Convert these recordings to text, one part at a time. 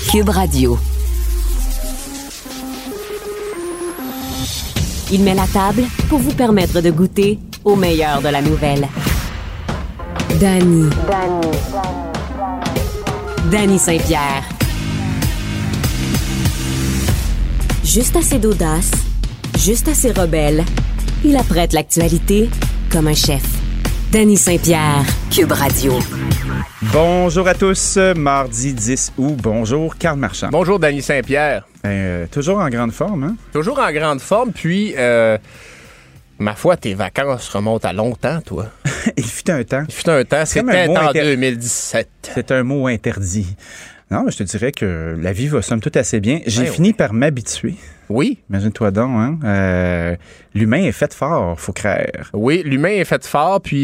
Cube Radio. Il met la table pour vous permettre de goûter au meilleur de la nouvelle. Danny Saint-Pierre. Juste assez d'audace, juste assez rebelle. Il apprête l'actualité comme un chef. Danny Saint-Pierre, Cube Radio. Bonjour à tous, mardi 10 août. Bonjour, Carl Marchand. Bonjour, Danny Saint-Pierre. Toujours en grande forme, hein? Toujours en grande forme, puis, ma foi, tes vacances remontent à longtemps, toi. Il fut un temps. C'était en 2017. C'est un mot interdit. Non, mais je te dirais que la vie va somme toute assez bien. J'ai fini par m'habituer. Oui. Imagine-toi donc, hein? L'humain est fait fort, faut craindre. Oui, l'humain est fait fort, puis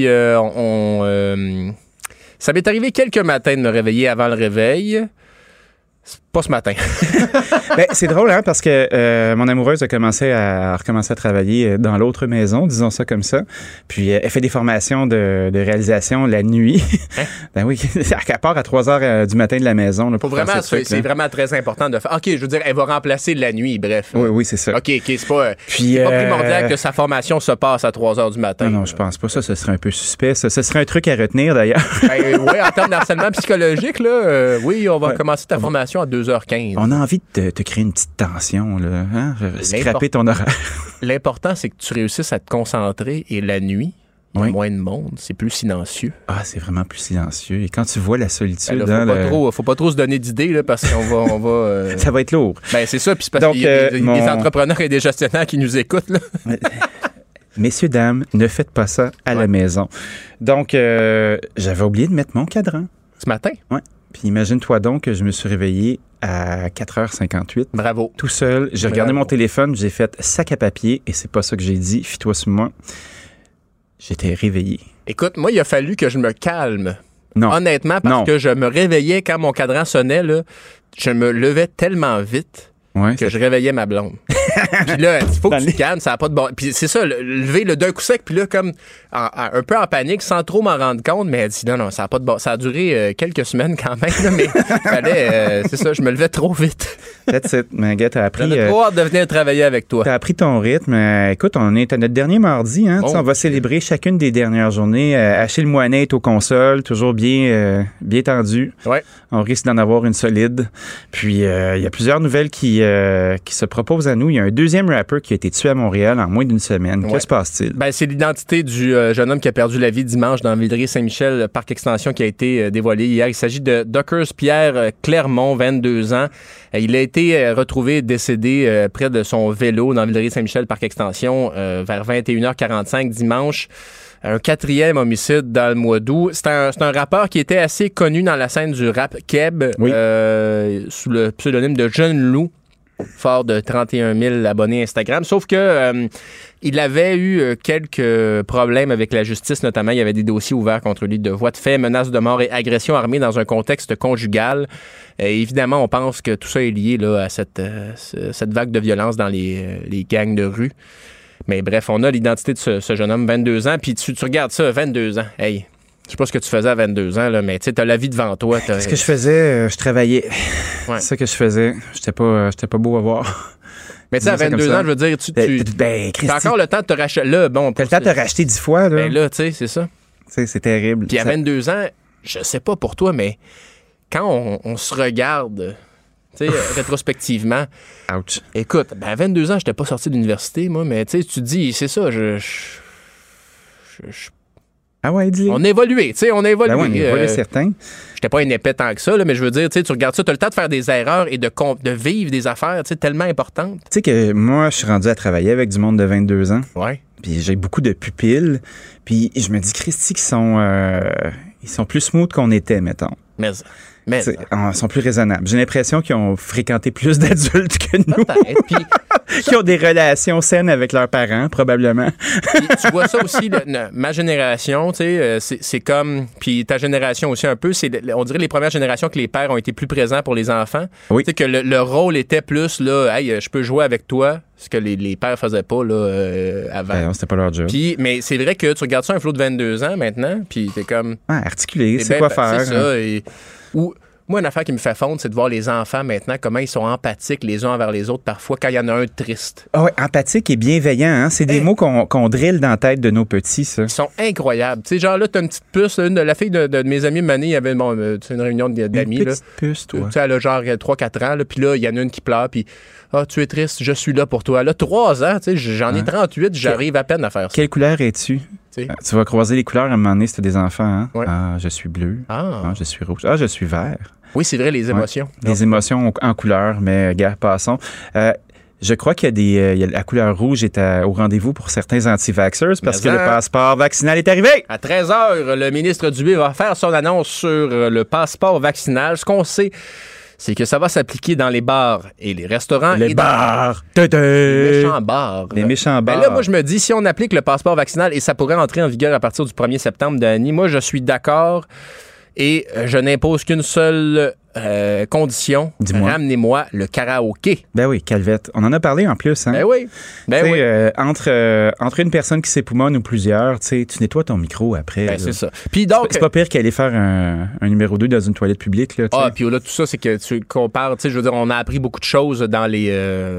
ça m'est arrivé quelques matins de me réveiller avant le réveil. C'est pas ce matin. Ben, c'est drôle, hein, parce que mon amoureuse a recommencé à travailler dans l'autre maison, disons ça comme ça. Puis elle fait des formations de réalisation la nuit. Hein? Ben oui, elle part à 3 heures du matin de la maison. Là, pour vraiment, c'est vraiment très important de faire. OK, je veux dire, elle va remplacer la nuit, bref. Oui, c'est ça. OK, c'est pas primordial que sa formation se passe à 3 heures du matin. Non, je pense pas. Ça, ce serait un peu suspect. Ça, ce serait un truc à retenir, d'ailleurs. Ben, oui, en termes d'harcèlement psychologique, là, oui, on va commencer ta formation à 2h15. On a envie de te créer une petite tension, là, hein? Scraper ton horaire. L'important, c'est que tu réussisses à te concentrer et la nuit, il y a moins de monde, c'est plus silencieux. Ah, c'est vraiment plus silencieux. Et quand tu vois la solitude... Faut pas trop se donner d'idées, là, parce qu'on va... Ça va être lourd. Ben, c'est ça, puis c'est parce qu'il y a des entrepreneurs et des gestionnaires qui nous écoutent, là. Messieurs, dames, ne faites pas ça à la maison. Donc, j'avais oublié de mettre mon cadran. Ce matin? Oui. Puis imagine-toi donc que je me suis réveillé à 4h58. Bravo. Tout seul. J'ai regardé mon téléphone, j'ai fait sac à papier et c'est pas ça que j'ai dit. Fie-toi sur moi. J'étais réveillé. Écoute, moi, il a fallu que je me calme. Non. Honnêtement, parce que je me réveillais quand mon cadran sonnait, là, je me levais tellement vite que je réveillais ma blonde. Puis là, il faut que tu te calmes, ça n'a pas de bon... Puis c'est ça, lever le d'un coup sec, puis là, comme un peu en panique, sans trop m'en rendre compte, mais elle dit non, ça n'a pas de bon... Ça a duré quelques semaines quand même, là, mais fallait... c'est ça, je me levais trop vite. That's it. Mais gars, t'as appris... J'avais trop hâte de venir travailler avec toi. T'as appris ton rythme. Écoute, on est à notre dernier mardi, hein. On va célébrer chacune des dernières journées. Achille Moinet est aux consoles, toujours bien tendu. Ouais. On risque d'en avoir une solide. Puis, il y a plusieurs nouvelles qui se proposent à nous. Il y a un deuxième rappeur qui a été tué à Montréal en moins d'une semaine. Que se passe-t-il? Ben, c'est l'identité du jeune homme qui a perdu la vie dimanche dans Villeray-Saint-Michel, parc extension, qui a été dévoilée hier. Il s'agit de Dockers Pierre Clermont, 22 ans. Il a été retrouvé décédé près de son vélo dans Villeray-Saint-Michel, parc extension, vers 21h45 dimanche. Un 4e homicide dans le mois d'août. C'est un rappeur qui était assez connu dans la scène du rap Keb, sous le pseudonyme de Jeune Loup, fort de 31 000 abonnés Instagram. Sauf que il avait eu quelques problèmes avec la justice, notamment il y avait des dossiers ouverts contre lui de voies de fait, menaces de mort et agression armée dans un contexte conjugal. Évidemment, on pense que tout ça est lié là, à cette vague de violence dans les gangs de rue. Mais bref, on a l'identité de ce jeune homme, 22 ans. Puis tu regardes ça, 22 ans. Hey, je sais pas ce que tu faisais à 22 ans, là, mais tu sais, t'as la vie devant toi. Ce que je faisais, je travaillais. Ouais. C'est ça que je faisais. J'étais pas beau à voir. Mais tu sais, à 22 ans, je veux dire, t'as encore le temps de te racheter. Là, bon, t'as le temps de te racheter 10 fois, là. Ben là, tu sais, c'est ça. Tu sais, c'est terrible. Puis à 22 ans, je sais pas pour toi, mais quand on se regarde... Tu sais, rétrospectivement. Ouch. Écoute, à 22 ans, j'étais pas sorti de l'université, moi, mais tu sais, tu te dis, c'est ça, Ah ouais, dis-le. On a évolué, tu sais, on a évolué. Ben ouais, on a évolué certain. J'étais pas un épais tant que ça, là, mais je veux dire, tu sais, tu regardes ça, tu as le temps de faire des erreurs et de vivre des affaires, tu sais, tellement importantes. Tu sais que moi, je suis rendu à travailler avec du monde de 22 ans. Ouais. Puis j'ai beaucoup de pupilles. Puis je me dis, Christy, qu'ils sont plus smooth qu'on était, mettons. Mais ils sont plus raisonnables. J'ai l'impression qu'ils ont fréquenté plus d'adultes que nous. Qui ont des relations saines avec leurs parents, probablement. Puis, tu vois ça aussi, ma génération, tu sais, c'est comme... Puis ta génération aussi un peu, on dirait les premières générations que les pères ont été plus présents pour les enfants. Oui. Tu sais, que le rôle était plus, là, « Hey, je peux jouer avec toi », ce que les pères faisaient pas, là, avant. Ben non, c'était pas leur job. Puis, mais c'est vrai que tu regardes ça, un flot de 22 ans, maintenant, puis t'es comme... articulé, c'est quoi faire. C'est ça, Moi, une affaire qui me fait fondre, c'est de voir les enfants maintenant, comment ils sont empathiques les uns envers les autres, parfois, quand il y en a un triste. Ah ouais, empathique et bienveillant, hein? C'est des mots qu'on drille dans la tête de nos petits, ça. Ils sont incroyables. Tu sais, genre là, t'as une petite puce, la fille de mes amis, Mané, il y avait une réunion d'amis. Une petite puce, toi. Tu sais, elle a genre 3-4 ans, puis là, il y en a une qui pleure, puis « Ah, tu es triste, je suis là pour toi. » Elle a 3 ans, tu sais, j'en ai 38, j'arrive à peine à faire ça. Quelle couleur es-tu? Tu vas croiser les couleurs à un moment donné si t'as des enfants, hein? Ouais. Ah, je suis bleu. Ah, je suis rouge. Ah, je suis vert. oui, c'est vrai, les émotions. Ouais. Les émotions en couleur, mais gars, passons. Je crois qu'il y a la couleur rouge est au rendez-vous pour certains anti-vaxxers parce que le passeport vaccinal est arrivé. À 13h, le ministre Dubé va faire son annonce sur le passeport vaccinal. Ce qu'on sait, c'est que ça va s'appliquer dans les bars et les restaurants. Les bars. Les méchants bars. Les méchants bars. Ben là, moi, je me dis, si on applique le passeport vaccinal et ça pourrait entrer en vigueur à partir du 1er septembre d'année, moi, je suis d'accord et je n'impose qu'une seule condition. Dis-moi. Ramenez-moi le karaoké. Ben oui, Calvette. On en a parlé en plus, hein? Ben oui. Ben oui. Entre une personne qui s'époumonne ou plusieurs, tu nettoies ton micro après. Ben, c'est ça. Puis donc, c'est pas pire qu'aller faire un numéro 2 dans une toilette publique. Là, puis là, tout ça, c'est que tu compares, je veux dire, on a appris beaucoup de choses dans les...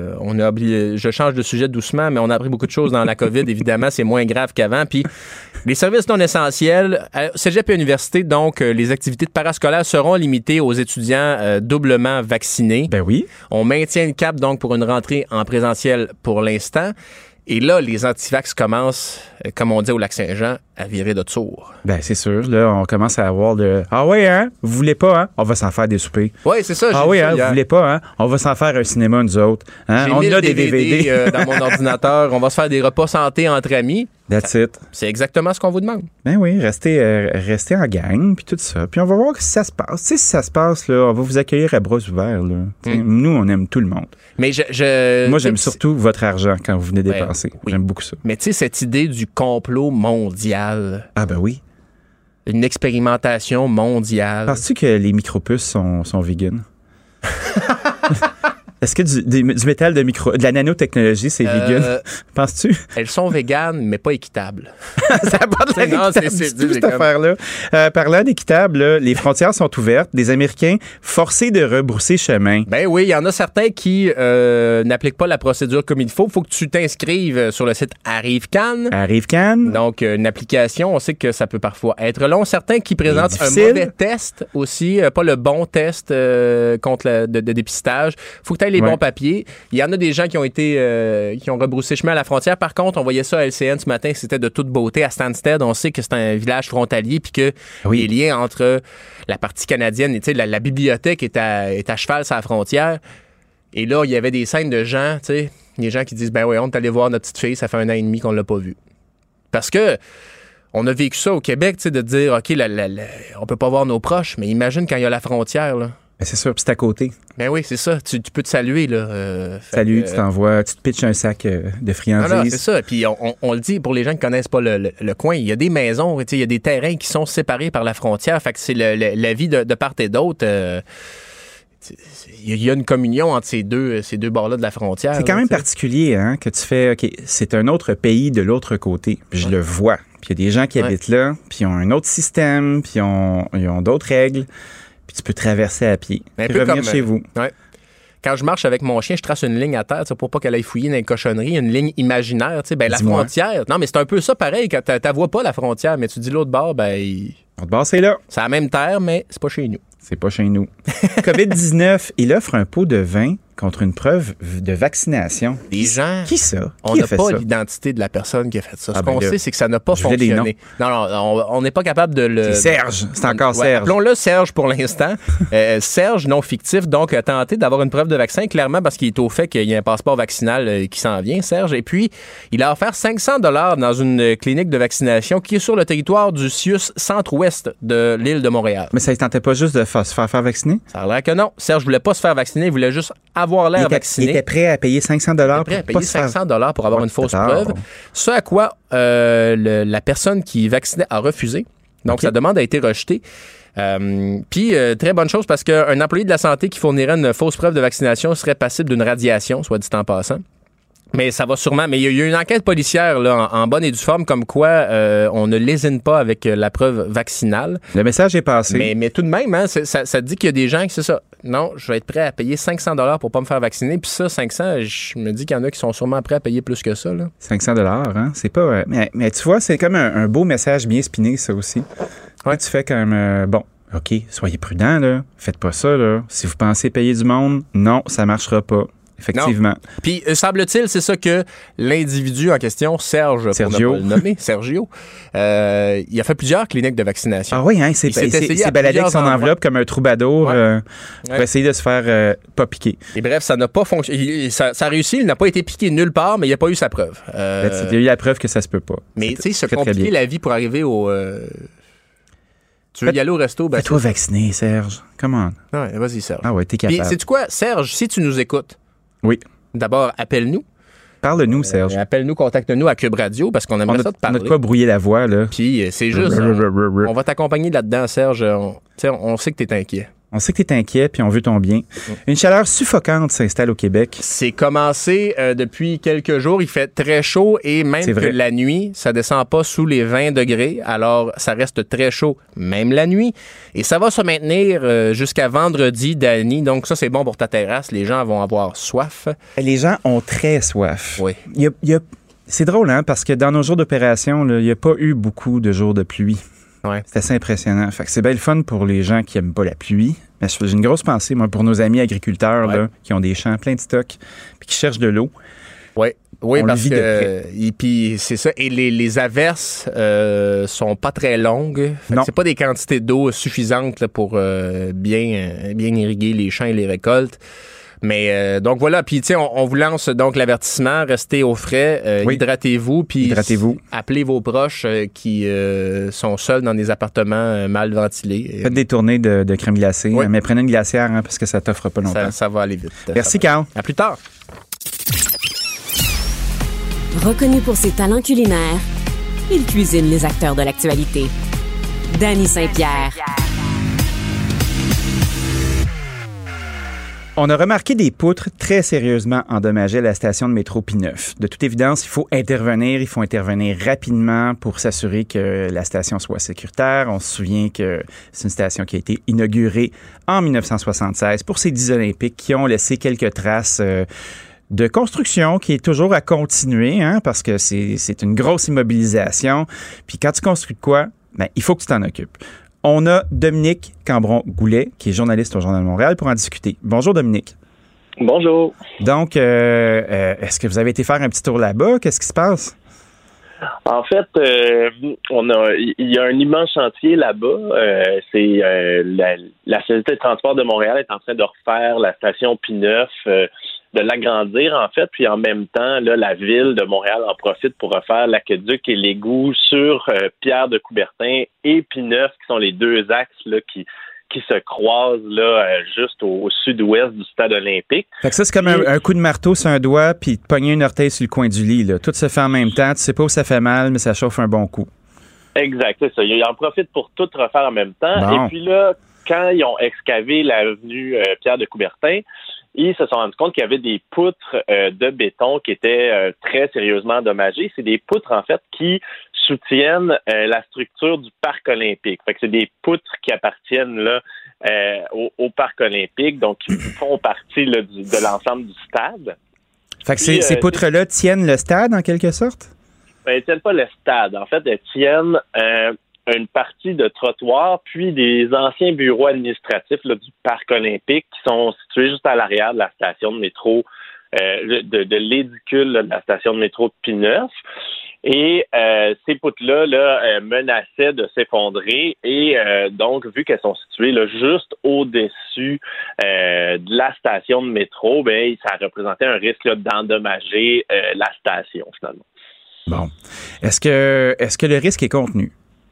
je change de sujet doucement, mais on a appris beaucoup de choses dans la COVID, évidemment, c'est moins grave qu'avant. Puis les services non essentiels, cégep et université, donc, les activités de parascolaire seront limitées aux étudiants doublement vaccinés. Ben oui. On maintient le cap, donc, pour une rentrée en présentiel pour l'instant. Et là, les antivax commencent, comme on dit au Lac-Saint-Jean, à virer de tour. Ben c'est sûr. Là, on commence à avoir le « Ah oui, hein? Vous voulez pas, hein? On va s'en faire des soupers. » Oui, c'est ça. Ah oui, hein? Vous voulez pas, hein? On va s'en faire un cinéma, nous autres. Hein? On a des DVD. Dans mon ordinateur. On va se faire des repas santé entre amis. That's it. C'est exactement ce qu'on vous demande. Ben oui, restez en gang, puis tout ça. Puis on va voir si ça se passe. Tu sais, si ça se passe, là, on va vous accueillir à bras ouverts. Là. Nous, on aime tout le monde. Mais moi, j'aime surtout votre argent quand vous venez dépenser. Oui. J'aime beaucoup ça. Mais tu sais, cette idée du complot mondial. Ah ben oui. Une expérimentation mondiale. Penses-tu que les micropuces sont vegan? Est-ce que du métal de la nanotechnologie, c'est vegan? Penses-tu? Elles sont véganes, mais pas équitables. Ça n'a pas de l'air équitable cette affaire-là. Parlant d'équitable, là, les frontières sont ouvertes. Les Américains forcés de rebrousser chemin. Ben oui, il y en a certains qui n'appliquent pas la procédure comme il faut. Il faut que tu t'inscrives sur le site ArriveCan. ArriveCan. Donc, une application, on sait que ça peut parfois être long. Certains qui présentent un mauvais test aussi, pas le bon test contre de dépistage. Faut que tu aies les bons papiers. Il y en a des gens qui ont rebroussé chemin à la frontière. Par contre, on voyait ça à LCN ce matin, c'était de toute beauté. À Stansted, on sait que c'est un village frontalier puis que les liens entre la partie canadienne et la bibliothèque est à cheval sur la frontière. Et là, il y avait des scènes de gens, des gens qui disent, ben oui, on est allé voir notre petite fille, ça fait 1 an et demi qu'on l'a pas vue. Parce que on a vécu ça au Québec, de dire, OK, on peut pas voir nos proches, mais imagine quand il y a la frontière, là. Ben c'est sûr, puis c'est à côté. Ben oui, c'est ça. Tu peux te saluer, là. Salut, tu te pitches un sac de friandises. Non, c'est ça. Puis on le dit pour les gens qui connaissent pas le coin, il y a des maisons, il y a des terrains qui sont séparés par la frontière. Fait que c'est la vie de part et d'autre. Il y a une communion entre ces deux bords-là de la frontière. C'est quand même particulier, hein, que tu fais, OK, c'est un autre pays de l'autre côté. Puis je le vois. Puis il y a des gens qui habitent là, puis ils ont un autre système, puis ils ont d'autres règles. Puis tu peux traverser à pied. Un puis peu revenir comme, chez vous. Ouais. Quand je marche avec mon chien, je trace une ligne à terre pour pas qu'elle aille fouiller dans les cochonneries, une ligne imaginaire. La frontière. Non, mais c'est un peu ça pareil. Quand tu vois pas la frontière, mais tu dis l'autre bord, L'autre bord, c'est là. C'est la même terre, mais c'est pas chez nous. C'est pas chez nous. COVID-19, il offre un pot de vin contre une preuve de vaccination. Des gens... Qui ça? On n'a pas l'identité de la personne qui a fait ça. Ce qu'on sait, c'est que ça n'a pas fonctionné. Non, on n'est pas capable de le... C'est Serge. C'est encore Serge. Appelons-le Serge pour l'instant. Serge, non fictif, donc a tenté d'avoir une preuve de vaccin, clairement parce qu'il est au fait qu'il y a un passeport vaccinal qui s'en vient, Serge. Et puis, il a offert 500 $ dans une clinique de vaccination qui est sur le territoire du CIUS centre-ouest de l'île de Montréal. Mais ça ne tentait pas juste de se faire vacciner? Ça a l'air que non. Serge voulait pas se faire vacciner, il voulait juste avoir l'air vacciné. Il était prêt à payer 500 $ pour avoir une fausse preuve. Ce à quoi la personne qui vaccinait a refusé. Donc, sa demande a été rejetée. Puis, très bonne chose parce qu'un employé de la santé qui fournirait une fausse preuve de vaccination serait passible d'une radiation, soit dit en passant. Mais ça va sûrement. Mais il y a eu une enquête policière là, en bonne et due forme comme quoi on ne lésine pas avec la preuve vaccinale. Le message est passé. Mais tout de même, hein, ça dit qu'il y a des gens qui c'est ça. Non, je vais être prêt à payer 500 $ pour pas me faire vacciner. Puis ça, 500, je me dis qu'il y en a qui sont sûrement prêts à payer plus que ça. Là. 500 $, hein? C'est pas... mais tu vois, c'est comme un beau message bien spiné, ça aussi. Ouais. Tu fais comme... bon, OK, soyez prudents, là. Faites pas ça, là. Si vous pensez payer du monde, non, ça marchera pas. Effectivement. Non. Puis, semble-t-il, c'est ça que l'individu en question, Sergio, pour ne pas le nommer, Sergio, il a fait plusieurs cliniques de vaccination. Ah oui, hein, il s'est baladé avec son enveloppe comme un troubadour pour essayer de se faire pas piquer. Et bref, ça n'a pas fonctionné. Ça a réussi, il n'a pas été piqué nulle part, mais il n'a pas eu sa preuve. Il a eu la preuve que ça se peut pas. Mais tu sais, se compliquer la vie pour arriver au... Tu veux y aller au resto? Ben, fais-toi vacciner, Serge. Come on. Ouais, vas-y, Serge. Ah ouais, t'es capable. Puis, sais-tu quoi, Serge, si tu nous écoutes, oui. D'abord, appelle-nous. Parle-nous, Serge. Appelle-nous, contacte-nous à Cube Radio parce qu'on aimerait ça te parler. On n'a pas brouiller la voix, là. Puis c'est juste, on va t'accompagner là-dedans, Serge. On sait que t'es inquiet. On sait que t'es inquiet, puis on veut ton bien. Une chaleur suffocante s'installe au Québec. C'est commencé depuis quelques jours. Il fait très chaud et même que la nuit, ça descend pas sous les 20 degrés. Alors, ça reste très chaud, même la nuit. Et ça va se maintenir jusqu'à vendredi, Dani. Donc, ça, c'est bon pour ta terrasse. Les gens vont avoir soif. Les gens ont très soif. Oui. C'est drôle, hein, parce que dans nos jours d'opération, il n'y a pas eu beaucoup de jours de pluie. Ouais. C'est assez impressionnant. Fait que c'est bien le fun pour les gens qui n'aiment pas la pluie. Mais j'ai une grosse pensée, moi, pour nos amis agriculteurs là, qui ont des champs pleins de stocks puis qui cherchent de l'eau. Oui, parce que et puis c'est ça. Et les averses sont pas très longues. Non. C'est pas des quantités d'eau suffisantes là, pour bien irriguer les champs et les récoltes. Mais donc voilà, puis tu sais, on vous lance donc l'avertissement, restez au frais, hydratez-vous, puis appelez vos proches qui sont seuls dans des appartements mal ventilés. Faites des tournées de crème glacée, mais prenez une glacière parce que ça t'offre pas longtemps. Ça va aller vite. Merci, Carl. À plus tard. Reconnu pour ses talents culinaires, il cuisine les acteurs de l'actualité. Dany Saint-Pierre. On a remarqué des poutres très sérieusement endommagées à la station de métro P9. De toute évidence, il faut intervenir rapidement pour s'assurer que la station soit sécuritaire. On se souvient que c'est une station qui a été inaugurée en 1976 pour ces 10 Olympiques qui ont laissé quelques traces de construction qui est toujours à continuer, hein, parce que c'est une grosse immobilisation. Puis quand tu construis de quoi, il faut que tu t'en occupes. On a Dominique Cambron-Goulet, qui est journaliste au Journal de Montréal, pour en discuter. Bonjour, Dominique. Bonjour. Donc, est-ce que vous avez été faire un petit tour là-bas? Qu'est-ce qui se passe? En fait, il y a un immense chantier là-bas. C'est la Société de transport de Montréal est en train de refaire la station P9, de l'agrandir en fait, puis en même temps, là, la ville de Montréal en profite pour refaire l'aqueduc et l'égout sur Pierre de Coubertin et P9, qui sont les deux axes là, qui se croisent là, juste au sud-ouest du stade olympique. Fait que ça, c'est comme un coup de marteau sur un doigt puis de pogner une orteil sur le coin du lit. Là. Tout se fait en même temps. Tu sais pas où ça fait mal, mais ça chauffe un bon coup. Exact, c'est ça. Ils en profitent pour tout refaire en même temps. Bon. Et puis là, quand ils ont excavé l'avenue Pierre de Coubertin, ils se sont rendus compte qu'il y avait des poutres de béton qui étaient très sérieusement endommagées. C'est des poutres, en fait, qui soutiennent la structure du parc olympique. Fait que c'est des poutres qui appartiennent là au parc olympique, donc qui font partie là, de l'ensemble du stade. Fait que ces poutres-là tiennent le stade, en quelque sorte? Elles tiennent pas le stade. En fait, elles tiennent une partie de trottoir, puis des anciens bureaux administratifs là, du parc olympique qui sont situés juste à l'arrière de la station de métro, de l'édicule là, de la station de métro de P9. Et ces poutres-là menaçaient de s'effondrer et donc, vu qu'elles sont situées là, juste au-dessus de la station de métro, ça représentait un risque là, d'endommager la station, finalement. Bon. Est-ce que le risque est contenu?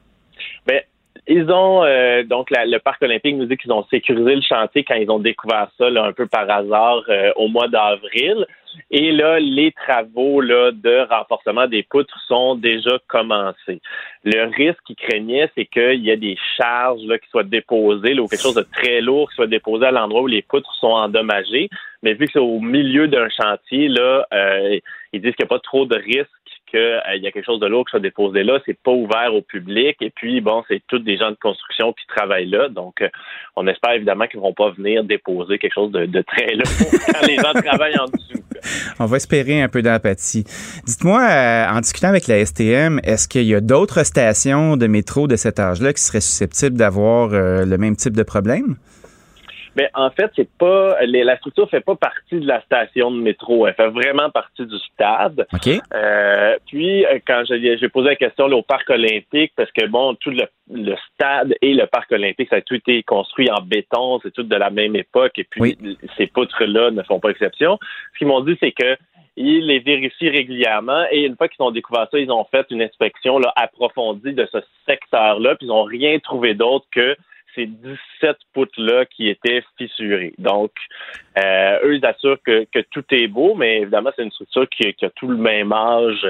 Ils ont, donc, le Parc olympique nous dit qu'ils ont sécurisé le chantier quand ils ont découvert ça là, un peu par hasard au mois d'avril. Et là, les travaux là, de renforcement des poutres sont déjà commencés. Le risque qu'ils craignaient, c'est qu'il y a des charges là, qui soient déposées, là, ou quelque chose de très lourd qui soit déposé à l'endroit où les poutres sont endommagées. Mais vu que c'est au milieu d'un chantier, là, ils disent qu'il n'y a pas trop de risque qu'il y a quelque chose de lourd qui soit déposé là. C'est pas ouvert au public. Et puis, bon, c'est tous des gens de construction qui travaillent là. Donc, on espère évidemment qu'ils ne vont pas venir déposer quelque chose de très lourd quand les gens travaillent en dessous. On va espérer un peu d'empathie. Dites-moi, en discutant avec la STM, est-ce qu'il y a d'autres stations de métro de cet âge-là qui seraient susceptibles d'avoir le même type de problème? Mais en fait, c'est pas la structure fait pas partie de la station de métro. Elle fait vraiment partie du stade. OK. Puis quand j'ai posé la question là, au Parc olympique, parce que bon, tout le stade et le Parc olympique, ça a tout été construit en béton, c'est tout de la même époque, et puis ces poutres-là ne font pas exception. Ce qu'ils m'ont dit, c'est que ils les vérifient régulièrement, et une fois qu'ils ont découvert ça, ils ont fait une inspection là, approfondie de ce secteur-là, puis ils n'ont rien trouvé d'autre que ces 17 poutres-là qui étaient fissurées. Donc, eux, ils assurent que tout est beau, mais évidemment, c'est une structure qui a tout le même âge,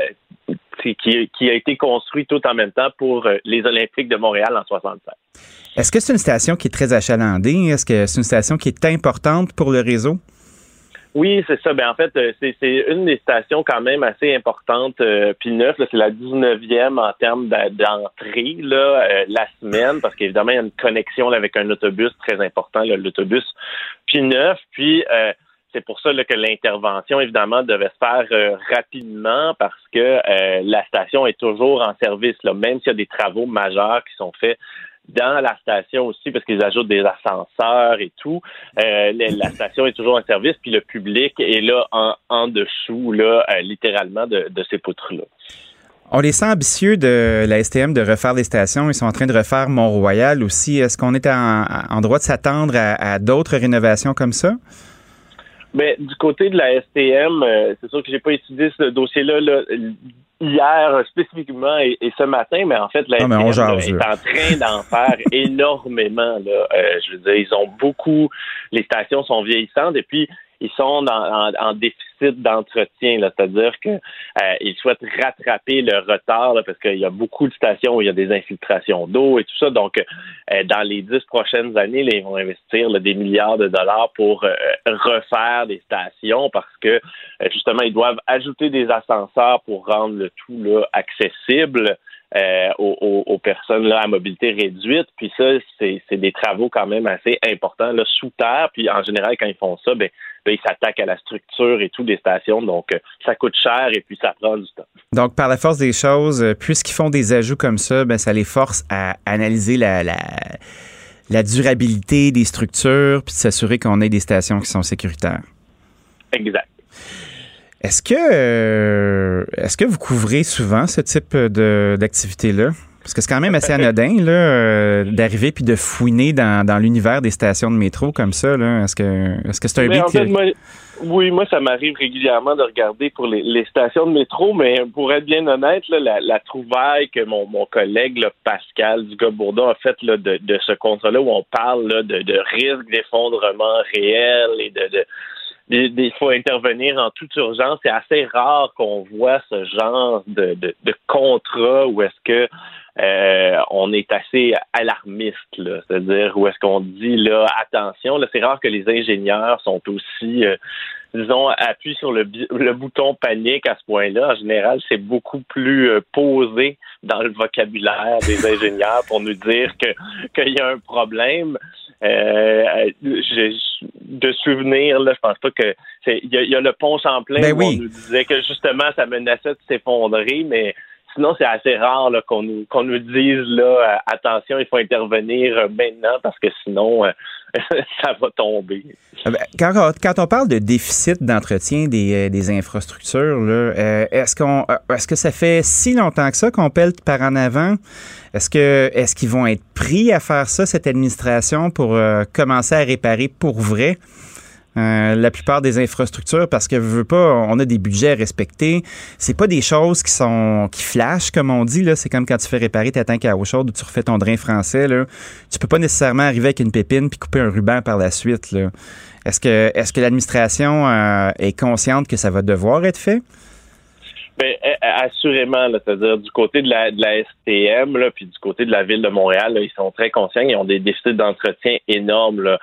qui a été construite tout en même temps pour les Olympiques de Montréal en 1967. Est-ce que c'est une station qui est très achalandée? Est-ce que c'est une station qui est importante pour le réseau? Oui, c'est ça. Ben en fait, c'est une des stations quand même assez importantes. Puis neuf, là, c'est la 19e en termes d'entrée là, la semaine, parce qu'évidemment, il y a une connexion là, avec un autobus très important, là, l'autobus Puis neuf. Puis c'est pour ça là, que l'intervention, évidemment, devait se faire rapidement, parce que la station est toujours en service, là, même s'il y a des travaux majeurs qui sont faits dans la station aussi, parce qu'ils ajoutent des ascenseurs et tout. La station est toujours en service, puis le public est là en dessous, là, littéralement, de ces poutres-là. On les sent ambitieux de la STM de refaire les stations. Ils sont en train de refaire Mont-Royal aussi. Est-ce qu'on est en droit de s'attendre à d'autres rénovations comme ça? Mais du côté de la STM, c'est sûr que j'ai pas étudié ce dossier-là là, hier spécifiquement et ce matin, mais en fait, la STM est en train d'en faire énormément. Là. Je veux dire, ils ont beaucoup... Les stations sont vieillissantes et puis ils sont en déficit d'entretien, là, c'est-à-dire que ils souhaitent rattraper le retard là, parce qu'il y a beaucoup de stations où il y a des infiltrations d'eau et tout ça. Donc, dans les 10 prochaines années, là, ils vont investir là, des milliards de dollars pour refaire des stations parce que justement, ils doivent ajouter des ascenseurs pour rendre le tout là, accessible. Aux personnes là à mobilité réduite, puis ça, c'est des travaux quand même assez importants là, sous terre, puis en général, quand ils font ça, ben ils s'attaquent à la structure et tout des stations, donc ça coûte cher et puis ça prend du temps. Donc, par la force des choses, puisqu'ils font des ajouts comme ça, ben ça les force à analyser la durabilité des structures, puis de s'assurer qu'on ait des stations qui sont sécuritaires. Exact. Est-ce que vous couvrez souvent ce type d'activité-là? Parce que c'est quand même assez anodin là, d'arriver puis de fouiner dans l'univers des stations de métro comme ça. Là. Est-ce que c'est un beat? En fait, moi, ça m'arrive régulièrement de regarder pour les stations de métro, mais pour être bien honnête, là, la trouvaille que mon collègue là, Pascal Dugas-Bourdon a faite là, de ce contrat-là où on parle là, de risque d'effondrement réel et il faut intervenir en toute urgence. C'est assez rare qu'on voit ce genre de contrat où est-ce que on est assez alarmiste, là. C'est-à-dire où est-ce qu'on dit là attention, là, c'est rare que les ingénieurs sont aussi appuient sur le bouton panique à ce point-là. En général, c'est beaucoup plus posé dans le vocabulaire des ingénieurs pour nous dire qu'il y a un problème. De souvenir, là, je pense pas que il y a le pont Champlain où on nous disait que justement ça menaçait de s'effondrer, mais sinon c'est assez rare là, qu'on nous dise là attention, il faut intervenir maintenant parce que sinon ça va tomber. Quand on parle de déficit d'entretien des infrastructures, là, est-ce que ça fait si longtemps que ça qu'on pèle par en avant? Est-ce qu'ils vont être pris à faire ça, cette administration, pour commencer à réparer pour vrai? la plupart des infrastructures, parce que veux pas, on a des budgets à respecter. C'est pas des choses qui flashent, comme on dit, là. C'est comme quand tu fais réparer ta tank à eau chaude ou tu refais ton drain français, là. Tu peux pas nécessairement arriver avec une pépine puis couper un ruban par la suite, là. Est-ce que l'administration est consciente que ça va devoir être fait? Bien, assurément, là, c'est-à-dire du côté de la STM, là, puis du côté de la Ville de Montréal, là, ils sont très conscients, ils ont des déficits d'entretien énormes, là.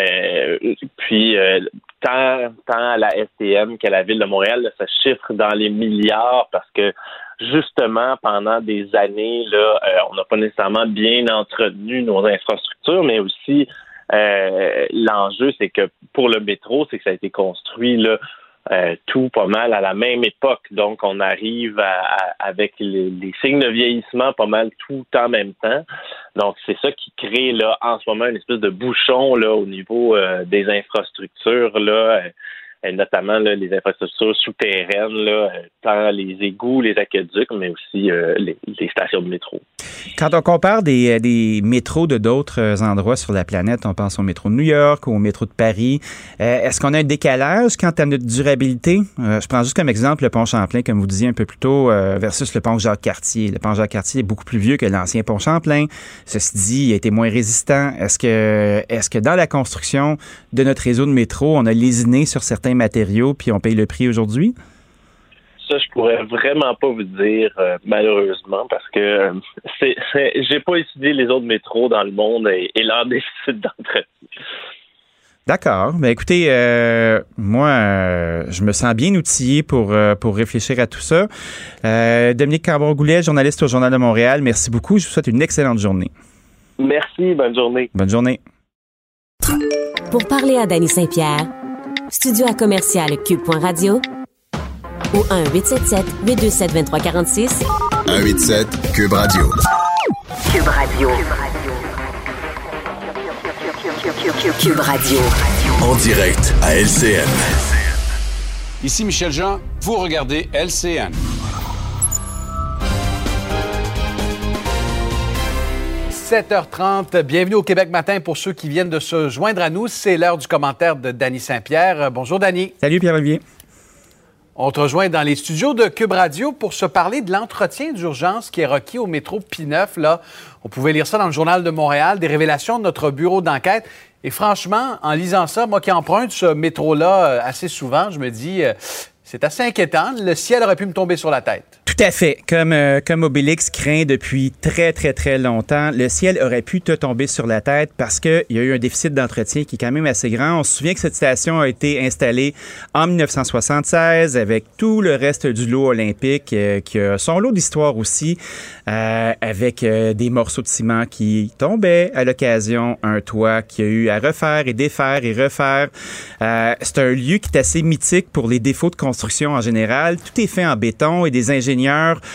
Tant à la STM qu'à la Ville de Montréal, là, ça chiffre dans les milliards parce que justement, pendant des années, là, on n'a pas nécessairement bien entretenu nos infrastructures, mais aussi l'enjeu, c'est que pour le métro, c'est que ça a été construit là. Tout pas mal à la même époque. Donc, on arrive avec les signes de vieillissement pas mal tout en même temps. Donc, c'est ça qui crée là en ce moment une espèce de bouchon là au niveau des infrastructures là, notamment là, les infrastructures souterraines, là, tant les égouts, les aqueducs, mais aussi les stations de métro. Quand on compare des métros de d'autres endroits sur la planète, on pense au métro de New York ou au métro de Paris, est-ce qu'on a un décalage quant à notre durabilité? Je prends juste comme exemple le pont Champlain, comme vous disiez un peu plus tôt, versus le pont Jacques-Cartier. Le pont Jacques-Cartier est beaucoup plus vieux que l'ancien pont Champlain. Ceci dit, il a été moins résistant. Est-ce que dans la construction de notre réseau de métro, on a lésiné sur certains matériaux puis on paye le prix aujourd'hui? Ça, je pourrais vraiment pas vous dire, malheureusement, parce que j'ai pas étudié les autres métros dans le monde et leur déficit d'entretien. D'accord. Ben écoutez, moi, je me sens bien outillé pour réfléchir à tout ça. Dominique Cambon-Goulet, journaliste au Journal de Montréal, merci beaucoup. Je vous souhaite une excellente journée. Merci. Bonne journée. Bonne journée. Pour parler à Dany Saint-Pierre, studio à commercial cube.radio ou 1-877-827-2346. 187 Cube Radio. Cube Radio. Cube Radio. En direct à LCN. Ici Michel Jean, vous regardez LCN. « 7h30, bienvenue au Québec Matin pour ceux qui viennent de se joindre à nous. C'est l'heure du commentaire de Dany Saint-Pierre. Bonjour Dany. Salut Pierre-Olivier. On te rejoint dans les studios de Cube Radio pour se parler de l'entretien d'urgence qui est requis au métro P9. Là, on pouvait lire ça dans le Journal de Montréal, des révélations de notre bureau d'enquête. Et franchement, en lisant ça, moi qui emprunte ce métro-là assez souvent, je me dis, c'est assez inquiétant. Le ciel aurait pu me tomber sur la tête. Tout à fait. Comme Obélix craint depuis très, très, très longtemps, le ciel aurait pu te tomber sur la tête parce qu'il y a eu un déficit d'entretien qui est quand même assez grand. On se souvient que cette station a été installée en 1976 avec tout le reste du lot olympique qui a son lot d'histoire aussi, avec des morceaux de ciment qui tombaient à l'occasion, un toit qui a eu à refaire et défaire et refaire. C'est un lieu qui est assez mythique pour les défauts de construction en général. Tout est fait en béton et des ingénieurs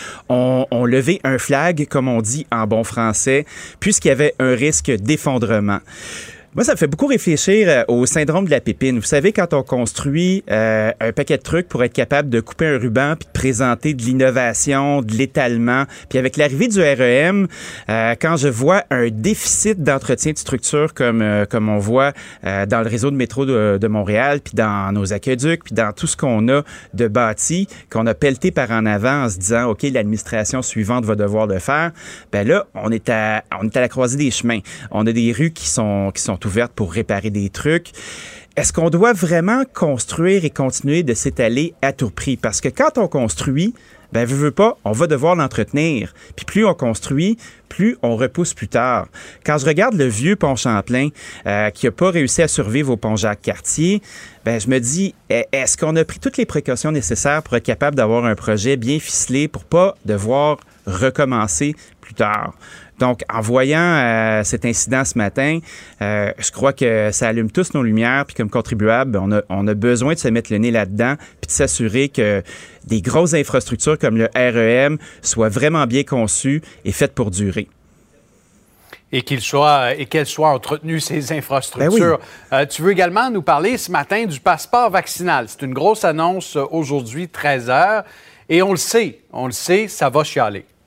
ont levé un flag, comme on dit en bon français, puisqu'il y avait un risque d'effondrement. Moi, ça me fait beaucoup réfléchir au syndrome de la pépine. Vous savez, quand on construit un paquet de trucs pour être capable de couper un ruban puis de présenter de l'innovation, de l'étalement, puis avec l'arrivée du REM, quand je vois un déficit d'entretien de structure comme on voit dans le réseau de métro de Montréal, puis dans nos aqueducs, puis dans tout ce qu'on a de bâti, qu'on a pelleté par en avant en se disant, OK, l'administration suivante va devoir le faire, ben là, on est à la croisée des chemins. On a des rues qui sont ouvertes pour réparer des trucs. Est-ce qu'on doit vraiment construire et continuer de s'étaler à tout prix? Parce que quand on construit, ben veut pas, on va devoir l'entretenir. Puis plus on construit, plus on repousse plus tard. Quand je regarde le vieux pont Champlain qui n'a pas réussi à survivre au pont Jacques-Cartier, ben je me dis, est-ce qu'on a pris toutes les précautions nécessaires pour être capable d'avoir un projet bien ficelé pour pas devoir recommencer plus tard? Donc, en voyant cet incident ce matin, je crois que ça allume tous nos lumières. Puis comme contribuable, on a besoin de se mettre le nez là-dedans puis de s'assurer que des grosses infrastructures comme le REM soient vraiment bien conçues et faites pour durer. Et qu'elles soient entretenues, ces infrastructures. Ben oui. Tu veux également nous parler ce matin du passeport vaccinal. C'est une grosse annonce aujourd'hui, 13h. Et on le sait, ça va chialer.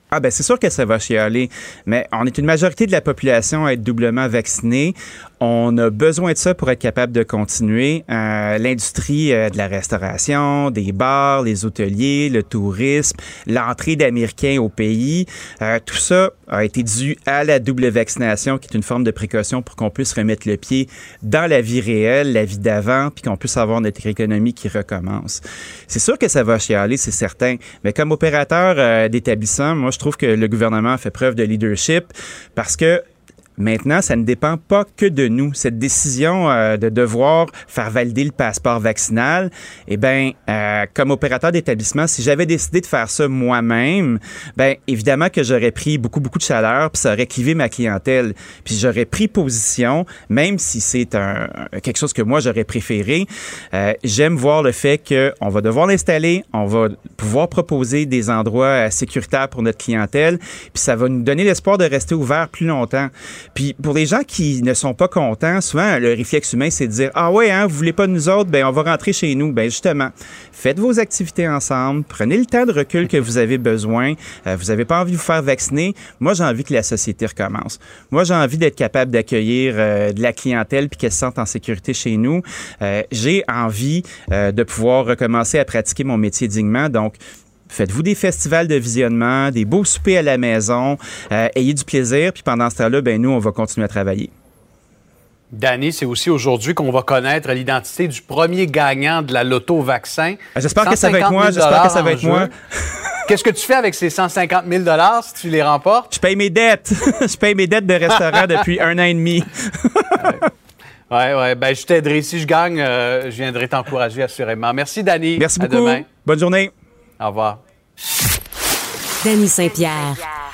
Ah ben c'est sûr que ça va chialer, mais on est une majorité de la population à être doublement vaccinée. On a besoin de ça pour être capable de continuer. L'industrie de la restauration, des bars, les hôteliers, le tourisme, l'entrée d'Américains au pays, tout ça a été dû à la double vaccination, qui est une forme de précaution pour qu'on puisse remettre le pied dans la vie réelle, la vie d'avant, puis qu'on puisse avoir notre économie qui recommence. C'est sûr que ça va chialer, c'est certain, mais comme opérateur d'établissement, moi, je trouve que le gouvernement a fait preuve de leadership parce que maintenant, ça ne dépend pas que de nous. Cette décision de devoir faire valider le passeport vaccinal, eh bien, comme opérateur d'établissement, si j'avais décidé de faire ça moi-même, bien, évidemment que j'aurais pris beaucoup de chaleur, puis ça aurait clivé ma clientèle. Puis j'aurais pris position, même si c'est quelque chose que moi, j'aurais préféré. J'aime voir le fait qu'on va devoir l'installer, on va pouvoir proposer des endroits sécuritaires pour notre clientèle, puis ça va nous donner l'espoir de rester ouvert plus longtemps. Puis pour les gens qui ne sont pas contents, souvent le réflexe humain, c'est de dire « Ah ouais, hein, vous voulez pas de nous autres, ben on va rentrer chez nous. » Ben justement, faites vos activités ensemble, prenez le temps de recul que vous avez besoin. Vous n'avez pas envie de vous faire vacciner. Moi, j'ai envie que la société recommence. Moi, j'ai envie d'être capable d'accueillir de la clientèle puis qu'elle se sente en sécurité chez nous. J'ai envie de pouvoir recommencer à pratiquer mon métier dignement. Donc, faites-vous des festivals de visionnement, des beaux soupers à la maison, ayez du plaisir, puis pendant ce temps-là, ben nous, on va continuer à travailler. Danny, c'est aussi aujourd'hui qu'on va connaître l'identité du premier gagnant de la loto-vaccin. J'espère que ça va être moi, Qu'est-ce que tu fais avec ces 150 000 $ si tu les remportes? Je paye mes dettes. Je paye mes dettes de restaurant depuis 1 an et demi. Ouais. Ben, je t'aiderai. Si je gagne, je viendrai t'encourager assurément. Merci, Danny. Merci beaucoup. À demain. Bonne journée. Au revoir. Danny Saint-Pierre.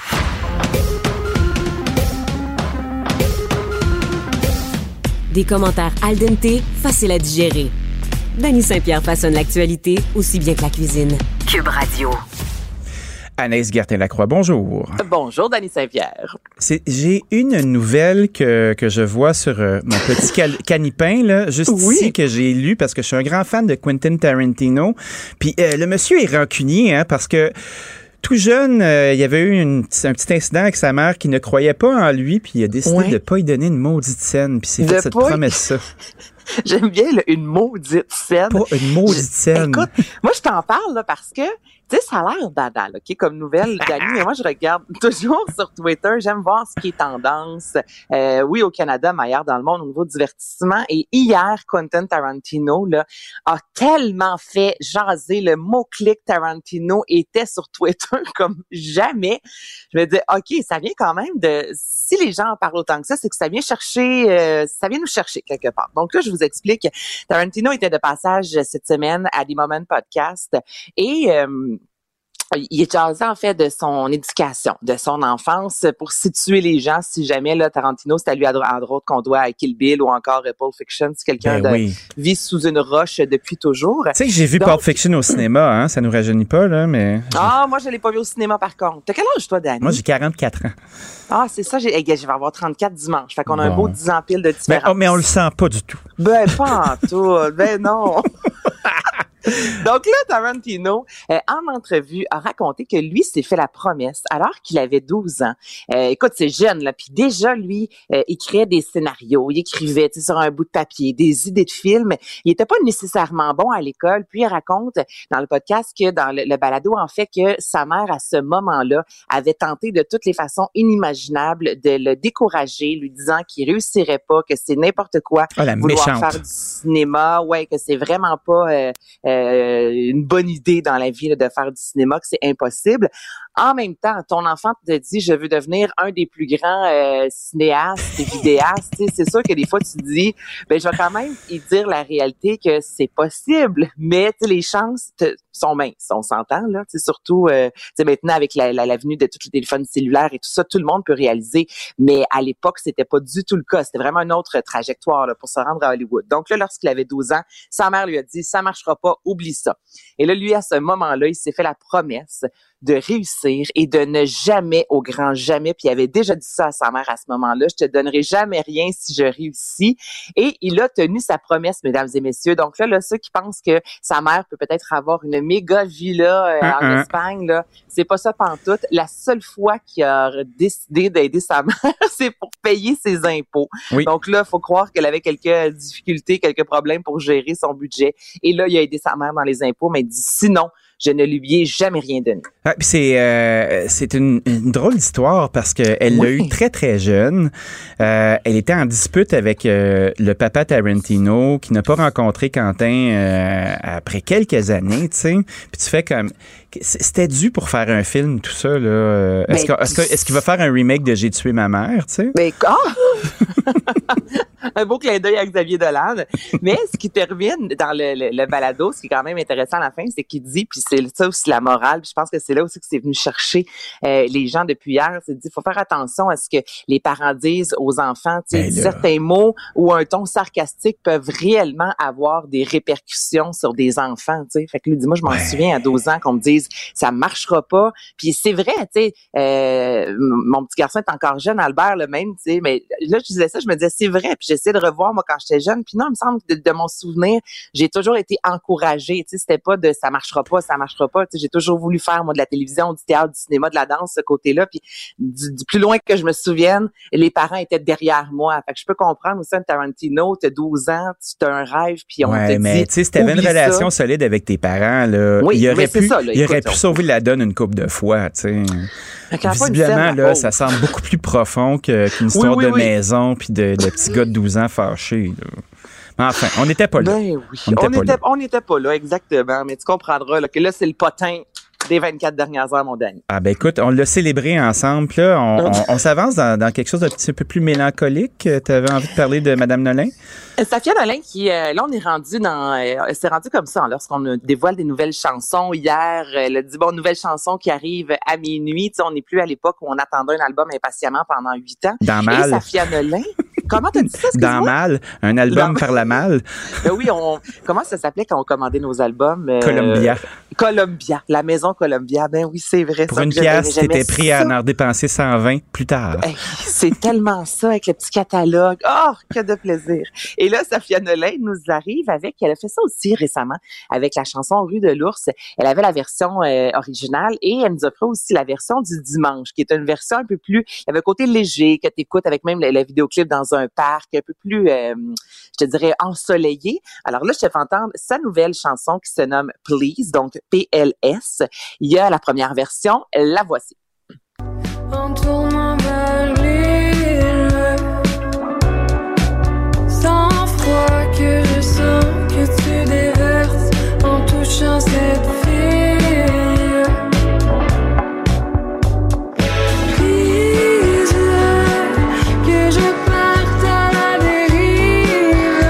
Des commentaires al dente, faciles à digérer. Danny Saint-Pierre façonne l'actualité aussi bien que la cuisine. Cube Radio. Anaïs Gertin-Lacroix, bonjour. Bonjour, Danny Saint-Pierre. J'ai une nouvelle que je vois sur mon petit canipin, là, juste ici, que j'ai lu parce que je suis un grand fan de Quentin Tarantino. Puis le monsieur est rancunier, hein, parce que tout jeune, il y avait eu un petit incident avec sa mère qui ne croyait pas en lui, puis il a décidé de ne pas lui donner une maudite scène, puis c'est fait cette promesse-là. J'aime bien une maudite scène. Pas une maudite scène. Écoute, moi, je t'en parle là, parce que, tu sais, ça a l'air banal, OK, comme nouvelle, Dani, mais moi, je regarde toujours sur Twitter, j'aime voir ce qui est tendance, oui, au Canada, mais ailleurs dans le monde, au niveau divertissement. Et hier, Quentin Tarantino, là, a tellement fait jaser, le mot-clic Tarantino était sur Twitter comme jamais. Je me dis, OK, ça vient quand même de... Si les gens en parlent autant que ça, c'est que ça vient chercher, ça vient nous chercher quelque part. Donc là, je vous explique. Tarantino était de passage cette semaine à The Moment Podcast et il est jasé en fait de son éducation, de son enfance, pour situer les gens. Si jamais là Tarantino, c'est à lui entre autres qu'on doit à Kill Bill ou encore Pulp Fiction, si quelqu'un vit sous une roche depuis toujours. Tu sais que j'ai vu Pulp Fiction au cinéma, hein, ça nous rajeunit pas là, mais. Moi je l'ai pas vu au cinéma par contre. T'as quel âge toi, Danny? Moi j'ai 44 ans. Ah, c'est ça, je vais avoir 34 dimanche. Fait qu'on a un beau 10 ans pile de différence. Mais on le sent pas du tout. Ben, pas en tout. Ben, non. Donc là, Tarantino, en entrevue, a raconté que lui s'est fait la promesse alors qu'il avait 12 ans. Écoute, c'est jeune, là. Puis déjà, lui, il créait des scénarios. Il écrivait, tu sais, sur un bout de papier, des idées de films. Il était pas nécessairement bon à l'école. Puis il raconte dans le podcast que dans le balado, en fait, que sa mère, à ce moment-là, avait tenté de toutes les façons inimaginables de le décourager, lui disant qu'il réussirait pas, que c'est n'importe quoi. La vouloir méchante. faire du cinéma, que c'est vraiment pas une bonne idée dans la vie là, de faire du cinéma, que c'est impossible. En même temps, ton enfant te dit « je veux devenir un des plus grands cinéastes et vidéastes », c'est sûr que des fois tu te dis « ben je vais quand même y dire la réalité que c'est possible », mais les chances sont minces, on s'entend là, surtout maintenant avec l'avenue de tous les téléphones cellulaires et tout ça, tout le monde peut réaliser, mais à l'époque, c'était pas du tout le cas, c'était vraiment une autre trajectoire là, pour se rendre à Hollywood. Donc là, lorsqu'il avait 12 ans, sa mère lui a dit « ça marchera pas, oublie ça ». Et là, lui, à ce moment-là, il s'est fait la promesse de réussir réussir et de ne jamais, au grand jamais, puis il avait déjà dit ça à sa mère à ce moment-là, je te donnerai jamais rien si je réussis. Et il a tenu sa promesse, mesdames et messieurs. Donc là, ceux qui pensent que sa mère peut peut-être avoir une méga villa en Espagne, là, c'est pas ça pantoute. La seule fois qu'il a décidé d'aider sa mère, c'est pour payer ses impôts. Oui. Donc là, il faut croire qu'elle avait quelques difficultés, quelques problèmes pour gérer son budget. Et là, il a aidé sa mère dans les impôts, mais il dit sinon, je ne lui ai jamais rien donné. Ah, puis c'est une drôle d'histoire parce que elle l'a eu très très jeune. Elle était en dispute avec le papa Tarantino qui n'a pas rencontré Quentin après quelques années, tu sais. Puis tu fais comme c'était dû pour faire un film tout ça là. Est-ce qu'il va faire un remake de J'ai tué ma mère, tu sais? Mais un beau clin d'œil à Xavier Dolan. Mais ce qui termine dans le balado, ce qui est quand même intéressant à la fin, c'est qu'il dit, puis c'est ça aussi la morale, puis je pense que c'est là aussi que c'est venu chercher les gens depuis hier, c'est dit, il faut faire attention à ce que les parents disent aux enfants, tu sais, certains mots ou un ton sarcastique peuvent réellement avoir des répercussions sur des enfants, tu sais. Fait que lui dit, moi, je m'en souviens à 12 ans qu'on me dise, ça marchera pas. Puis c'est vrai, tu sais, mon petit garçon est encore jeune, Albert, le même, tu sais, mais là, je disais ça, je me disais, c'est vrai, puis j'essayais de revoir, moi, quand j'étais jeune, puis non, il me semble que de mon souvenir, j'ai toujours été encouragée, tu sais, c'était pas de ça marchera pas, tu sais, j'ai toujours voulu faire, moi, de la télévision, du théâtre, du cinéma, de la danse, ce côté-là, puis du plus loin que je me souvienne, les parents étaient derrière moi, fait que je peux comprendre aussi, un Tarantino, t'as 12 ans, tu as un rêve, puis on te dit, mais tu sais, si t'avais une relation solide avec tes parents, là, il aurait pu sauver la donne une couple de fois, tu sais. Visiblement, là, ça semble beaucoup plus profond qu'une histoire de maison puis de petits gars de 12 ans fâchés, là. Mais enfin, on n'était pas là. Ben oui, on n'était pas là, exactement. Mais tu comprendras là, que là, c'est le potin des 24 dernières heures, mon Danny. Ah ben écoute, on l'a célébré ensemble. Là, on s'avance dans quelque chose d'un petit peu plus mélancolique. Tu avais envie de parler de Madame Nolin? Safia Nolin, qui, là, on est rendu c'est rendu comme ça, hein, lorsqu'on dévoile des nouvelles chansons. Hier, elle a dit, nouvelle chanson qui arrive à minuit. Tu sais, on n'est plus à l'époque où on attendait un album impatiemment pendant 8 ans. Dans Mal. Et Safia Nolin, comment t'as dit ça, excuse-moi? Dans Mal, un album par la Malle. Oui, comment ça s'appelait quand on commandait nos albums? Columbia, la maison Columbia. Ben oui, c'est vrai. Pour une pièce, t'étais prêt à en dépenser 120 plus tard. Hey, c'est tellement ça, avec le petit catalogue. Oh, que de plaisir. Et là, Safia Nolin nous arrive elle a fait ça aussi récemment, avec la chanson Rue de l'Ours. Elle avait la version originale et elle nous offrait aussi la version du dimanche, qui est une version un peu plus, il y avait un côté léger, que t'écoutes avec même la vidéoclip dans un parc, un peu plus, je te dirais, ensoleillé. Alors là, je te fais entendre sa nouvelle chanson qui se nomme Please, donc PLS. Il y a la première version, la voici. En tournant vers l'île, sans froid que je sens que tu déverses en touchant cette fille. Please, que je parte à la dérive.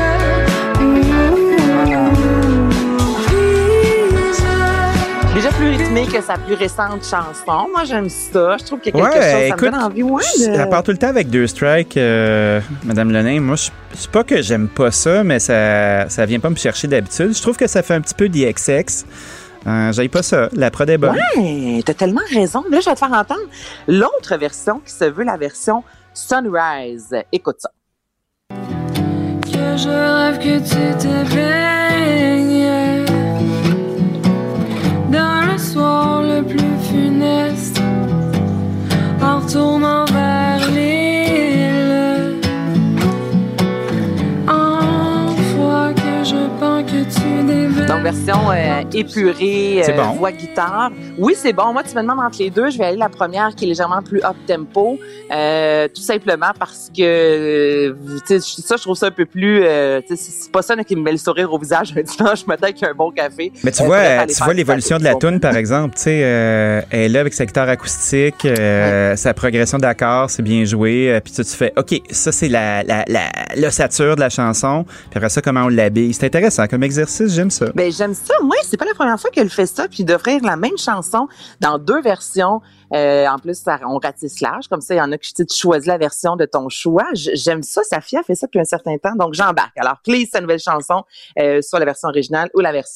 Déjà plus rythmé que sa plus récente chanson. Moi, j'aime ça. Je trouve qu'il y a quelque chose, ça me donne envie. Elle part tout le temps avec 2 strikes, Madame Lenain. Moi, c'est pas que j'aime pas ça, mais ça vient pas me chercher d'habitude. Je trouve que ça fait un petit peu d'XX. J'aille pas ça. La prod est bonne. Ouais, t'as tellement raison. Là, je vais te faire entendre l'autre version qui se veut la version Sunrise. Écoute ça. Que je rêve que tu te baignes dans le soir le plus funeste, en retournant vers l'île, en fois que je pense que tu développes. Donc, version épurée, voix guitare. Oui, c'est bon. Moi, tu me demandes entre les deux. Je vais aller la première qui est légèrement plus up-tempo. Tout simplement parce que, tu sais, ça, je trouve ça un peu plus... c'est pas ça qui me met le sourire au visage un dimanche matin avec un bon café. Mais tu vois l'évolution de la toune, par exemple. Tu sais, elle est là avec sa guitare acoustique, sa progression d'accords, c'est bien joué. Puis tu fais, OK, ça, c'est l'ossature de la chanson. Puis après ça, comment on l'habille. C'est intéressant comme exercice. J'aime ça. Ben, j'aime ça. Moi, c'est pas la première fois qu'elle fait ça. Puis d'offrir la même chanson dans 2 versions. En plus, on ratisse large. Comme ça, il y en a que tu choisis la version de ton choix. J'aime ça. Safia fait ça depuis un certain temps. Donc, j'embarque. Alors, please, sa nouvelle chanson, soit la version originale ou la version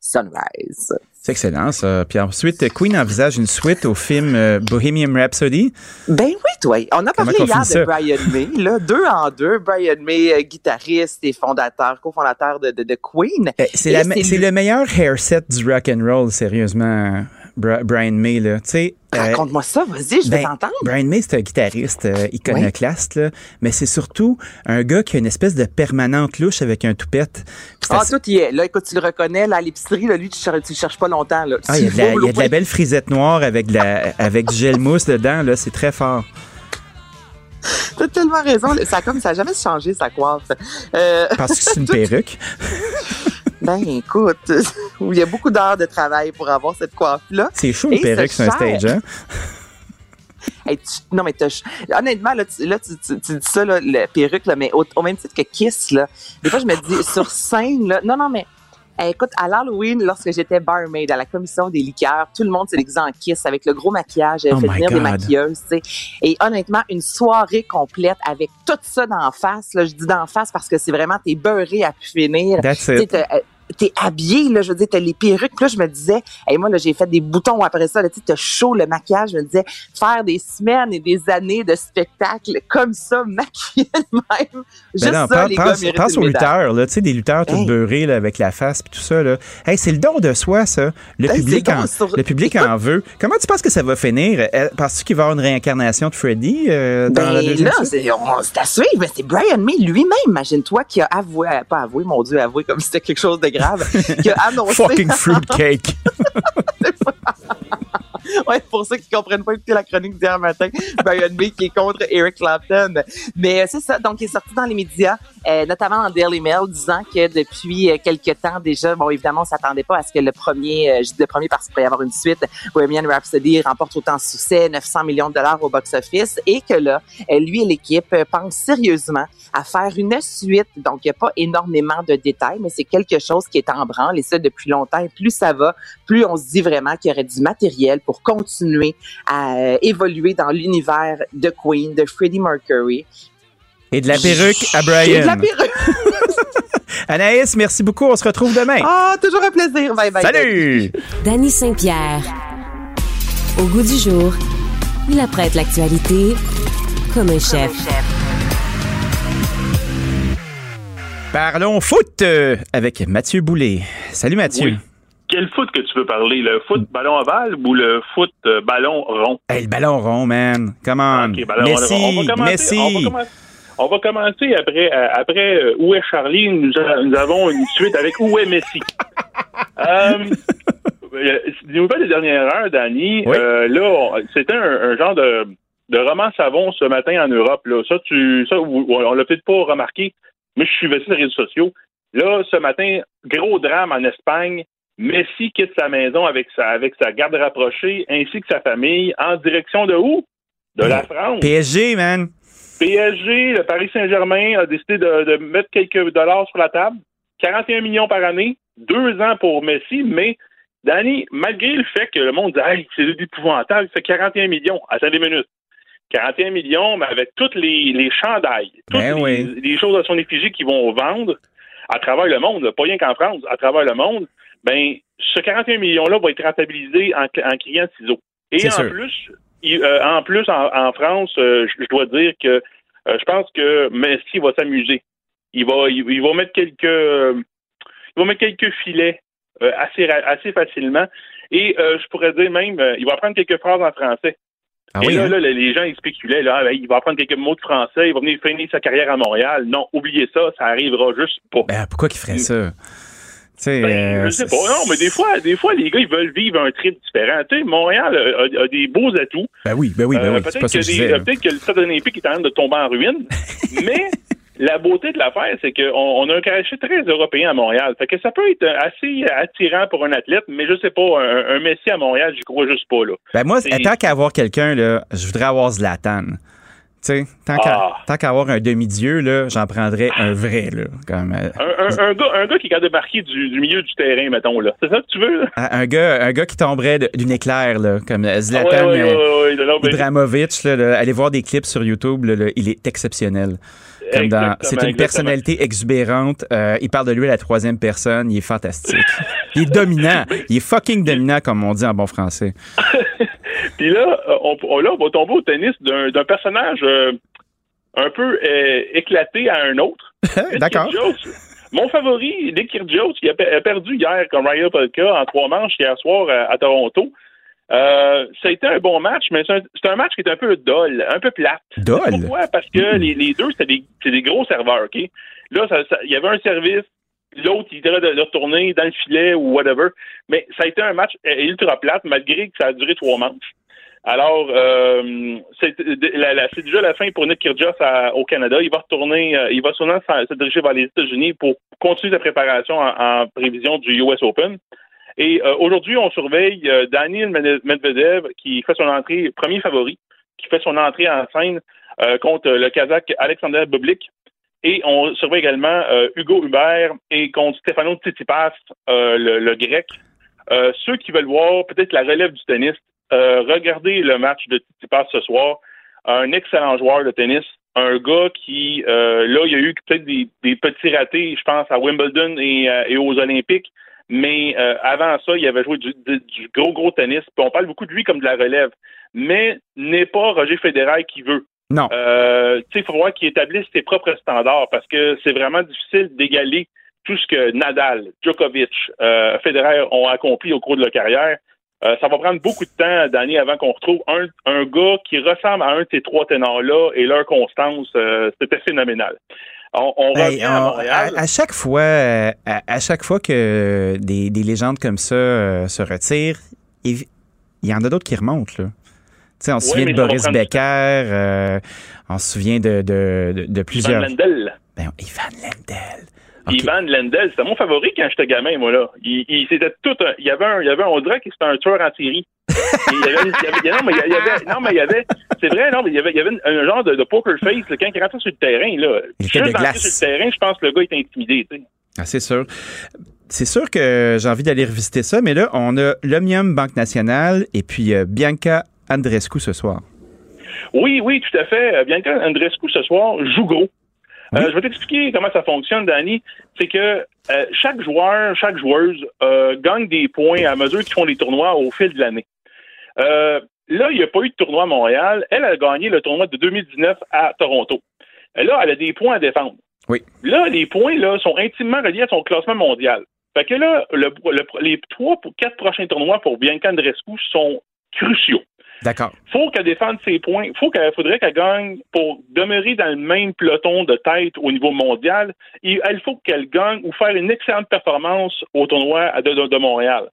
Sunrise. C'est excellent, ça. Puis ensuite, Queen envisage une suite au film Bohemian Rhapsody. Ben oui, toi. On a parlé Comment hier qu'on finit de Brian May, là, 2 en 2. Brian May, guitariste et cofondateur de Queen. C'est le meilleur hairset du rock and roll, sérieusement, Brian May, là. Tu sais. Raconte-moi ça, vas-y, je vais t'entendre. Brian May, c'est un guitariste iconoclaste, là, mais c'est surtout un gars qui a une espèce de permanente louche avec un toupette. Tout y est. Là, écoute, tu le reconnais, là, à l'épicerie, là, lui, tu cherches pas longtemps. Là. Il y a de la belle frisette noire avec du gel mousse dedans, là, c'est très fort. T'as tellement raison. Ça a jamais changé, sa coiffe. Parce que c'est une perruque. Ben, écoute, il y a beaucoup d'heures de travail pour avoir cette coiffe-là. C'est chaud, une perruque sur un stage, hein? Hey, honnêtement, là, tu dis ça, là, la perruque, là, mais au même titre que Kiss, là, des fois, je me dis, sur scène, là, non, mais écoute, à l'Halloween, lorsque j'étais barmaid à la commission des liqueurs, tout le monde s'est déguisé en Kiss avec le gros maquillage, fait venir des maquilleuses, tu sais. Et honnêtement, une soirée complète avec tout ça d'en face, là, je dis d'en face parce que c'est vraiment, t'es beurré à pu finir. That's it. T'es habillé, là, je veux dire, t'as les perruques. Puis là, je me disais, moi, là, j'ai fait des boutons après ça, là, tu sais, t'as chaud, le maquillage. Je me disais, faire des semaines et des années de spectacle comme ça, maquillé de même. Juste non, ça, les gars méritent pense une aux médaille. lutteurs, là, tu sais, des lutteurs tout beurrés, là, avec la face puis tout ça, là. Hey, c'est le don de soi, ça. Le public en veut. Comment tu penses que ça va finir? Penses-tu qu'il va y avoir une réincarnation de Freddy dans la deuxième c'est à suivre, mais c'est Brian May lui-même, imagine-toi, qui a avoué comme si c'était quelque chose de grave, qui a annoncé... Fucking fruitcake! Ouais, pour ceux qui comprennent pas écouter la chronique d'hier matin, Brian May qui est contre Eric Clapton. Mais c'est ça, donc il est sorti dans les médias, notamment dans Daily Mail, disant que depuis quelques temps déjà, bon, évidemment, on s'attendait pas à ce que le premier parce qu'il pourrait y avoir une suite, Bohemian Rhapsody remporte autant de succès, 900 millions de dollars au box-office, et que là, lui et l'équipe pensent sérieusement à faire une suite. Donc, il n'y a pas énormément de détails, mais c'est quelque chose qui est en branle, et ça depuis longtemps. Et plus ça va, plus on se dit vraiment qu'il y aurait du matériel pour continuer à évoluer dans l'univers de Queen, de Freddie Mercury. Et de la perruque à Brian. Et de la perruque. Anaïs, merci beaucoup. On se retrouve demain. Toujours un plaisir. Bye bye. Salut! Dany Saint-Pierre. Au goût du jour, il apprête l'actualité comme un chef. Parlons foot avec Mathieu Boulay. Salut Mathieu. Oui. Quel foot que tu veux parler? Le foot ballon ovale ou le foot ballon rond? Hey, le ballon rond, man. Come on. Okay, Messi. On va commencer après Où est Charlie? Nous avons une suite avec Où est Messi? Des nouvelles des dernières heures, Dany. Oui. Là, c'était un genre de roman savon ce matin en Europe. Là. On l'a peut-être pas remarqué, mais je suivais ça sur les réseaux sociaux. Là, ce matin, gros drame en Espagne. Messi quitte sa maison avec sa garde rapprochée ainsi que sa famille en direction de où? De la France. PSG, man. PSG, le Paris Saint-Germain a décidé de mettre quelques dollars sur la table. 41 millions par année, 2 ans pour Messi, mais Dany, malgré le fait que le monde dit hey, c'est épouvantable, il fait 41 millions. Attendez une minute. 41 millions, mais avec toutes les chandails, les choses à son effigie qu'ils vont vendre à travers le monde, pas rien qu'en France, à travers le monde, ben ce 41 millions-là va être rentabilisé en criant de ciseaux. Et en plus, en France, je dois dire que je pense que Messi va s'amuser. Il va mettre quelques filets assez facilement. Et je pourrais dire même, il va apprendre quelques phrases en français. Là, les gens ils spéculaient, là, il va apprendre quelques mots de français, il va venir finir sa carrière à Montréal. Non, oubliez ça arrivera juste pas. Ben, pourquoi qu'il ferait ça? Je sais pas. Non, mais des fois, les gars, ils veulent vivre un trip différent. Tu sais, Montréal a des beaux atouts. Ben oui. Peut-être que le stade olympique est en train de tomber en ruine, mais la beauté de l'affaire, c'est qu'on a un cachet très européen à Montréal. Fait que ça peut être assez attirant pour un athlète, mais je sais pas, un Messi à Montréal, j'y crois juste pas, là. Ben moi, tant qu'à avoir quelqu'un, là, je voudrais avoir Zlatan. Tu sais, tant qu'à avoir un demi-dieu, là, j'en prendrais un vrai, là. Comme, un gars qui est capable de marquer du milieu du terrain, mettons, là. C'est ça que tu veux, là? Un gars qui tomberait d'une éclair, là, comme Zlatan Ibrahimovic, là, allez voir des clips sur YouTube, là, il est exceptionnel. Comme c'est une personnalité exubérante. Il parle de lui à la troisième personne. Il est fantastique. Il est dominant. Il est fucking dominant, comme on dit en bon français. Puis là, on va tomber au tennis d'un personnage un peu éclaté à un autre. D'accord. Mon favori, Nick Kyrgios, il a perdu hier comme Ryan Polka en 3 manches hier soir à Toronto. Ça a été un bon match, mais c'est un match qui est un peu dull, un peu plate. Dull? Pourquoi? Parce que les deux, c'est des gros serveurs, OK? Là, il y avait un service, l'autre, il était de retourner dans le filet ou whatever, mais ça a été un match ultra plate, malgré que ça a duré 3 manches. Alors, c'est déjà la fin pour Nick Kyrgios au Canada. Il va retourner, il va sûrement se diriger vers les États-Unis pour continuer sa préparation en prévision du US Open. Et aujourd'hui, on surveille Daniil Medvedev qui fait son entrée, premier favori, qui fait son entrée en scène contre le Kazakh Alexander Bublik. Et on surveille également Hugo Humbert et contre Stefanos Tsitsipas, le grec. Ceux qui veulent voir peut-être la relève du tennis, regardez le match de Tsitsipas ce soir. Un excellent joueur de tennis. Un gars qui, là, il y a eu peut-être des petits ratés, je pense, à Wimbledon et aux Olympiques. Mais avant ça, il avait joué du gros tennis. Puis on parle beaucoup de lui comme de la relève. Mais n'est pas Roger Federer qui veut. Non. Il faut voir qu'il établisse ses propres standards parce que c'est vraiment difficile d'égaler tout ce que Nadal, Djokovic, Federer ont accompli au cours de leur carrière. Ça va prendre beaucoup de temps, Danny, avant qu'on retrouve un gars qui ressemble à un de ces 3 ténors-là et leur constance, c'était phénoménal. On revient à Montréal. À chaque fois que des légendes comme ça se retirent, il y en a d'autres qui remontent, là. Tu sais, on se souvient de Boris Becker, on se souvient de plusieurs... Ivan Lendl. Ivan Lendl. Okay. Ivan Lendl, c'était mon favori quand j'étais gamin, moi, là. C'était tout il y avait on dirait que c'était un tueur en série. Il y avait, c'est vrai, non, mais il y avait un genre de poker face, là, quand il rentrait sur le terrain, là. Il était de glace. Sur le terrain, je pense que le gars était intimidé, tu sais. Ah, c'est sûr. C'est sûr que j'ai envie d'aller revisiter ça, mais là, on a l'Omnium Banque Nationale et puis Bianca Andreescu ce soir. Oui, tout à fait. Bianca Andreescu ce soir joue gros. Oui. Je vais t'expliquer comment ça fonctionne, Danny. C'est que chaque joueur, chaque joueuse gagne des points à mesure qu'ils font des tournois au fil de l'année. Là, il n'y a pas eu de tournoi à Montréal. Elle a gagné le tournoi de 2019 à Toronto. Là, elle a des points à défendre. Oui. Là, les points là sont intimement reliés à son classement mondial. Fait que là, les 3 pour 4 prochains tournois pour Bianca Andreescu sont cruciaux. D'accord. Faut qu'elle défende ses points. Faudrait qu'elle gagne pour demeurer dans le même peloton de tête au niveau mondial. Il faut qu'elle gagne ou faire une excellente performance au tournoi de Montréal.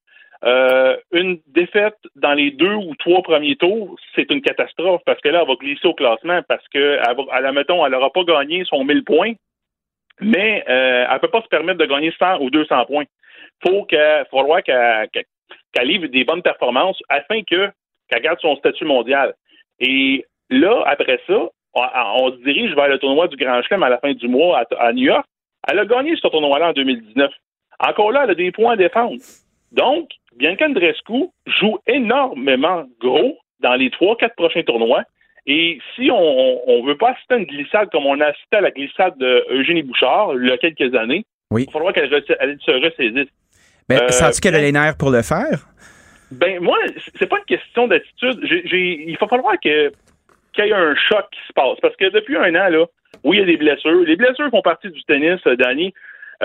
Une défaite dans les 2 ou 3 premiers tours, c'est une catastrophe parce que là, elle va glisser au classement parce que, elle n'aura pas gagné son 1000 points, mais elle peut pas se permettre de gagner 100 ou 200 points. Il va falloir qu'elle livre des bonnes performances afin qu'elle garde son statut mondial. Et là, après ça, on se dirige vers le tournoi du Grand Chelem à la fin du mois à New York. Elle a gagné ce tournoi-là en 2019. Encore là, elle a des points à défendre. Donc, Bianca Andreescu joue énormément gros dans les 3-4 prochains tournois. Et si on veut pas assister à une glissade comme on a assisté à la glissade d'Eugénie Bouchard il y a quelques années, il va falloir qu'elle se ressaisisse. Mais sens-tu qu'elle a les nerfs pour le faire? Ben moi, c'est pas une question d'attitude. Il va falloir qu'il y ait un choc qui se passe. Parce que depuis un an, là, oui, il y a des blessures. Les blessures font partie du tennis, Danny.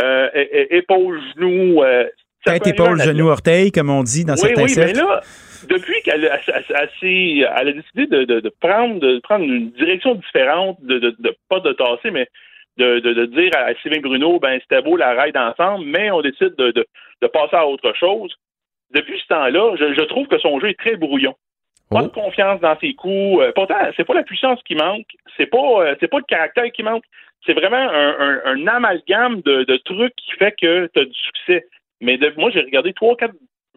Épaules, genoux... tête, épaule, genou, orteil, comme on dit dans certains cercles. Oui, mais là, depuis qu'elle a décidé de prendre une direction différente, de pas de tasser, mais de dire à Sylvain Bruno, ben c'était beau la ride ensemble, mais on décide de passer à autre chose. Depuis ce temps-là, je trouve que son jeu est très brouillon. Pas de confiance dans ses coups. Pourtant, c'est pas la puissance qui manque, c'est pas le caractère qui manque. C'est vraiment un amalgame de trucs qui fait que tu as du succès. Mais moi, j'ai regardé 3-4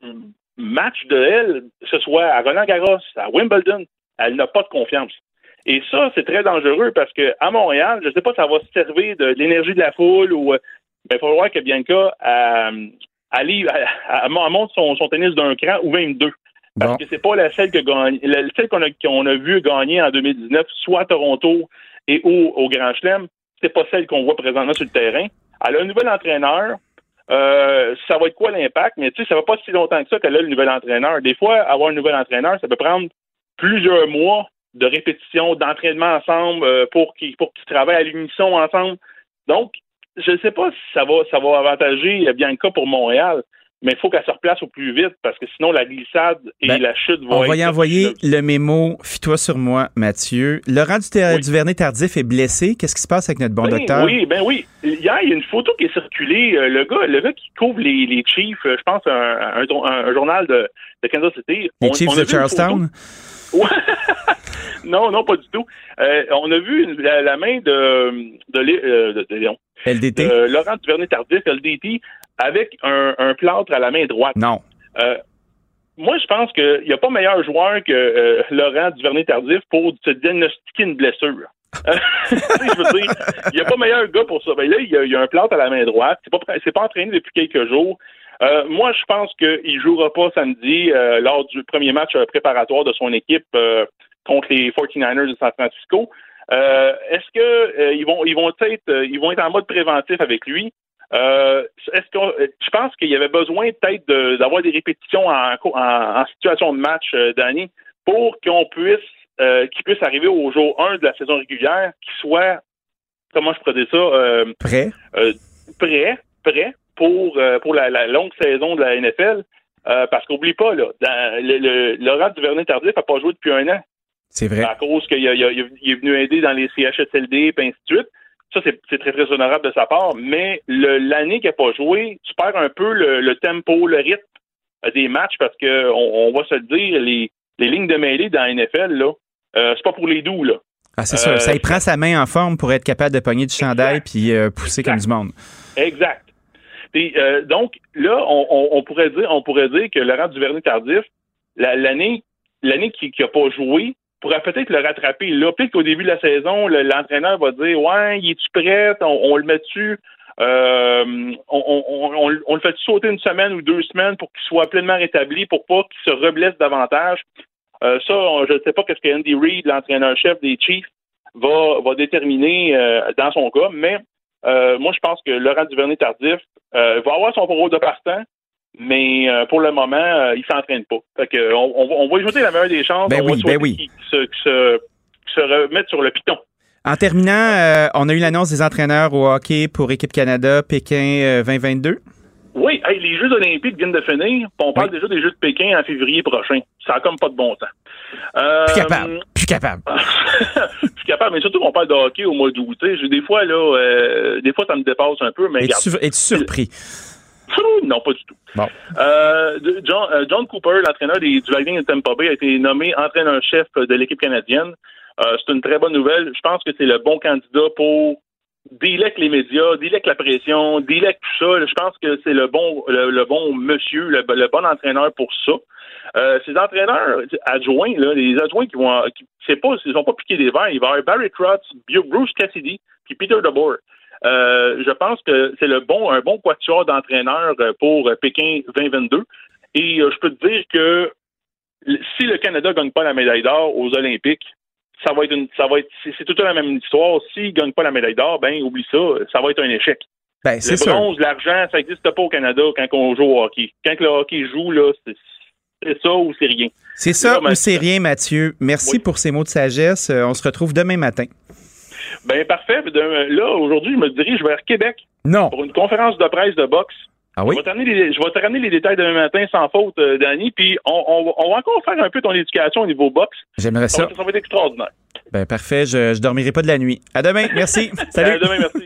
matchs de elle, que ce soit à Roland-Garros, à Wimbledon, elle n'a pas de confiance. Et ça, c'est très dangereux parce que à Montréal, je ne sais pas si ça va se servir de l'énergie de la foule ou il faut voir que Bianca monte son tennis d'un cran ou même 2. Parce que c'est pas celle qu'on a vu gagner en 2019, soit à Toronto et au Grand Chelem. c'est pas celle qu'on voit présentement sur le terrain. Elle a un nouvel entraîneur. Ça va être quoi l'impact? Mais tu sais, ça va pas si longtemps que ça qu'elle a le nouvel entraîneur. Des fois, avoir un nouvel entraîneur, ça peut prendre plusieurs mois de répétition, d'entraînement ensemble pour qu'ils travaillent à l'unisson ensemble. Donc, je ne sais pas si ça va avantager Bianca pour Montréal, mais il faut qu'elle se replace au plus vite parce que sinon la glissade et la chute vont être... On va y envoyer le mémo. Fie-toi sur moi, Mathieu. Laurent Duvernay-Tardif est blessé. Qu'est-ce qui se passe avec notre bon docteur? Oui. Hier, il y a une photo qui est circulée. Le gars qui couvre les Chiefs, je pense, un journal de Kansas City. Les Chiefs de Charlestown? Non, pas du tout. On a vu la main de Léon. LDT? Laurent Duvernay-Tardif, LDT, avec un plâtre à la main droite. Non. Moi, je pense qu'il n'y a pas meilleur joueur que Laurent Duvernay-Tardif pour se diagnostiquer une blessure. Je veux dire, il n'y a pas meilleur gars pour ça. Ben là, il y a un plâtre à la main droite. C'est pas entraîné depuis quelques jours. Moi, je pense qu'il ne jouera pas samedi lors du premier match préparatoire de son équipe contre les 49ers de San Francisco. Est-ce que ils vont être en mode préventif avec lui? Je pense qu'il y avait besoin peut-être d'avoir des répétitions en situation de match, Danny, pour qu'il puisse arriver au jour 1 de la saison régulière, qu'il soit, comment je pourrais dire ça? Prêt pour la longue saison de la NFL. Parce qu'oublie pas, là, Laurent Duvernay-Tardif n'a pas joué depuis 1 an. C'est vrai. À cause qu'il est venu aider dans les CHSLD et ainsi de suite. Ça, c'est très, très honorable de sa part. Mais l'année qu'il n'a pas joué, tu perds un peu le tempo, le rythme des matchs parce que on va se le dire, les lignes de mêlée dans la NFL, là, c'est pas pour les doux, là. Ah, c'est sûr. Ça y prend sa main en forme pour être capable de pogner du chandail puis pousser comme du monde. Exact. Et, donc, là, on pourrait dire que Laurent Duvernay-Tardif, l'année qu'il n'a pas joué, pourrait peut-être le rattraper. Là, peut-être qu'au début de la saison, l'entraîneur va dire « Ouais, il est-tu prêt? On le met-tu? On le fait sauter 1 semaine ou 2 semaines pour qu'il soit pleinement rétabli, pour pas qu'il se reblesse davantage? » Ça, je ne sais pas qu'est-ce que Andy Reid, l'entraîneur-chef des Chiefs, va déterminer dans son cas, mais moi, je pense que Laurent Duvernay-Tardif va avoir son rôle de partant, mais pour le moment, il s'entraîne pas. Fait que on va lui jeter la meilleure des chances. On va souhaiter qu'il se remette sur le piton. En terminant, on a eu l'annonce des entraîneurs au hockey pour Équipe Canada Pékin 2022. Oui, les Jeux olympiques viennent de finir. On parle déjà des Jeux de Pékin en février prochain. Ça n'a comme pas de bon sens. Plus capable. Plus capable, mais surtout qu'on parle de hockey au mois d'août. Des fois, ça me dépasse un peu. Mais es-tu surpris? Non, pas du tout. Bon. John Cooper, l'entraîneur du Lightning de Tampa Bay, a été nommé entraîneur-chef de l'équipe canadienne. C'est une très bonne nouvelle. Je pense que c'est le bon candidat pour dealer avec les médias, dealer avec la pression, dealer avec tout ça. Je pense que c'est le bon monsieur, le bon entraîneur pour ça. Ces entraîneurs adjoints, là, les adjoints ils vont pas piquer des verres. Il va y avoir Barry Trotz, Bruce Cassidy, puis Peter DeBoer. Je pense que c'est un bon quatuor d'entraîneurs pour Pékin 2022. Et je peux te dire que si le Canada gagne pas la médaille d'or aux Olympiques, c'est tout la même histoire. S'il gagne pas la médaille d'or, oublie ça va être un échec. C'est le bronze, l'argent, ça n'existe pas au Canada quand on joue au hockey. Quand le hockey joue, là, c'est ça ou c'est rien. C'est ça ou c'est rien, Mathieu. Merci pour ces mots de sagesse. On se retrouve demain matin. Parfait. Là, aujourd'hui, je me dirige vers Québec. Non. Pour une conférence de presse de boxe. Ah oui? Je vais te ramener les détails demain matin sans faute, Danny, puis on va encore faire un peu ton éducation au niveau boxe. J'aimerais ça. Ça va être extraordinaire. Parfait. Je dormirai pas de la nuit. À demain. Merci. Salut. À demain, merci.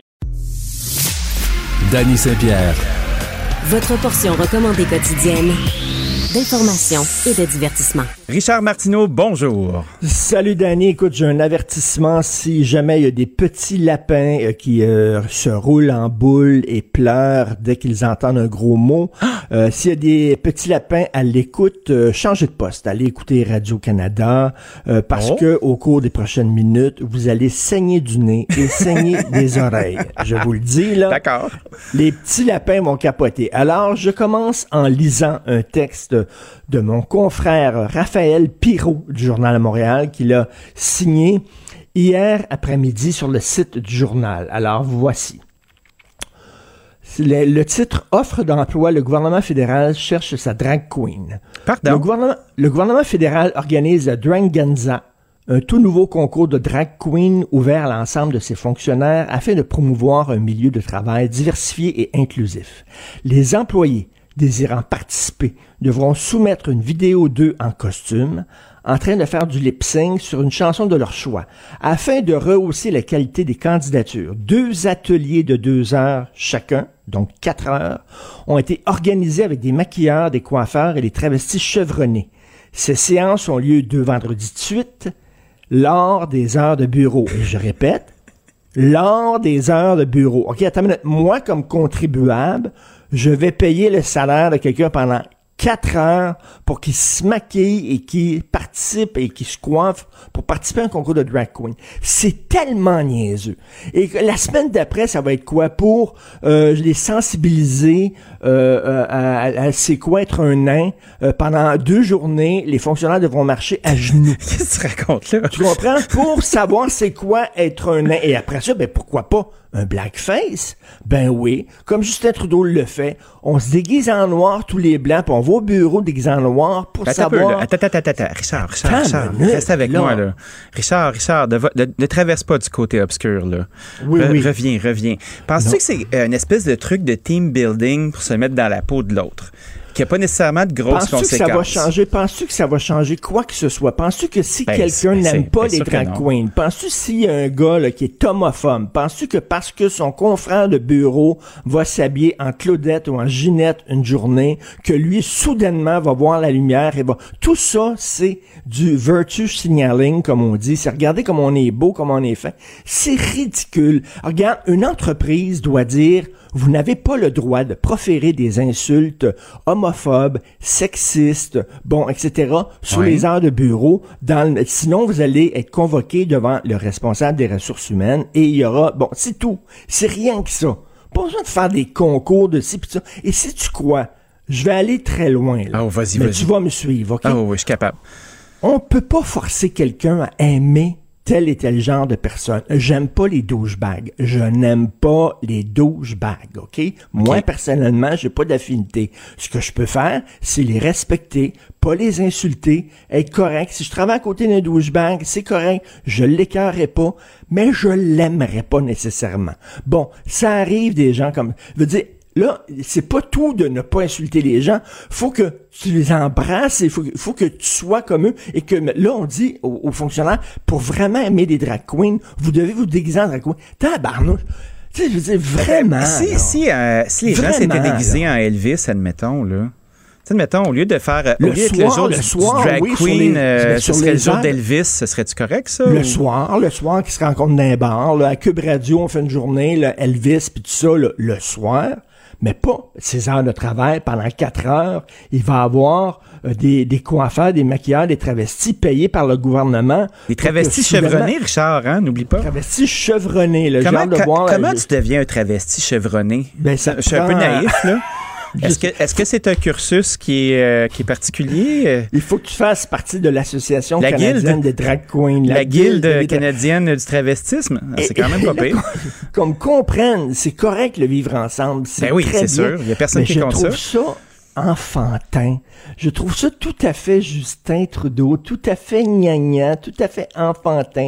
Danny Saint-Pierre. Votre portion recommandée quotidienne d'information et de divertissement. Richard Martineau, bonjour. Salut Danny, écoute, j'ai un avertissement. Si jamais il y a des petits lapins qui se roulent en boule et pleurent dès qu'ils entendent un gros mot, s'il y a des petits lapins à l'écoute, changez de poste. Allez écouter Radio-Canada parce que au cours des prochaines minutes, vous allez saigner du nez et saigner des oreilles. Je vous le dis, là. D'accord. Les petits lapins vont capoter. Alors, je commence en lisant un texte de mon confrère Raphaël Pirot du Journal de Montréal qui l'a signé. hier après-midi sur le site du journal. Alors, voici. Le titre « Offre d'emploi, le gouvernement fédéral cherche sa drag queen ». Pardon? Le gouvernement fédéral organise la Draganza, un tout nouveau concours de drag queen ouvert à l'ensemble de ses fonctionnaires afin de promouvoir un milieu de travail diversifié et inclusif. Les employés désirant participer devront soumettre une vidéo d'eux en costume, en train de faire du lip-sync sur une chanson de leur choix, afin de rehausser la qualité des candidatures. 2 ateliers de 2 heures chacun, donc 4 heures, ont été organisés avec des maquilleurs, des coiffeurs et des travestis chevronnés. Ces séances ont lieu 2 vendredis de suite, lors des heures de bureau. Et je répète, lors des heures de bureau. OK, attends une minute. Moi, comme contribuable, je vais payer le salaire de quelqu'un pendant 4 heures pour qu'il se maquille et qu'il participe et qu'il se coiffe pour participer à un concours de drag queen. C'est tellement niaiseux. Et la semaine d'après, ça va être quoi? Pour les sensibiliser à c'est quoi être un nain. Pendant 2 journées, les fonctionnaires devront marcher à genoux. Qu'est-ce que tu racontes là? Tu comprends? Pour savoir c'est quoi être un nain. Et après ça, ben pourquoi pas un blackface? Ben oui, comme Justin Trudeau le fait, on se déguise en noir tous les blancs, puis on va au bureau déguisé en noir pour savoir... Attends. Richard, reste avec moi, là. Richard, ne traverse pas du côté obscur, là. Oui. Reviens. Penses-tu que c'est une espèce de truc de team building pour se mettre dans la peau de l'autre? Qui n'a pas nécessairement de grosses conséquences. Penses-tu que ça va changer quoi que ce soit? Penses-tu que si quelqu'un n'aime pas les drag queens, penses-tu s'il y a un gars là, qui est homophobe, penses-tu que parce que son confrère de bureau va s'habiller en Claudette ou en Ginette une journée, que lui, soudainement, va voir la lumière et va... Tout ça, c'est du virtue signaling, comme on dit. C'est regarder comme on est beau, comme on est fin. C'est ridicule. Regarde, une entreprise doit dire... Vous n'avez pas le droit de proférer des insultes homophobes, sexistes, etc. sur les heures de bureau. Sinon, vous allez être convoqué devant le responsable des ressources humaines et il y aura... c'est tout. C'est rien que ça. Pas besoin de faire des concours de ci pis ça. Et sais-tu quoi? Je vais aller très loin, là. Vas-y. Tu vas me suivre, OK? Oui, je suis capable. On peut pas forcer quelqu'un à aimer tel et tel genre de personne. J'aime pas les douchebags. Je n'aime pas les douchebags, OK? Moi, personnellement, j'ai pas d'affinité. Ce que je peux faire, c'est les respecter, pas les insulter, être correct. Si je travaille à côté d'un douchebag, c'est correct. Je l'écœurerai pas, mais je l'aimerais pas nécessairement. Bon, ça arrive des gens comme... Je veux dire, là, c'est pas tout de ne pas insulter les gens. Faut que tu les embrasses et faut que tu sois comme eux. Et que là, on dit aux fonctionnaires, pour vraiment aimer des drag queens, vous devez vous déguiser en drag queen. Tabarnouche. Tu sais, je veux dire, vraiment. Si les gens s'étaient déguisés en Elvis, admettons, là. Tu sais, admettons, au lieu de faire le jour du drag queen, ce serait le jour d'Elvis, ce serait-tu correct, ça? Le soir qui se rencontre dans un bar, là, à Cube Radio, on fait une journée, là, Elvis, puis tout ça, là, le soir. Mais pas ces heures de travail pendant 4 heures. Il va avoir des coiffeurs, des maquilleurs, des travestis payés par le gouvernement. Des travestis chevronnés, Richard, hein? N'oublie pas. Travestis chevronnés, le genre de voir... Comment tu deviens un travesti chevronné? Ben, je suis un peu naïf, là. Est-ce que c'est un cursus qui est particulier? Il faut que tu fasses partie de l'Association canadienne des drag queens. La guilde canadienne du travestisme? C'est quand même pas pire. Comme comprennent, c'est correct le vivre ensemble. Ben oui, c'est sûr. Il y a personne qui compte ça. Je trouve ça enfantin. Je trouve ça tout à fait Justin Trudeau, tout à fait gnagna, tout à fait enfantin.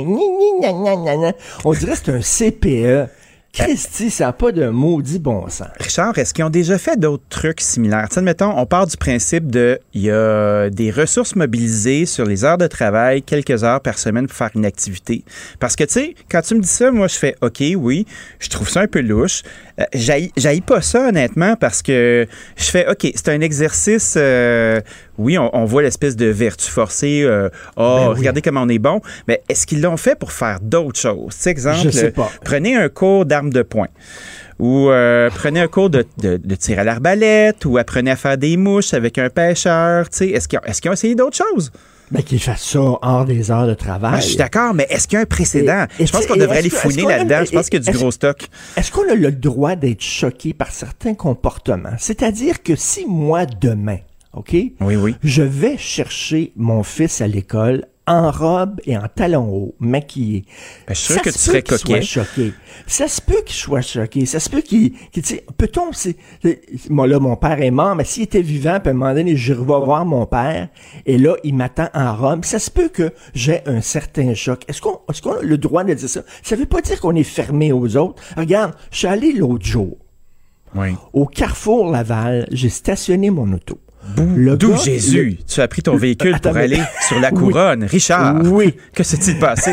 On dirait que c'est un CPE. Christy, ça n'a pas de maudit bon sens. Richard, est-ce qu'ils ont déjà fait d'autres trucs similaires? T'sais, admettons, on part du principe il y a des ressources mobilisées sur les heures de travail, quelques heures par semaine pour faire une activité. Parce que, tu sais, quand tu me dis ça, moi, je fais OK, oui, je trouve ça un peu louche. J'haïs pas ça, honnêtement, parce que je fais OK, c'est un exercice... oui, on voit l'espèce de vertu forcée. Regardez comment on est bon. Mais est-ce qu'ils l'ont fait pour faire d'autres choses? Tu sais, exemple, je sais pas. Prenez un cours d'armes de poing. Ou prenez un cours de tir à l'arbalète. Ou apprenez à faire des mouches avec un pêcheur. Tu sais, est-ce qu'ils ont essayé d'autres choses? Mais qu'ils fassent ça hors des heures de travail. Je suis d'accord, mais est-ce qu'il y a un précédent? Je pense qu'on devrait aller fouiner là-dedans. Je pense qu'il y a du gros stock. Est-ce qu'on a le droit d'être choqué par certains comportements? C'est-à-dire que si moi, demain, OK? Oui. Je vais chercher mon fils à l'école en robe et en talons hauts, maquillé. Ben, je suis sûr que tu serais coquet. Choqué. Ça se peut qu'il soit choqué. Ça se peut qu'il tu sais, peut-on, moi là, mon père est mort, mais s'il était vivant, puis à un moment donné, je vais voir mon père, et là, il m'attend en robe. Ça se peut que j'ai un certain choc. Est-ce qu'on a le droit de dire ça? Ça veut pas dire qu'on est fermé aux autres. Regarde, je suis allé l'autre jour. Oui. Au Carrefour Laval, j'ai stationné mon auto. D'où Jésus, tu as pris ton véhicule pour aller sur la couronne. Oui. Richard, que s'est-il passé?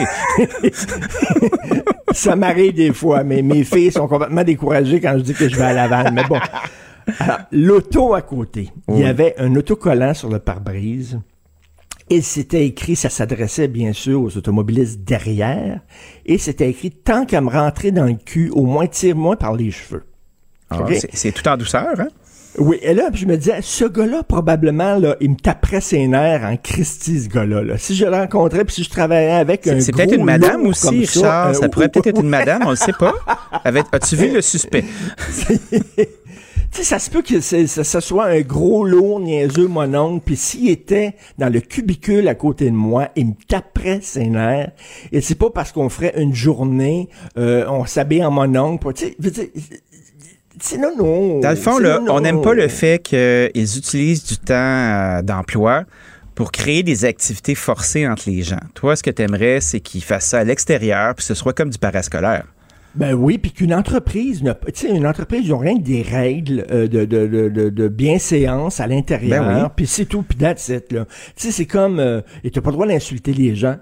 Ça m'arrive des fois, mais mes filles sont complètement découragées quand je dis que je vais à Laval. Mais bon, alors, l'auto à côté, il y avait un autocollant sur le pare-brise. Et c'était écrit, ça s'adressait bien sûr aux automobilistes derrière, et c'était écrit « Tant qu'à me rentrer dans le cul, au moins tire-moi par les cheveux. » Okay? C'est tout en douceur, hein? Oui, et là, je me disais, ce gars-là, probablement, là, il me taperait ses nerfs en Christie, ce gars-là. Là. Si je le rencontrais, puis si je travaillais avec un c'est gros peut-être une madame aussi, comme Richard. Ça pourrait peut-être être une madame, on le sait pas. As-tu vu le suspect? Tu sais, ça se peut que ça soit un gros lourd niaiseux mononcle, puis s'il était dans le cubicule à côté de moi, il me taperait ses nerfs. Et c'est pas parce qu'on ferait une journée, on s'habille en mononcle, tu sais, c'est non. Dans le fond, là, on n'aime pas le fait qu'ils utilisent du temps d'emploi pour créer des activités forcées entre les gens. Toi, ce que tu aimerais, c'est qu'ils fassent ça à l'extérieur, puis ce soit comme du parascolaire. Ben oui, puis qu'une entreprise, tu sais, une entreprise, ils ont rien que des règles de bienséance à l'intérieur, ben oui. Puis c'est tout, puis that's it, là. Tu sais, c'est comme, et t'as pas le droit d'insulter les gens.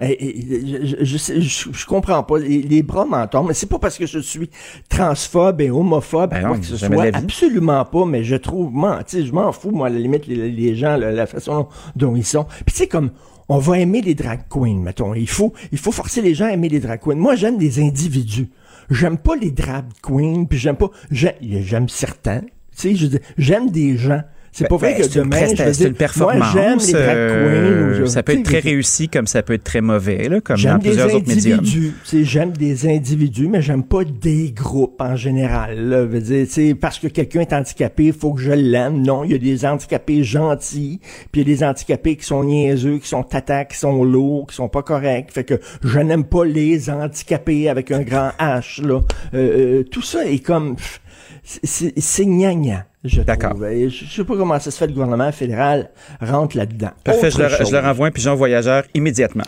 Je comprends pas, les bras m'en tombent, mais c'est pas parce que je suis transphobe et homophobe, quoi que ce soit, absolument pas, mais je trouve, tu sais, je m'en fous, moi, à la limite, les gens, la façon dont ils sont. Puis tu sais, comme, on va aimer les drag queens, mettons, il faut forcer les gens à aimer les drag queens. Moi, j'aime les individus. J'aime pas les drag queens, puis j'aime certains. Tu sais, je dis, j'aime des gens. C'est pas vrai que demain, c'est une performance. Moi, j'aime les drag queens. Ça peut être très réussi comme ça peut être très mauvais, là, comme dans plusieurs autres médiums. J'aime des individus, mais j'aime pas des groupes en général. Là. Veux dire, parce que quelqu'un est handicapé, il faut que je l'aime. Non, il y a des handicapés gentils, puis il y a des handicapés qui sont niaiseux, qui sont tatas, qui sont lourds, qui sont pas corrects. Fait que je n'aime pas les handicapés avec un grand H. Là. Tout ça est comme... C'est gnagnan. D'accord. Je sais pas comment ça se fait, le gouvernement fédéral rentre là-dedans. Parfait, je leur envoie un pigeon voyageur immédiatement.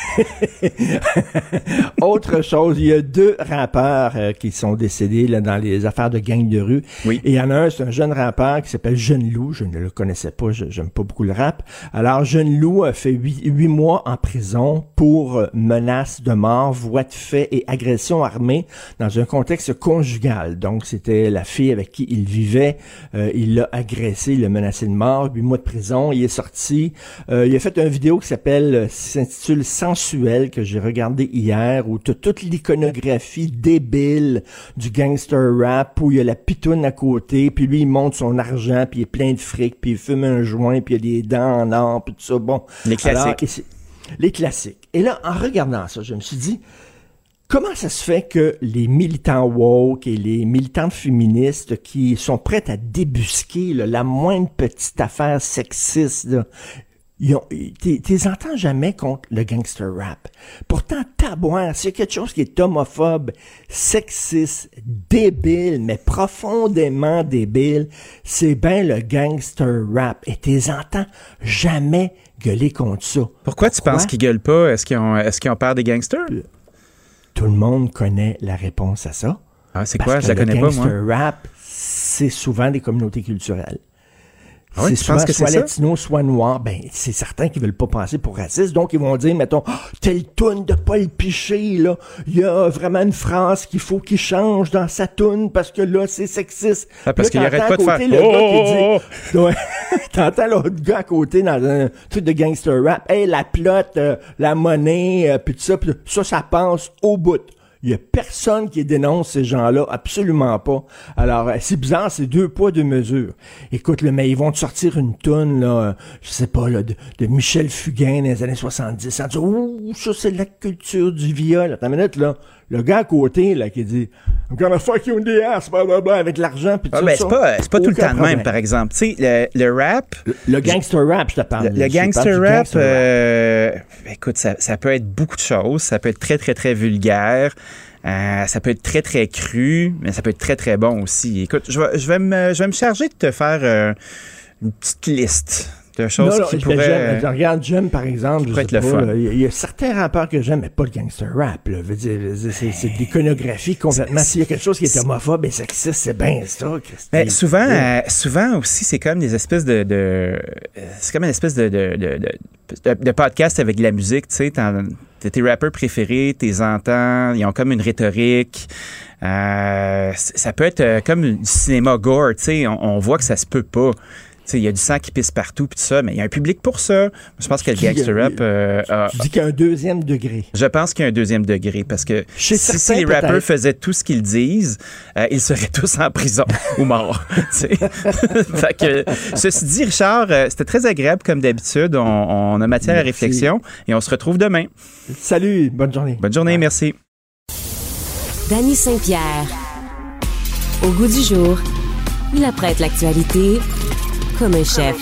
Autre chose, il y a 2 rappeurs qui sont décédés là, dans les affaires de gang de rue. Oui. Et il y en a un, c'est un jeune rappeur qui s'appelle Jeune Loup. Je ne le connaissais pas, j'aime pas beaucoup le rap. Alors, Jeune Loup a fait 8 mois en prison pour menace de mort, voie de fait et agression armée dans un contexte conjugal. Donc, c'était la fille avec qui il vivait. Il l'a agressé, il l'a menacé de mort, 8 mois de prison, il est sorti. Il a fait une vidéo qui s'intitule Sensuel, que j'ai regardé hier, où t'as toute l'iconographie débile du gangster rap, où il y a la pitoune à côté, puis lui, il monte son argent, puis il est plein de fric, puis il fume un joint, puis il y a des dents en or, puis tout ça. Bon. Les classiques. Alors, les classiques. Et là, en regardant ça, je me suis dit, comment ça se fait que les militants woke et les militantes féministes qui sont prêtes à débusquer là, la moindre petite affaire sexiste, là, t'es entends jamais contre le gangster rap. Pourtant, taboire, s'il y a quelque chose qui est homophobe, sexiste, débile, mais profondément débile, c'est bien le gangster rap. Et t'es entends jamais gueuler contre ça. Pourquoi tu penses qu'ils gueulent pas? Est-ce qu'ils ont peur des gangsters? Tout le monde connaît la réponse à ça. Ah, c'est quoi? Je la connais pas, moi. Le gangster rap, c'est souvent des communautés culturelles. Ah oui, c'est souvent soit latino, soit noir. Ben, c'est certains qui veulent pas passer pour racistes. Donc, ils vont dire, mettons, telle toune de Paul Piché, là, il y a vraiment une phrase qu'il faut qu'il change dans sa toune parce que là, c'est sexiste. Ah, parce qu'il arrête pas de faire ouais, t'entends l'autre gars à côté dans un truc de gangster rap. Hey, la plotte, la monnaie, puis tout ça, ça passe au bout. Il y a personne qui dénonce ces gens-là, absolument pas. Alors, c'est bizarre, c'est 2 poids, 2 mesures. Écoute, mais ils vont te sortir une toune, là, je sais pas, là, de Michel Fugain dans les années 70. En disant, ouh, ça, c'est la culture du viol. Attends une minute, là. Le gars à côté, là, qui dit « I'm gonna fuck you in the ass, blablabla, avec l'argent, pis tout ça. » C'est pas tout le temps de même, par exemple. Tu sais, le rap... Le gangster rap, je te parle. Le gangster rap, écoute, ça peut être beaucoup de choses. Ça peut être très, très, très vulgaire. Ça peut être très, très cru, mais ça peut être très, très bon aussi. Écoute, je vais me charger de te faire une petite liste de choses qui pourraient... Regarde, j'aime, par exemple, je sais pas, il y a certains rappeurs que j'aime, mais pas le gangster rap. Là. Veux dire, c'est de l'iconographie complètement. S'il y a quelque chose qui est homophobe et sexiste, c'est bien ça. Mais souvent aussi, c'est comme des espèces c'est comme une espèce de podcast avec de la musique, tu sais. Tes rappeurs préférés, t'es entends, ils ont comme une rhétorique. Ça peut être comme du cinéma gore, tu sais. On voit que ça se peut pas. Il y a du sang qui pisse partout puis tout ça, mais il y a un public pour ça. Je pense que le gangster rap... tu dis qu'il y a un deuxième degré. Je pense qu'il y a un deuxième degré parce que si les rappeurs faisaient tout ce qu'ils disent, ils seraient tous en prison ou morts. Fait que, ceci dit, Richard, c'était très agréable comme d'habitude. On a matière à réflexion et on se retrouve demain. Salut, bonne journée. Bonne journée, merci. Danny Saint-Pierre. Au goût du jour, il apprête l'actualité comme un chef.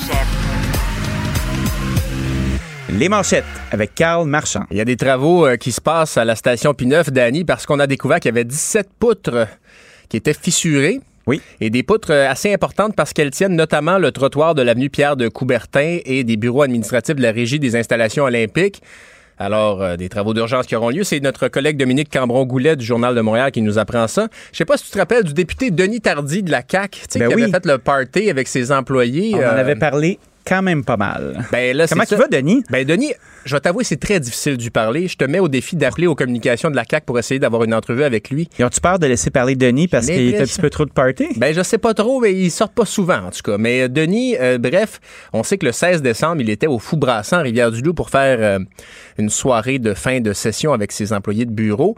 Les manchettes avec Carl Marchand. Il y a des travaux qui se passent à la station P9, Danny, parce qu'on a découvert qu'il y avait 17 poutres qui étaient fissurées. Oui. Et des poutres assez importantes parce qu'elles tiennent notamment le trottoir de l'avenue Pierre de Coubertin et des bureaux administratifs de la Régie des installations olympiques. Alors, des travaux d'urgence qui auront lieu. C'est notre collègue Dominique Cambron-Goulet du Journal de Montréal qui nous apprend ça. Je sais pas si tu te rappelles du député Denis Tardy de la CAQ, qui avait fait le party avec ses employés. On en avait parlé quand même pas mal. Ben là, comment tu vas, Denis? Ben Denis, je vais t'avouer, c'est très difficile de lui parler. Je te mets au défi d'appeler aux communications de la CAQ pour essayer d'avoir une entrevue avec lui. Et as-tu peur de laisser parler Denis parce qu'il est un petit peu trop de party? Ben je sais pas trop, mais il sort pas souvent en tout cas. Mais Denis, bref, on sait que le 16 décembre, il était au Fou Brassant à Rivière-du-Loup pour faire une soirée de fin de session avec ses employés de bureau.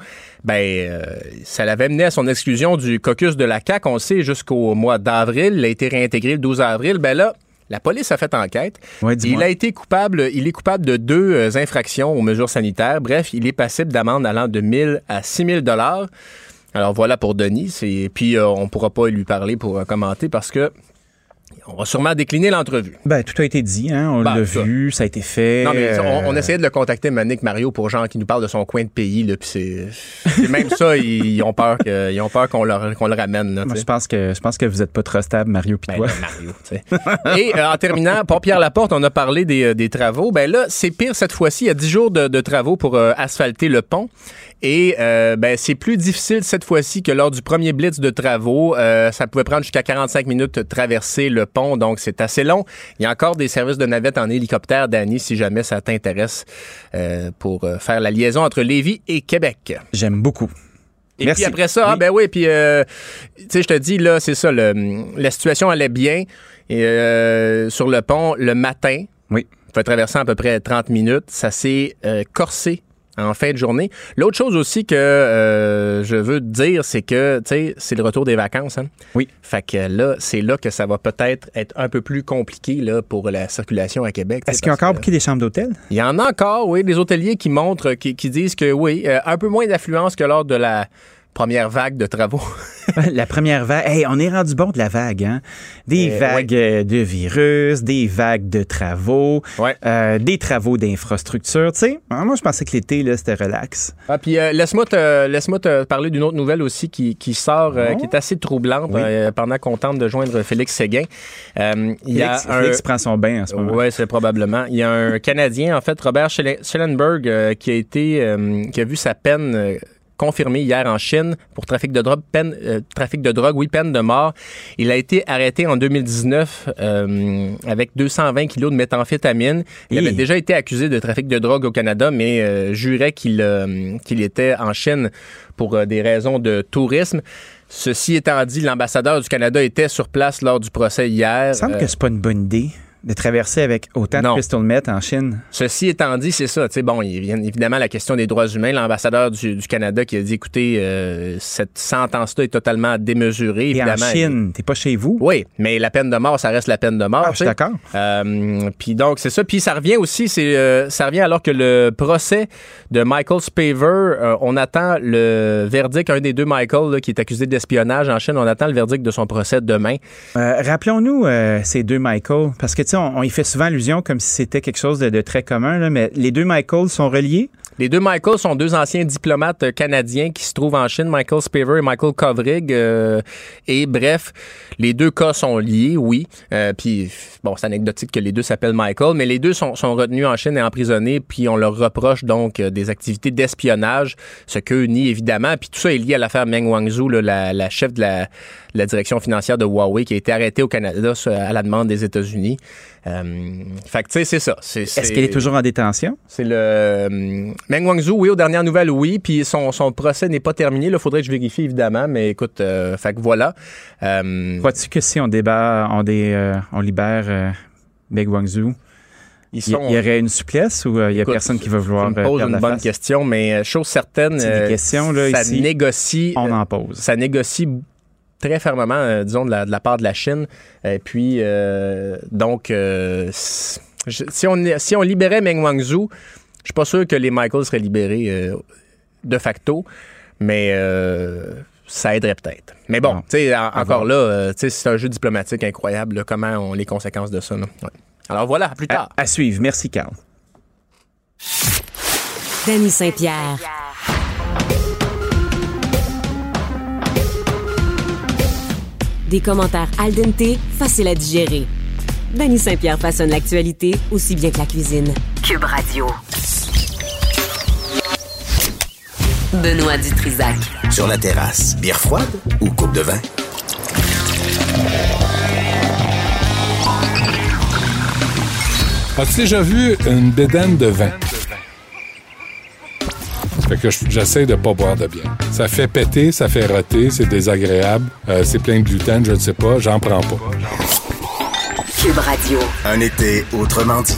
Ça l'avait mené à son exclusion du caucus de la CAQ, on le sait, jusqu'au mois d'avril. Il a été réintégré le 12 avril. Ben là, la police a fait enquête. Ouais, il est coupable de 2 infractions aux mesures sanitaires. Bref, il est passible d'amende allant de 1 000 à 6 000 $. Alors voilà pour Denis. Puis on pourra pas lui parler pour commenter parce que on va sûrement décliner l'entrevue. Ben, tout a été dit, hein. On l'a vu, ça a été fait. Non, mais on essayait de le contacter, Monique Mario, pour genre qui nous parle de son coin de pays, là, puis c'est même ça, ils ont peur qu'on le ramène, là. Moi, je pense que vous êtes pas trop stable, Mario pis toi. Mario, tu sais. Et en terminant, pour Pierre Laporte, on a parlé des travaux. Ben là, c'est pire cette fois-ci. Il y a 10 jours de travaux pour asphalter le pont. Et c'est plus difficile cette fois-ci que lors du premier blitz de travaux. Ça pouvait prendre jusqu'à 45 minutes de traverser le pont, donc c'est assez long. Il y a encore des services de navette en hélicoptère, Danny, si jamais ça t'intéresse, pour faire la liaison entre Lévis et Québec. J'aime beaucoup. Et merci. Puis après ça, puis tu sais, je te dis, là, c'est ça, la situation allait bien. Et sur le pont, le matin, il faut traverser à peu près 30 minutes. Ça s'est corsé en fin de journée. L'autre chose aussi que je veux te dire, c'est que, tu sais, c'est le retour des vacances. Hein? Oui. Fait que là, c'est là que ça va peut-être être un peu plus compliqué là, pour la circulation à Québec. Est-ce qu'il y a encore des chambres d'hôtel? Il y en a encore, oui. Des hôteliers qui montrent, qui disent que oui, un peu moins d'affluence que lors de la première vague de travaux. La première vague. Hey, on est rendu bon de la vague, hein? Des vagues de virus, des vagues de travaux, des travaux d'infrastructure. Tu sais, moi, je pensais que l'été, là, c'était relax. Ah, puis laisse-moi te parler d'une autre nouvelle aussi qui sort, qui est assez troublante pendant qu'on tente de joindre Félix Séguin. Félix prend son bain en ce moment. Oui, c'est probablement. Il y a un Canadien, en fait, Robert Schellenberg, qui a vu sa peine confirmé hier en Chine pour trafic de drogue, peine de mort. Il a été arrêté en 2019 avec 220 kilos de méthamphétamine. Il avait déjà été accusé de trafic de drogue au Canada, mais jurait qu'il était en Chine pour des raisons de tourisme. Ceci étant dit, l'ambassadeur du Canada était sur place lors du procès hier. Il me semble que c'est pas une bonne idée. de traverser avec autant de crystal meth en Chine. Ceci étant dit, c'est ça. Bon, il y a évidemment la question des droits humains. L'ambassadeur du Canada qui a dit, écoutez, cette sentence-là est totalement démesurée. Et en Chine, t'es pas chez vous? Oui, mais la peine de mort, ça reste la peine de mort. Je suis d'accord. Puis donc, c'est ça. Puis ça revient aussi, ça revient alors que le procès de Michael Spavor, on attend le verdict, un des deux Michael là, qui est accusé d'espionnage en Chine, on attend le verdict de son procès demain. Rappelons-nous ces deux Michael, parce que on y fait souvent allusion comme si c'était quelque chose de très commun, là, mais les deux Michael sont reliés? Les deux Michael sont deux anciens diplomates canadiens qui se trouvent en Chine, Michael Spavor et Michael Kovrig. Et bref, les deux cas sont liés, oui. Puis, bon, c'est anecdotique que les deux s'appellent Michael, mais les deux sont retenus en Chine et emprisonnés, puis on leur reproche donc des activités d'espionnage, ce qu'eux nient évidemment. Puis tout ça est lié à l'affaire Meng Wanzhou, là, la chef de la direction financière de Huawei, qui a été arrêtée au Canada à la demande des États-Unis. Fait que, tu sais, c'est ça. Est-ce qu'elle est toujours en détention? C'est le Meng Wanzhou, oui, aux dernières nouvelles, oui. Puis son procès n'est pas terminé. Il faudrait que je vérifie, évidemment. Mais écoute, fait que voilà. Crois-tu que si on libère Meng Wanzhou, il y aurait une souplesse ou il y a personne qui va vouloir perdre la face? Tu me poses une bonne question, mais chose certaine, c'est des questions, là, ça ici, négocie. On en pose. Ça négocie très fermement, disons, de la part de la Chine. Et puis, donc, si on libérait Meng Wanzhou, je suis pas sûr que les Michael seraient libérés de facto, mais ça aiderait peut-être. Mais bon, tu sais, encore là, c'est un jeu diplomatique incroyable, là, comment on les conséquences de ça. Là. Ouais. Alors voilà, à plus tard. À suivre. Merci, Carl. Dany Saint-Pierre. Des commentaires al dente, faciles à digérer. Dany Saint-Pierre façonne l'actualité aussi bien que la cuisine. Cube Radio. Benoît Dutrisac. Sur la terrasse, bière froide ou coupe de vin? As-tu déjà vu une bédaine de vin? Fait que j'essaie de pas boire de bière. Ça fait péter, ça fait roter, c'est désagréable. C'est plein de gluten, je ne sais pas, j'en prends pas. Cube Radio. Un été autrement dit.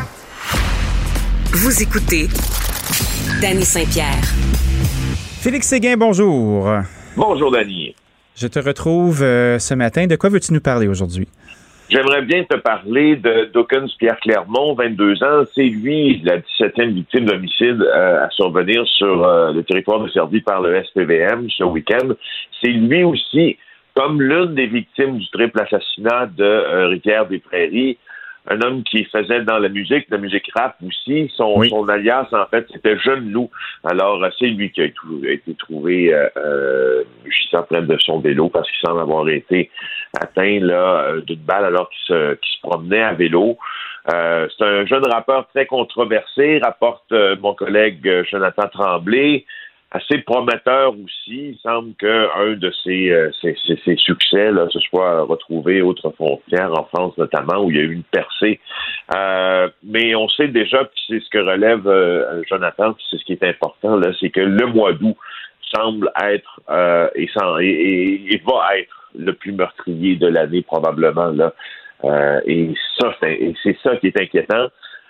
Vous écoutez Dany Saint-Pierre. Félix Séguin, bonjour. Bonjour, Dany. Je te retrouve ce matin. De quoi veux-tu nous parler aujourd'hui? J'aimerais bien te parler de Dawkins Pierre Clermont, 22 ans. C'est lui, la 17e victime d'homicide à survenir sur le territoire desservi par le SPVM ce week-end. C'est lui aussi, comme l'une des victimes du triple assassinat de Rivière-des-Prairies, un homme qui faisait dans la musique rap aussi. Son alias, en fait, c'était Jeune Loup. Alors, c'est lui qui a été trouvé gisant près de son vélo parce qu'il semble avoir été atteint là d'une balle alors qu'il se promenait à vélo. C'est un jeune rappeur très controversé, rapporte mon collègue Jonathan Tremblay. Assez prometteur aussi. Il semble qu'un de ses succès là, se soit retrouvé outre frontière, en France notamment, où il y a eu une percée. Mais on sait déjà, puis c'est ce que relève Jonathan, puis c'est ce qui est important, là, c'est que le mois d'août semble être et va être le plus meurtrier de l'année probablement. Là. Et c'est ça qui est inquiétant.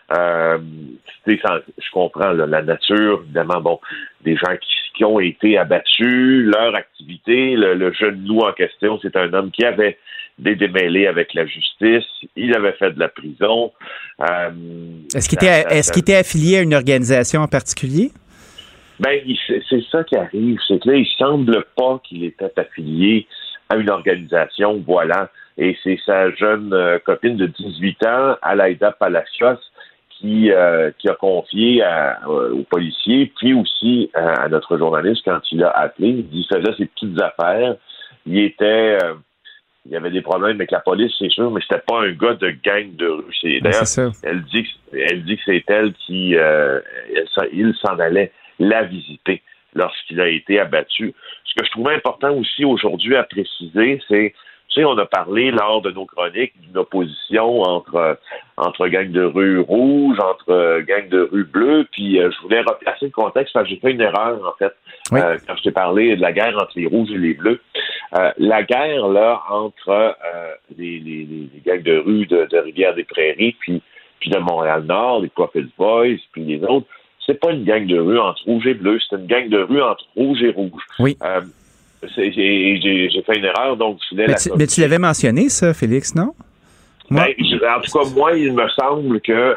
Je comprends là, la nature, évidemment, des gens qui ont été abattus, leur activité, le jeune Loup en question, c'est un homme qui avait des démêlés avec la justice, il avait fait de la prison. Est-ce qu'il était affilié à une organisation en particulier? Ben, c'est ça qui arrive, c'est que là, il semble pas qu'il était affilié à une organisation, voilà. Et c'est sa jeune copine de 18 ans, Alaïda Palacios, qui a confié aux policiers, puis aussi à notre journaliste quand il a appelé. Il faisait ses petites affaires. Il y avait des problèmes avec la police, c'est sûr, mais c'était pas un gars de gang de rue. D'ailleurs, elle dit que c'est elle qui il s'en allait la visiter lorsqu'il a été abattu. Ce que je trouvais important aussi aujourd'hui à préciser, c'est Tu sais, on a parlé lors de nos chroniques d'une opposition entre gang de rue rouge, entre gang de rue bleue, puis je voulais replacer le contexte parce que j'ai fait une erreur, en fait, quand je t'ai parlé de la guerre entre les rouges et les bleus. La guerre, là, entre les gangs de rue de Rivière-des-Prairies, puis de Montréal-Nord, les Profit Boys, puis les autres, c'est pas une gang de rue entre rouge et bleu, c'est une gang de rue entre rouge et rouge. Oui. J'ai fait une erreur, donc je voulais mais tu l'avais mentionné, ça, Félix, non? En tout cas, moi, il me semble que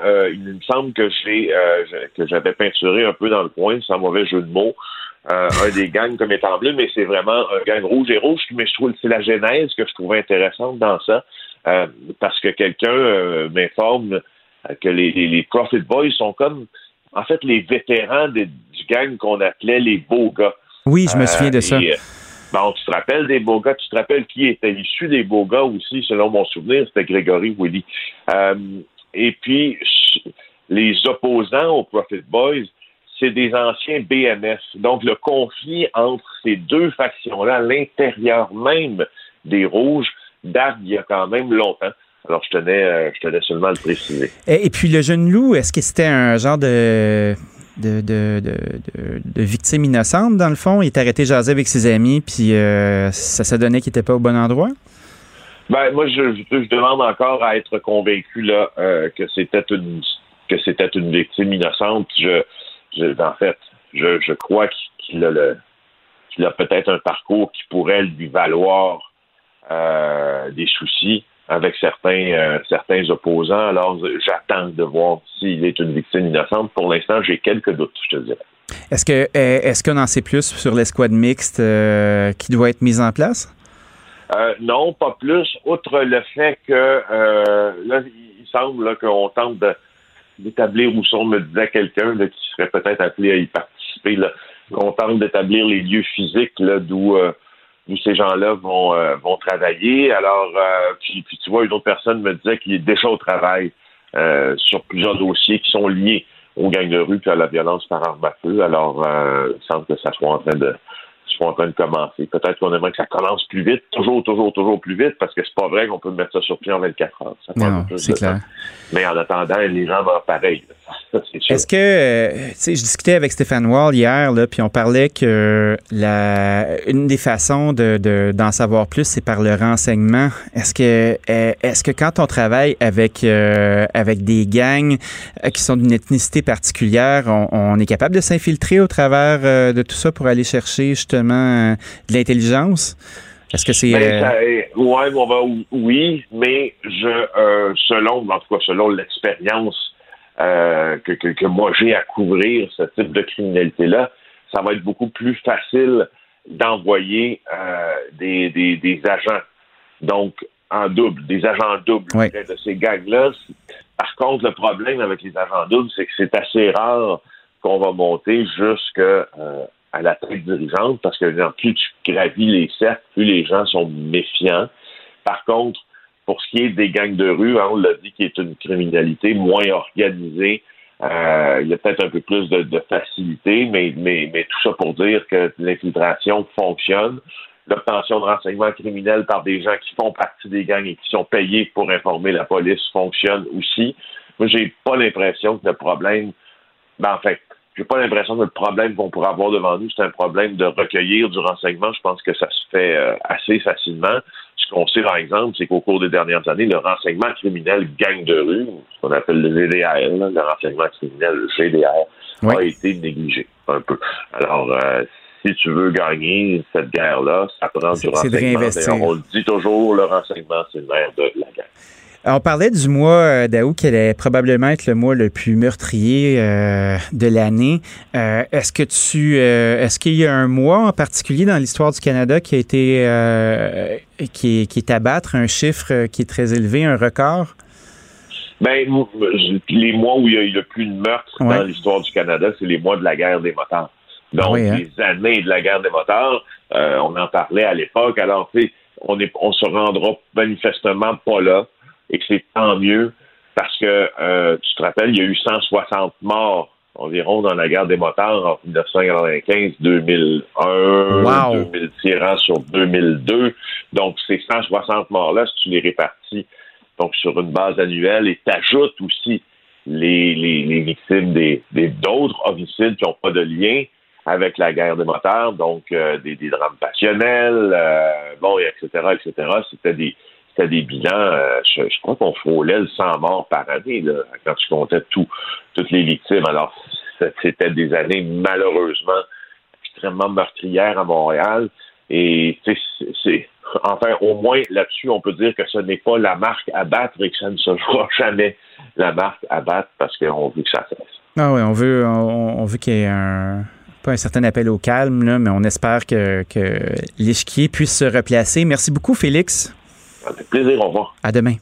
j'avais peinturé un peu dans le coin, sans mauvais jeu de mots, un des gangs comme étant bleu, mais c'est vraiment un gang rouge et rouge, mais je trouve que c'est la genèse que je trouvais intéressante dans ça, parce que quelqu'un m'informe que les Profit Boys sont comme, en fait, les vétérans du gang qu'on appelait les beaux gars. Oui, je me souviens de ça. Bon, tu te rappelles des beaux gars, tu te rappelles qui était issu des beaux gars aussi, selon mon souvenir, c'était Grégory Willy. Et puis, les opposants aux Profit Boys, c'est des anciens BNF. Donc, le conflit entre ces deux factions-là, à l'intérieur même des Rouges, date d'il y a quand même longtemps. Alors, je tenais seulement à le préciser. Et puis, le jeune loup, est-ce que c'était un genre de victime innocente, dans le fond? Il est arrêté jaser avec ses amis, puis ça se donnait qu'il n'était pas au bon endroit? Ben, moi, je demande encore à être convaincu là que c'était une victime innocente. En fait, je crois qu'il a peut-être un parcours qui pourrait lui valoir des soucis avec certains opposants. Alors, j'attends de voir s'il est une victime innocente. Pour l'instant, j'ai quelques doutes, je te dirais. Est-ce qu'on en sait plus sur l'escouade mixte qui doit être mise en place? Non, pas plus. Outre le fait que là, il semble là, qu'on tente d'établir, ou ça, on me disait quelqu'un là, qui serait peut-être appelé à y participer, là, qu'on tente d'établir les lieux physiques là, d'où ces gens-là vont travailler. Alors, puis tu vois, une autre personne me disait qu'il est déjà au travail sur plusieurs dossiers qui sont liés aux gangs de rue et à la violence par arme à feu. Alors, il semble que ça soit en train de commencer. Peut-être qu'on aimerait que ça commence plus vite, toujours plus vite, parce que c'est pas vrai qu'on peut mettre ça sur pied en 24 heures. Ça prend plus c'est de temps. Mais en attendant, les gens vont pareil. Ça, c'est sûr. Est-ce que, je discutais avec Stéphane Wall hier, là, puis on parlait que une des façons d'en savoir plus, c'est par le renseignement. Est-ce que quand on travaille avec des gangs qui sont d'une ethnicité particulière, on est capable de s'infiltrer au travers de tout ça pour aller chercher justement de l'intelligence? Est-ce que c'est... Oui, mais selon l'expérience que moi j'ai à couvrir ce type de criminalité-là, ça va être beaucoup plus facile d'envoyer des agents, donc en double, des agents doubles près de ces gangs-là. Par contre, le problème avec les agents doubles, c'est que c'est assez rare qu'on va monter jusqu'à la tête dirigeante, parce que plus tu gravis les cercles, plus les gens sont méfiants. Par contre, pour ce qui est des gangs de rue, on l'a dit, qui est une criminalité moins organisée, il y a peut-être un peu plus de facilité, mais tout ça pour dire que l'infiltration fonctionne. L'obtention de renseignements criminels par des gens qui font partie des gangs et qui sont payés pour informer la police fonctionne aussi. Moi, j'ai pas l'impression que le problème... j'ai pas l'impression que le problème qu'on pourrait avoir devant nous, c'est un problème de recueillir du renseignement. Je pense que ça se fait assez facilement. Ce qu'on sait, par exemple, c'est qu'au cours des dernières années, le renseignement criminel gang de rue, ce qu'on appelle le GDR, le renseignement criminel GDR, a été négligé un peu. Alors, si tu veux gagner cette guerre-là, ça prend du renseignement. D'ailleurs, on le dit toujours, le renseignement, c'est le nerf de la guerre. On parlait du mois d'août qui allait probablement être le mois le plus meurtrier de l'année. Est-ce qu'il y a un mois en particulier dans l'histoire du Canada qui a été qui est à battre, un chiffre qui est très élevé, un record? Les mois où il y a eu le plus de meurtres dans l'histoire du Canada, c'est les mois de la guerre des motards. Donc, les années de la guerre des motards, on en parlait à l'époque. Alors, on se rendra manifestement pas là. Et que c'est tant mieux parce que, tu te rappelles, il y a eu 160 morts environ dans la guerre des motards en 1995, 2001, 2000 tirant sur 2002. Donc, ces 160 morts-là, si tu les répartis donc sur une base annuelle et t'ajoutes aussi les victimes d'autres homicides qui n'ont pas de lien avec la guerre des motards, donc des drames passionnels, etc. C'était des bilans, je crois qu'on frôlait le 100 morts par année, là, quand tu comptais toutes les victimes. Alors, c'était des années, malheureusement, extrêmement meurtrières à Montréal. Et, enfin, au moins, là-dessus, on peut dire que ce n'est pas la marque à battre et que ça ne sera jamais la marque à battre parce qu'on veut que ça cesse. Ah oui, on veut qu'il y ait pas un certain appel au calme, là, mais on espère que l'échiquier puisse se replacer. Merci beaucoup, Félix. Avec plaisir, au revoir. À demain.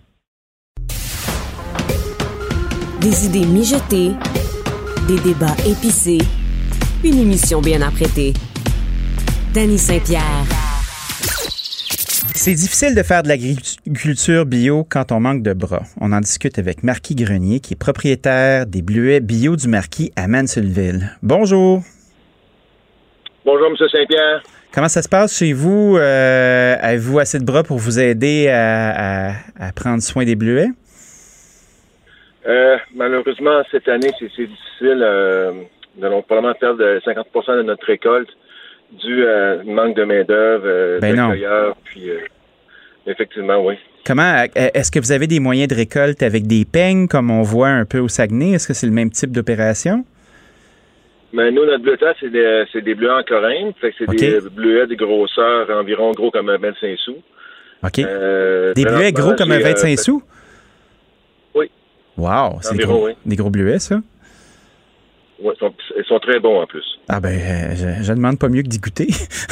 Des idées mijotées, des débats épicés, une émission bien apprêtée. Dany Saint-Pierre. C'est difficile de faire de l'agriculture bio quand on manque de bras. On en discute avec Marquis Grenier, qui est propriétaire des bleuets bio du Marquis à Manseultville. Bonjour. Bonjour, M. Saint-Pierre. Comment ça se passe chez vous? Avez-vous assez de bras pour vous aider à prendre soin des bleuets? Malheureusement, cette année, c'est difficile. Nous allons probablement perdre 50% de notre récolte dû à manque de main-d'œuvre, d'employeurs. Puis, effectivement, oui. Comment? Est-ce que vous avez des moyens de récolte avec des peignes, comme on voit un peu au Saguenay? Est-ce que c'est le même type d'opération? Mais nous, notre bleutage, c'est des bleuets en corymbe. Fait que c'est des bleuets de grosseur environ gros comme un 25 sous. OK. Des bleuets gros comme un 25 sous? Oui. Wow, c'est environ, gros. Oui. Des gros bleuets, ça? Oui, ils sont très bons en plus. Ah ben, je demande pas mieux que d'y goûter.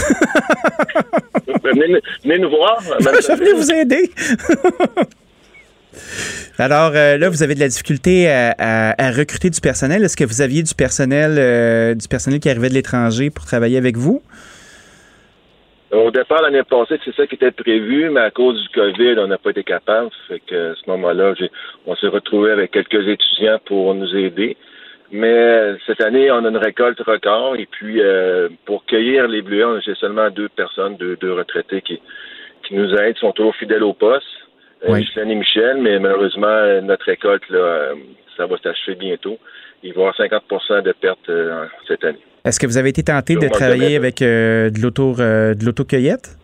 Venez nous voir. Je vais vous aider. Alors là, vous avez de la difficulté à recruter du personnel. Est-ce que vous aviez du personnel qui arrivait de l'étranger pour travailler avec vous? Au départ, l'année passée, c'est ça qui était prévu, mais à cause du COVID, on n'a pas été capable. Fait que à ce moment-là, on s'est retrouvé avec quelques étudiants pour nous aider. Mais cette année, on a une récolte record. Et puis, pour cueillir les bleuets, j'ai seulement 2 personnes, deux retraités qui nous aident, sont toujours fidèles au poste. Oui. Ghislaine et Michel, mais malheureusement, notre récolte, là, ça va s'achever bientôt. Il va y avoir 50% de pertes cette année. Est-ce que vous avez été tenté de travailler avec de l'autocueillette?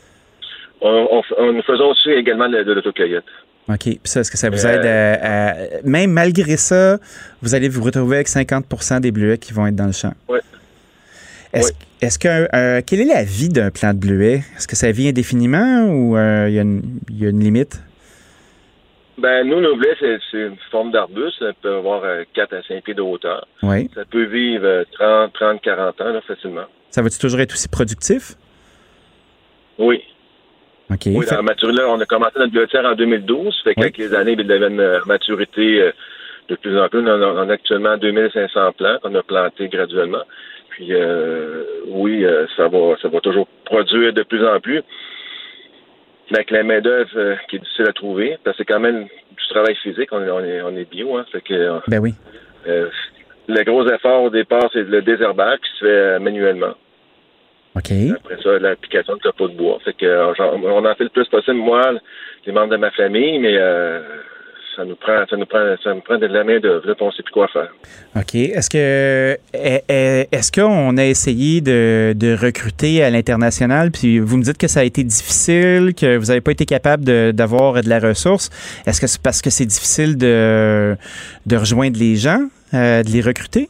Nous faisons aussi également de l'autocueillette. OK. Puis ça, est-ce que ça vous aide à... Même malgré ça, vous allez vous retrouver avec 50% des bleuets qui vont être dans le champ? Oui. Est-ce que quelle est la vie d'un plant de bleuet? Est-ce que ça vit indéfiniment ou il y a une limite? Ben, nous, nos bleuets, c'est une forme d'arbuste. Ça peut avoir 4 à 5 pieds de hauteur. Oui. Ça peut vivre 30, 40 ans, là, facilement. Ça va-tu toujours être aussi productif? Oui. OK. Oui, là, on a commencé notre bleuetière en 2012. Fait qu'avec les années, il y avait une maturité de plus en plus. On a actuellement 2500 plants qu'on a plantés graduellement. Puis, ça va toujours produire de plus en plus. Mais avec la main-d'œuvre qui est difficile à trouver, parce que c'est quand même du travail physique, on est bio, hein. Fait que, ben oui. Le gros effort au départ, c'est le désherbage qui se fait manuellement. OK. Après ça, l'application de copeaux de bois. Fait que on en fait le plus possible, moi, les membres de ma famille, mais ça me prend de la main-d'œuvre, on ne sait plus quoi faire. OK. Est-ce qu'on a essayé de recruter à l'international, puis vous me dites que ça a été difficile, que vous n'avez pas été capable d'avoir de la ressource. Est-ce que c'est parce que c'est difficile de rejoindre les gens, de les recruter?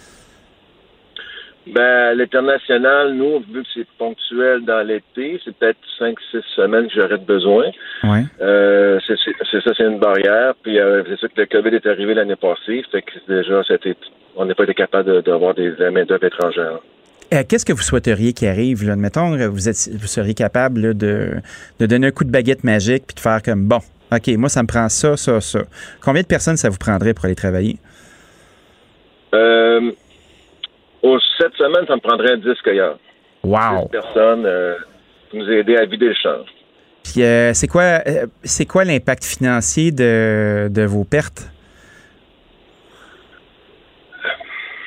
Ben, l'international, nous, vu que c'est ponctuel dans l'été, c'est peut-être 5-6 semaines que j'aurais besoin. Ouais. C'est une barrière. Puis c'est sûr que le COVID est arrivé l'année passée. Fait que déjà, on n'a pas été capable d'avoir de la main-d'œuvre étrangère. Qu'est-ce que vous souhaiteriez qu'il arrive? Là? Admettons, vous seriez capable là, de donner un coup de baguette magique puis de faire comme, bon, OK, moi, ça me prend ça, ça, ça. Combien de personnes ça vous prendrait pour aller travailler? Cette semaine, ça me prendrait 10 cueilleurs. Wow! 10 personnes pour nous aider à vider le champ. Puis, c'est quoi l'impact financier de vos pertes?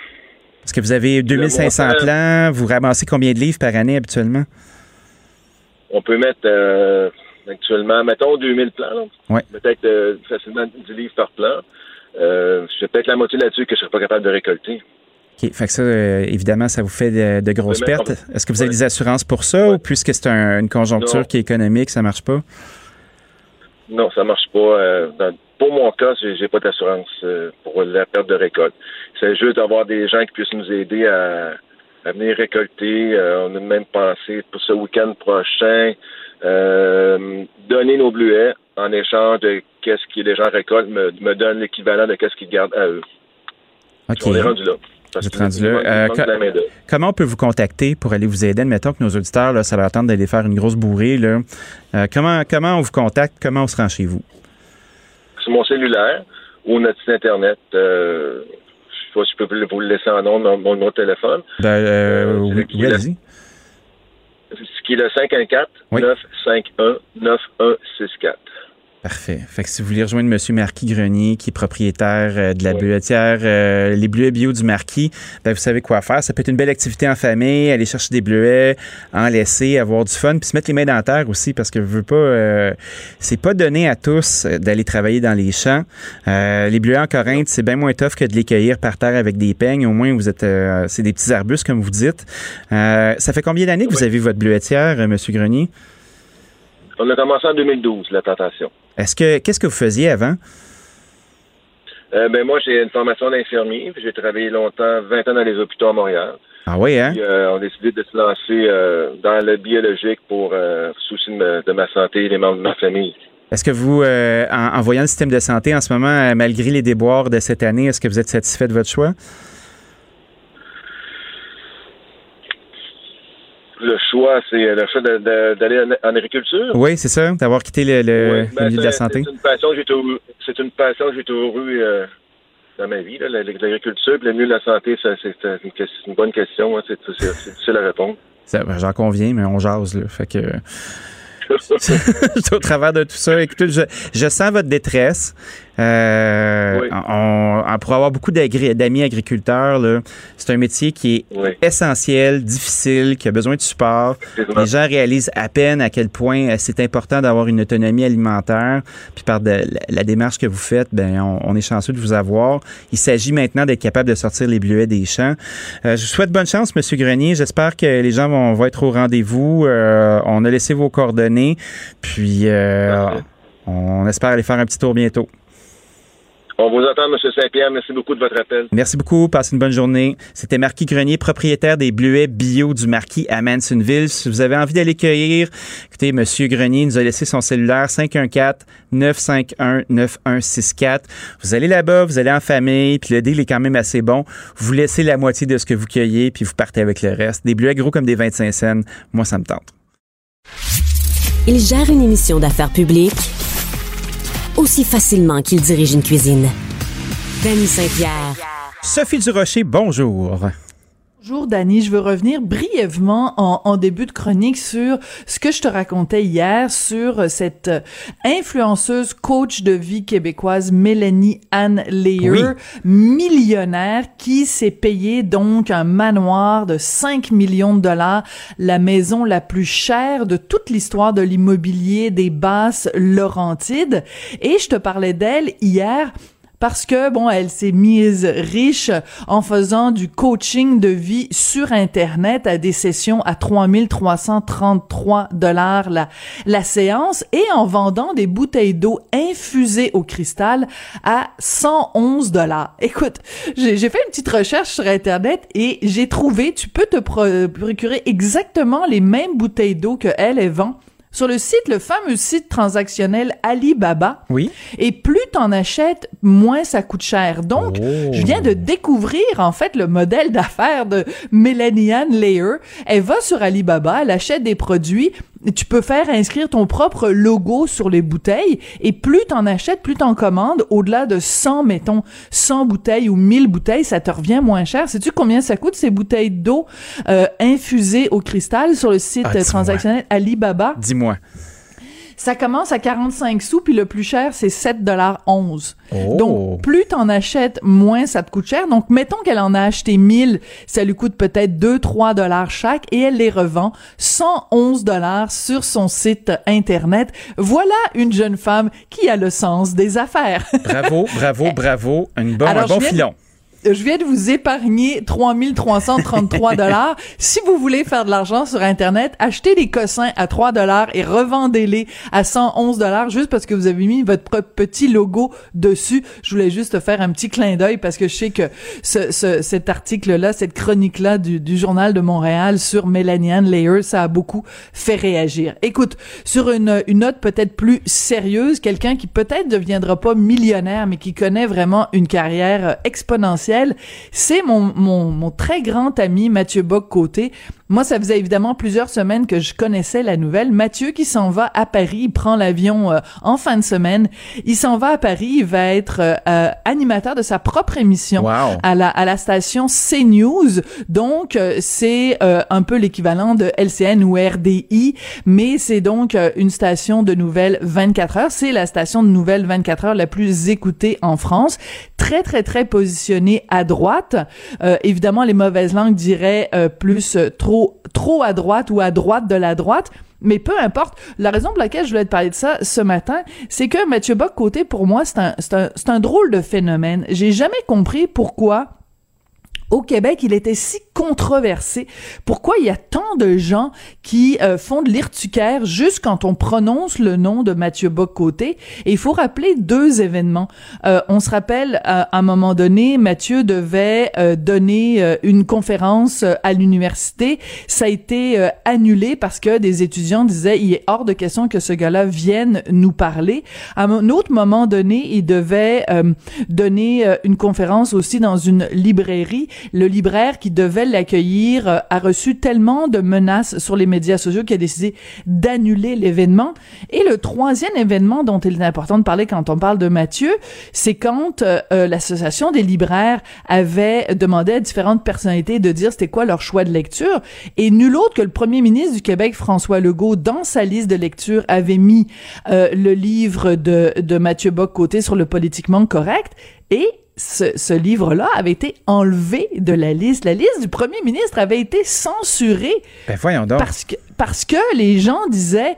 que vous avez 2500 plants? Vous ramassez combien de livres par année habituellement? On peut mettre actuellement, mettons 2000 plants. Là. Ouais. Peut-être facilement 10 livres par plant. C'est peut-être la moitié là-dessus que je ne serais pas capable de récolter. OK. Fait que ça, évidemment, ça vous fait de grosses pertes. Est-ce que vous avez des assurances pour ça ou puisque c'est une conjoncture qui est économique, ça marche pas? Non, ça marche pas. Pour mon cas, j'ai pas d'assurance pour la perte de récolte. C'est juste d'avoir des gens qui puissent nous aider à venir récolter. On a même pensé pour ce week-end prochain donner nos bleuets en échange de qu'est-ce que les gens récoltent, me donnent l'équivalent de qu'est-ce qu'ils gardent à eux. OK. On est rendu là. Vous êtes rendu là. Comment on peut vous contacter pour aller vous aider? Admettons que nos auditeurs, là, ça leur tente d'aller faire une grosse bourrée. Là. Comment on vous contacte? Comment on se rend chez vous? Sur mon cellulaire ou notre site Internet. Je sais pas si je peux vous le laisser en nom, mon numéro de téléphone. Oui, allez-y. Ce qui est le 514-951-9164. Parfait. Fait que si vous voulez rejoindre M. Marquis-Grenier, qui est propriétaire de la bleuetière, les bleuets bio du Marquis, ben vous savez quoi faire. Ça peut être une belle activité en famille, aller chercher des bleuets, en laisser, avoir du fun, puis se mettre les mains dans la terre aussi, parce que je veux pas, c'est pas donné à tous d'aller travailler dans les champs. Les bleuets en Corinthe, c'est bien moins tough que de les cueillir par terre avec des peignes. Au moins, vous êtes, c'est des petits arbustes, comme vous dites. Ça fait combien d'années que vous avez votre bleuetière, M. Grenier? On a commencé en 2012, la plantation. Qu'est-ce que vous faisiez avant? Moi, j'ai une formation d'infirmier. J'ai travaillé longtemps, 20 ans dans les hôpitaux à Montréal. Ah oui, hein? Puis, on a décidé de se lancer dans le biologique pour souci de ma santé et des membres de ma famille. Est-ce que vous, en voyant le système de santé en ce moment, malgré les déboires de cette année, est-ce que vous êtes satisfait de votre choix? Le choix, c'est le choix d'aller en agriculture. Oui, c'est ça, d'avoir quitté le milieu de la santé. C'est une passion que j'ai toujours eue dans ma vie, là, l'agriculture. Puis le milieu de la santé, c'est une bonne question. Hein, c'est difficile à répondre. J'en conviens, mais on jase, là. Fait que... au travers de tout ça, écoutez, je sens votre détresse. Pour avoir beaucoup d'amis agriculteurs, là, c'est un métier qui est essentiel, difficile, qui a besoin de support. Les gens réalisent à peine à quel point c'est important d'avoir une autonomie alimentaire. Puis par la démarche que vous faites, on est chanceux de vous avoir. Il s'agit maintenant d'être capable de sortir les bleuets des champs. Je vous souhaite bonne chance, M. Grenier. J'espère que les gens vont être au rendez-vous. On a laissé vos coordonnées. Puis on espère aller faire un petit tour bientôt. On vous attend, M. Saint-Pierre. Merci beaucoup de votre appel. Merci beaucoup. Passez une bonne journée. C'était Marquis Grenier, propriétaire des bleuets bio du Marquis à Mansonville. Si vous avez envie d'aller cueillir, écoutez, M. Grenier nous a laissé son cellulaire 514-951-9164. Vous allez là-bas, vous allez en famille, puis le deal est quand même assez bon. Vous laissez la moitié de ce que vous cueillez, puis vous partez avec le reste. Des bleuets gros comme des 25 cents. Moi, ça me tente. Il gère une émission d'affaires publiques aussi facilement qu'il dirige une cuisine. Danny Saint-Pierre. Sophie Durocher, bonjour. Bonjour Dani, je veux revenir brièvement en début de chronique sur ce que je te racontais hier sur cette influenceuse coach de vie québécoise Mélanie Ann Layer, millionnaire qui s'est payé donc un manoir de 5 millions de dollars, la maison la plus chère de toute l'histoire de l'immobilier des Basses-Laurentides. Et je te parlais d'elle hier parce que, elle s'est mise riche en faisant du coaching de vie sur Internet à des sessions à 3333 $ la séance et en vendant des bouteilles d'eau infusées au cristal à 111 $. Écoute, j'ai fait une petite recherche sur Internet et j'ai trouvé, tu peux te procurer exactement les mêmes bouteilles d'eau que elle vend sur le fameux site transactionnel Alibaba. Oui. Et plus t'en achètes, moins ça coûte cher. Donc, je viens de découvrir, en fait, le modèle d'affaires de Mélanie Ann Layer. Elle va sur Alibaba, elle achète des produits. Tu peux faire inscrire ton propre logo sur les bouteilles et plus t'en achètes, plus t'en commandes, au-delà de 100 bouteilles ou 1000 bouteilles, ça te revient moins cher. Sais-tu combien ça coûte ces bouteilles d'eau infusées au cristal sur le site transactionnel Alibaba? Dis-moi. Ça commence à 45 sous, puis le plus cher, c'est 7,11 $. Oh. Donc, plus t'en achètes, moins ça te coûte cher. Donc, mettons qu'elle en a acheté 1000, ça lui coûte peut-être 2-3 $ chaque, et elle les revend 111 $ sur son site Internet. Voilà une jeune femme qui a le sens des affaires. Bravo. Un bon filon. Je viens de vous épargner 3333 $. Si vous voulez faire de l'argent sur Internet, achetez des cossins à 3 $ et revendez-les à 111 $ juste parce que vous avez mis votre petit logo dessus. Je voulais juste faire un petit clin d'œil parce que je sais que cet article-là, cette chronique-là du Journal de Montréal sur Melanie Ann Layer, ça a beaucoup fait réagir. Écoute, sur une note peut-être plus sérieuse, quelqu'un qui peut-être ne deviendra pas millionnaire, mais qui connaît vraiment une carrière exponentielle, c'est mon très grand ami Mathieu Bock-Côté. Moi, ça faisait évidemment plusieurs semaines que je connaissais la nouvelle. Mathieu qui s'en va à Paris, il prend l'avion en fin de semaine. Il s'en va à Paris, il va être animateur de sa propre émission à la station CNews. Donc, c'est un peu l'équivalent de LCN ou RDI, mais c'est donc une station de nouvelles 24 heures. C'est la station de nouvelles 24 heures la plus écoutée en France. Très, très, très positionnée à droite. Évidemment, les mauvaises langues diraient plus trop à droite ou à droite de la droite. Mais peu importe. La raison pour laquelle je voulais te parler de ça ce matin, c'est que Mathieu Bock-Côté, pour moi, c'est un drôle de phénomène. J'ai jamais compris pourquoi au Québec, il était si controversé. Pourquoi il y a tant de gens qui font de l'irtucaire juste quand on prononce le nom de Mathieu Bock-Côté? Et il faut rappeler deux événements. On se rappelle, à un moment donné, Mathieu devait donner une conférence à l'université. Ça a été annulé parce que des étudiants disaient « Il est hors de question que ce gars-là vienne nous parler ». À un autre moment donné, il devait donner une conférence aussi dans une librairie. Le libraire qui devait l'accueillir a reçu tellement de menaces sur les médias sociaux qu'il a décidé d'annuler l'événement. Et le troisième événement dont il est important de parler quand on parle de Mathieu, c'est quand l'Association des libraires avait demandé à différentes personnalités de dire c'était quoi leur choix de lecture. Et nul autre que le premier ministre du Québec, François Legault, dans sa liste de lecture, avait mis le livre de Mathieu Bock-Côté sur le politiquement correct. Et ce livre-là avait été enlevé de la liste. La liste du premier ministre avait été censurée. Ben voyons donc. Parce que les gens disaient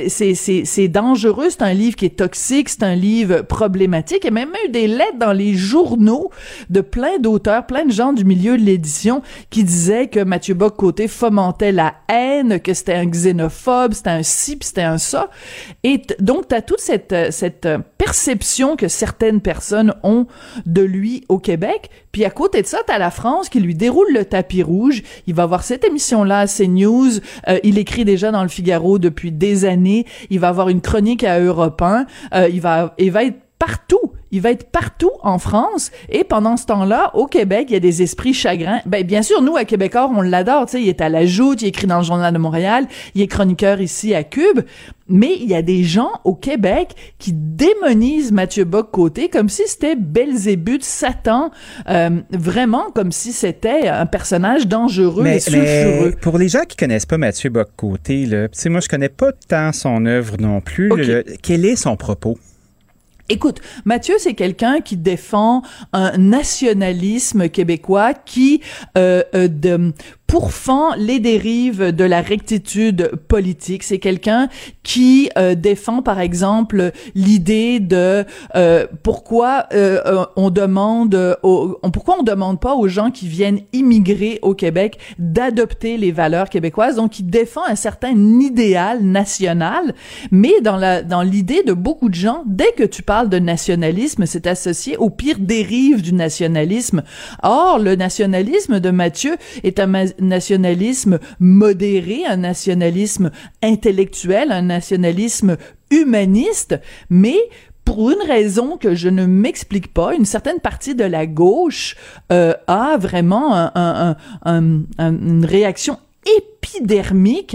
c'est dangereux, c'est un livre qui est toxique, c'est un livre problématique. Il y a même eu des lettres dans les journaux de plein d'auteurs, plein de gens du milieu de l'édition qui disaient que Mathieu Bock-Côté fomentait la haine, que c'était un xénophobe, c'était un ci, puis c'était un ça. Et donc, t'as toute cette perception que certaines personnes ont de lui au Québec. Puis à côté de ça, t'as la France qui lui déroule le tapis rouge. Il va avoir cette émission-là à CNews. Il écrit déjà dans le Figaro depuis des années. Il va avoir une chronique à Europe 1. Il va être partout. Il va être partout en France. Et pendant ce temps-là, au Québec, il y a des esprits chagrins. Ben, bien sûr, nous, à Québécois, on l'adore. Tu sais, il est à la Joute, il écrit dans le Journal de Montréal, il est chroniqueur ici à Cube. Mais il y a des gens au Québec qui démonisent Mathieu Bock-Côté comme si c'était Belzébuth, Satan, vraiment comme si c'était un personnage dangereux et sulfureux. Mais pour les gens qui connaissent pas Mathieu Bock-Côté, là, tu sais, moi, je connais pas tant son œuvre non plus. Okay. Là, quel est son propos? Écoute, Mathieu, c'est quelqu'un qui défend un nationalisme québécois qui pourfend les dérives de la rectitude politique. C'est quelqu'un qui défend, par exemple, l'idée de pourquoi on demande pas aux gens qui viennent immigrer au Québec d'adopter les valeurs québécoises. Donc, il défend un certain idéal national, mais dans l'idée de beaucoup de gens, dès que tu parles de nationalisme, c'est associé aux pires dérives du nationalisme. Or, le nationalisme de Mathieu est un nationalisme modéré, un nationalisme intellectuel, un nationalisme humaniste, mais pour une raison que je ne m'explique pas, une certaine partie de la gauche a vraiment une réaction épidermique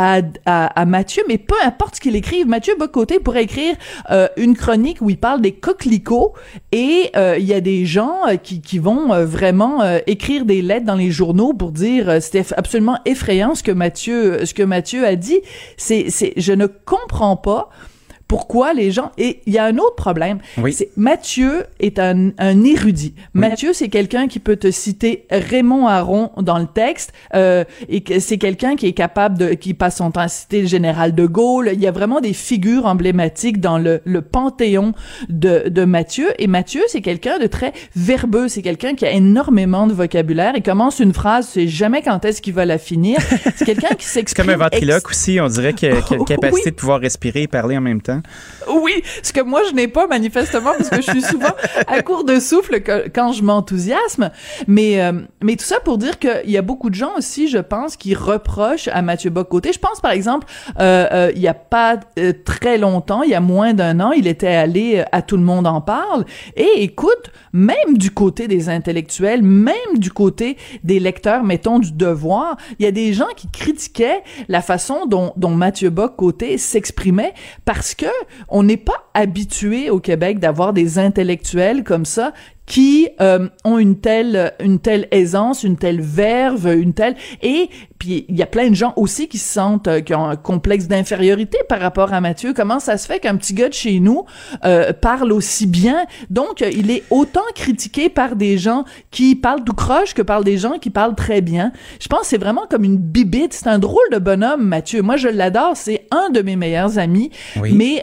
à Mathieu, mais peu importe ce qu'il écrive, Mathieu Bock-Côté pourrait écrire une chronique où il parle des coquelicots et il y a des gens qui vont vraiment écrire des lettres dans les journaux pour dire c'était absolument effrayant ce que Mathieu a dit. Je ne comprends pas pourquoi les gens... Et il y a un autre problème. Oui. Mathieu est un érudit. Oui. Mathieu, c'est quelqu'un qui peut te citer Raymond Aron dans le texte, et que c'est quelqu'un qui est capable qui passe son temps à citer le général de Gaulle. Il y a vraiment des figures emblématiques dans le panthéon de Mathieu. Et Mathieu, c'est quelqu'un de très verbeux. C'est quelqu'un qui a énormément de vocabulaire. Il commence une phrase, tu sais jamais quand est-ce qu'il va la finir. C'est quelqu'un qui s'exprime... C'est comme un ventriloque aussi. On dirait qu'il a une capacité de pouvoir respirer et parler en même temps. Oui, ce que moi je n'ai pas manifestement parce que je suis souvent à court de souffle quand je m'enthousiasme, mais tout ça pour dire qu'il y a beaucoup de gens aussi, je pense, qui reprochent à Mathieu Bock-Côté. Je pense par exemple, il y a pas très longtemps, il y a moins d'un an, il était allé à Tout le monde en parle et écoute, même du côté des intellectuels, même du côté des lecteurs, mettons du Devoir, il y a des gens qui critiquaient la façon dont Mathieu Bock-Côté s'exprimait parce que on n'est pas habitué au Québec d'avoir des intellectuels comme ça qui ont une telle aisance, une telle verve, et puis il y a plein de gens aussi qui se sentent qui ont un complexe d'infériorité par rapport à Mathieu. Comment ça se fait qu'un petit gars de chez nous parle aussi bien? Donc il est autant critiqué par des gens qui parlent tout croche que par des gens qui parlent très bien. Je pense que c'est vraiment comme une bibite, c'est un drôle de bonhomme Mathieu. Moi je l'adore, c'est un de mes meilleurs amis. Oui. Mais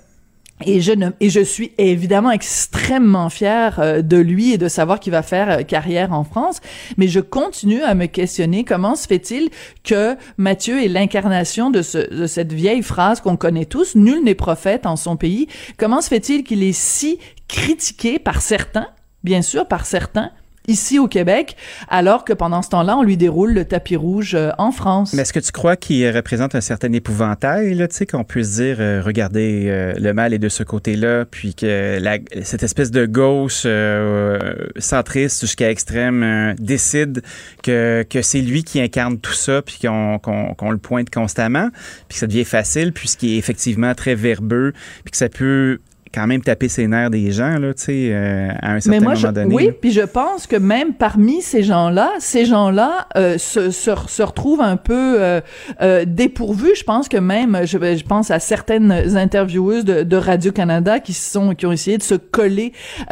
et je suis évidemment extrêmement fière de lui et de savoir qu'il va faire carrière en France, mais je continue à me questionner comment se fait-il que Mathieu est l'incarnation de cette vieille phrase qu'on connaît tous, nul n'est prophète en son pays. Comment se fait-il qu'il est si critiqué par certains, bien sûr par certains, ici au Québec, alors que pendant ce temps-là, on lui déroule le tapis rouge en France. Mais est-ce que tu crois qu'il représente un certain épouvantail, là, tu sais, qu'on puisse dire, regardez, le mal est de ce côté-là, puis que cette espèce de gauche centriste jusqu'à extrême décide que c'est lui qui incarne tout ça, puis qu'on le pointe constamment, puis que ça devient facile, puisqu'il est effectivement très verbeux, puis que ça peut quand même taper ses nerfs des gens, là, tu sais, à un certain moment donné. Oui, puis je pense que même parmi ces gens-là se retrouvent un peu dépourvus. Je pense que même, je pense à certaines intervieweuses de Radio-Canada qui ont essayé de se coller,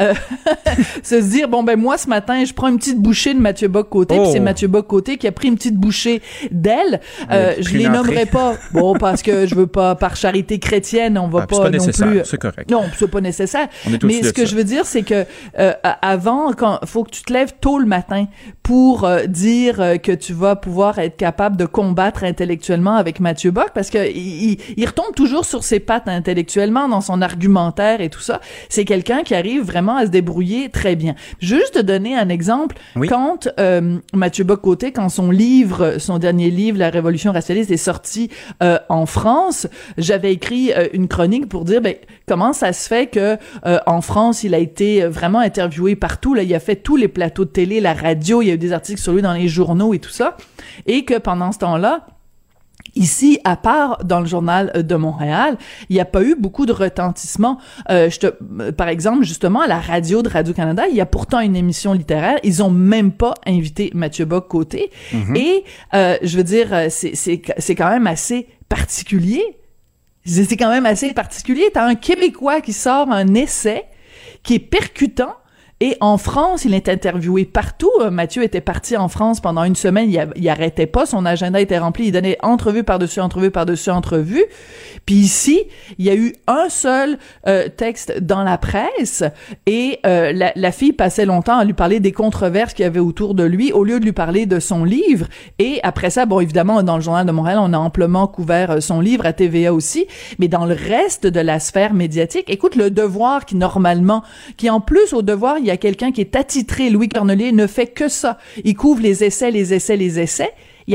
se dire, bon, ben moi, ce matin, je prends une petite bouchée de Mathieu Bock-Côté, puis c'est Mathieu Bock-Côté qui a pris une petite bouchée d'elle. Je les nommerai pas, bon, parce que je veux pas, par charité chrétienne, on va pas non plus... C'est correct. Non, c'est pas nécessaire. Mais ce que je veux dire, c'est que avant, faut que tu te lèves tôt le matin pour dire que tu vas pouvoir être capable de combattre intellectuellement avec Mathieu Bock, parce que il retombe toujours sur ses pattes intellectuellement dans son argumentaire et tout ça. C'est quelqu'un qui arrive vraiment à se débrouiller très bien. Je veux juste te donner un exemple. Oui. Quand Mathieu Bock-Côté, quand son dernier livre, La Révolution racialiste, est sorti en France, j'avais écrit une chronique pour dire comment ça se fait que en France, il a été vraiment interviewé partout. Là, il a fait tous les plateaux de télé, la radio, il y a eu des articles sur lui dans les journaux et tout ça. Et que pendant ce temps-là, ici, à part dans le Journal de Montréal, il n'y a pas eu beaucoup de retentissement. Par exemple, justement, à la radio de Radio-Canada, il y a pourtant une émission littéraire. Ils ont même pas invité Mathieu Bock-Côté. Mm-hmm. Et je veux dire, c'est quand même assez particulier. C'est quand même assez particulier. T'as un Québécois qui sort un essai qui est percutant. Et en France, il est interviewé partout. Mathieu était parti en France pendant une semaine. Il arrêtait pas. Son agenda était rempli. Il donnait entrevue par-dessus entrevue par-dessus entrevue. Puis ici, il y a eu un seul texte dans la presse. Et la fille passait longtemps à lui parler des controverses qu'il y avait autour de lui, au lieu de lui parler de son livre. Et après ça, bon, évidemment, dans le Journal de Montréal, on a amplement couvert son livre, à TVA aussi. Mais dans le reste de la sphère médiatique, écoute, le Devoir qui en plus au Devoir, il y a quelqu'un qui est attitré, Louis Cornelier, ne fait que ça. Il couvre les essais. Il y avait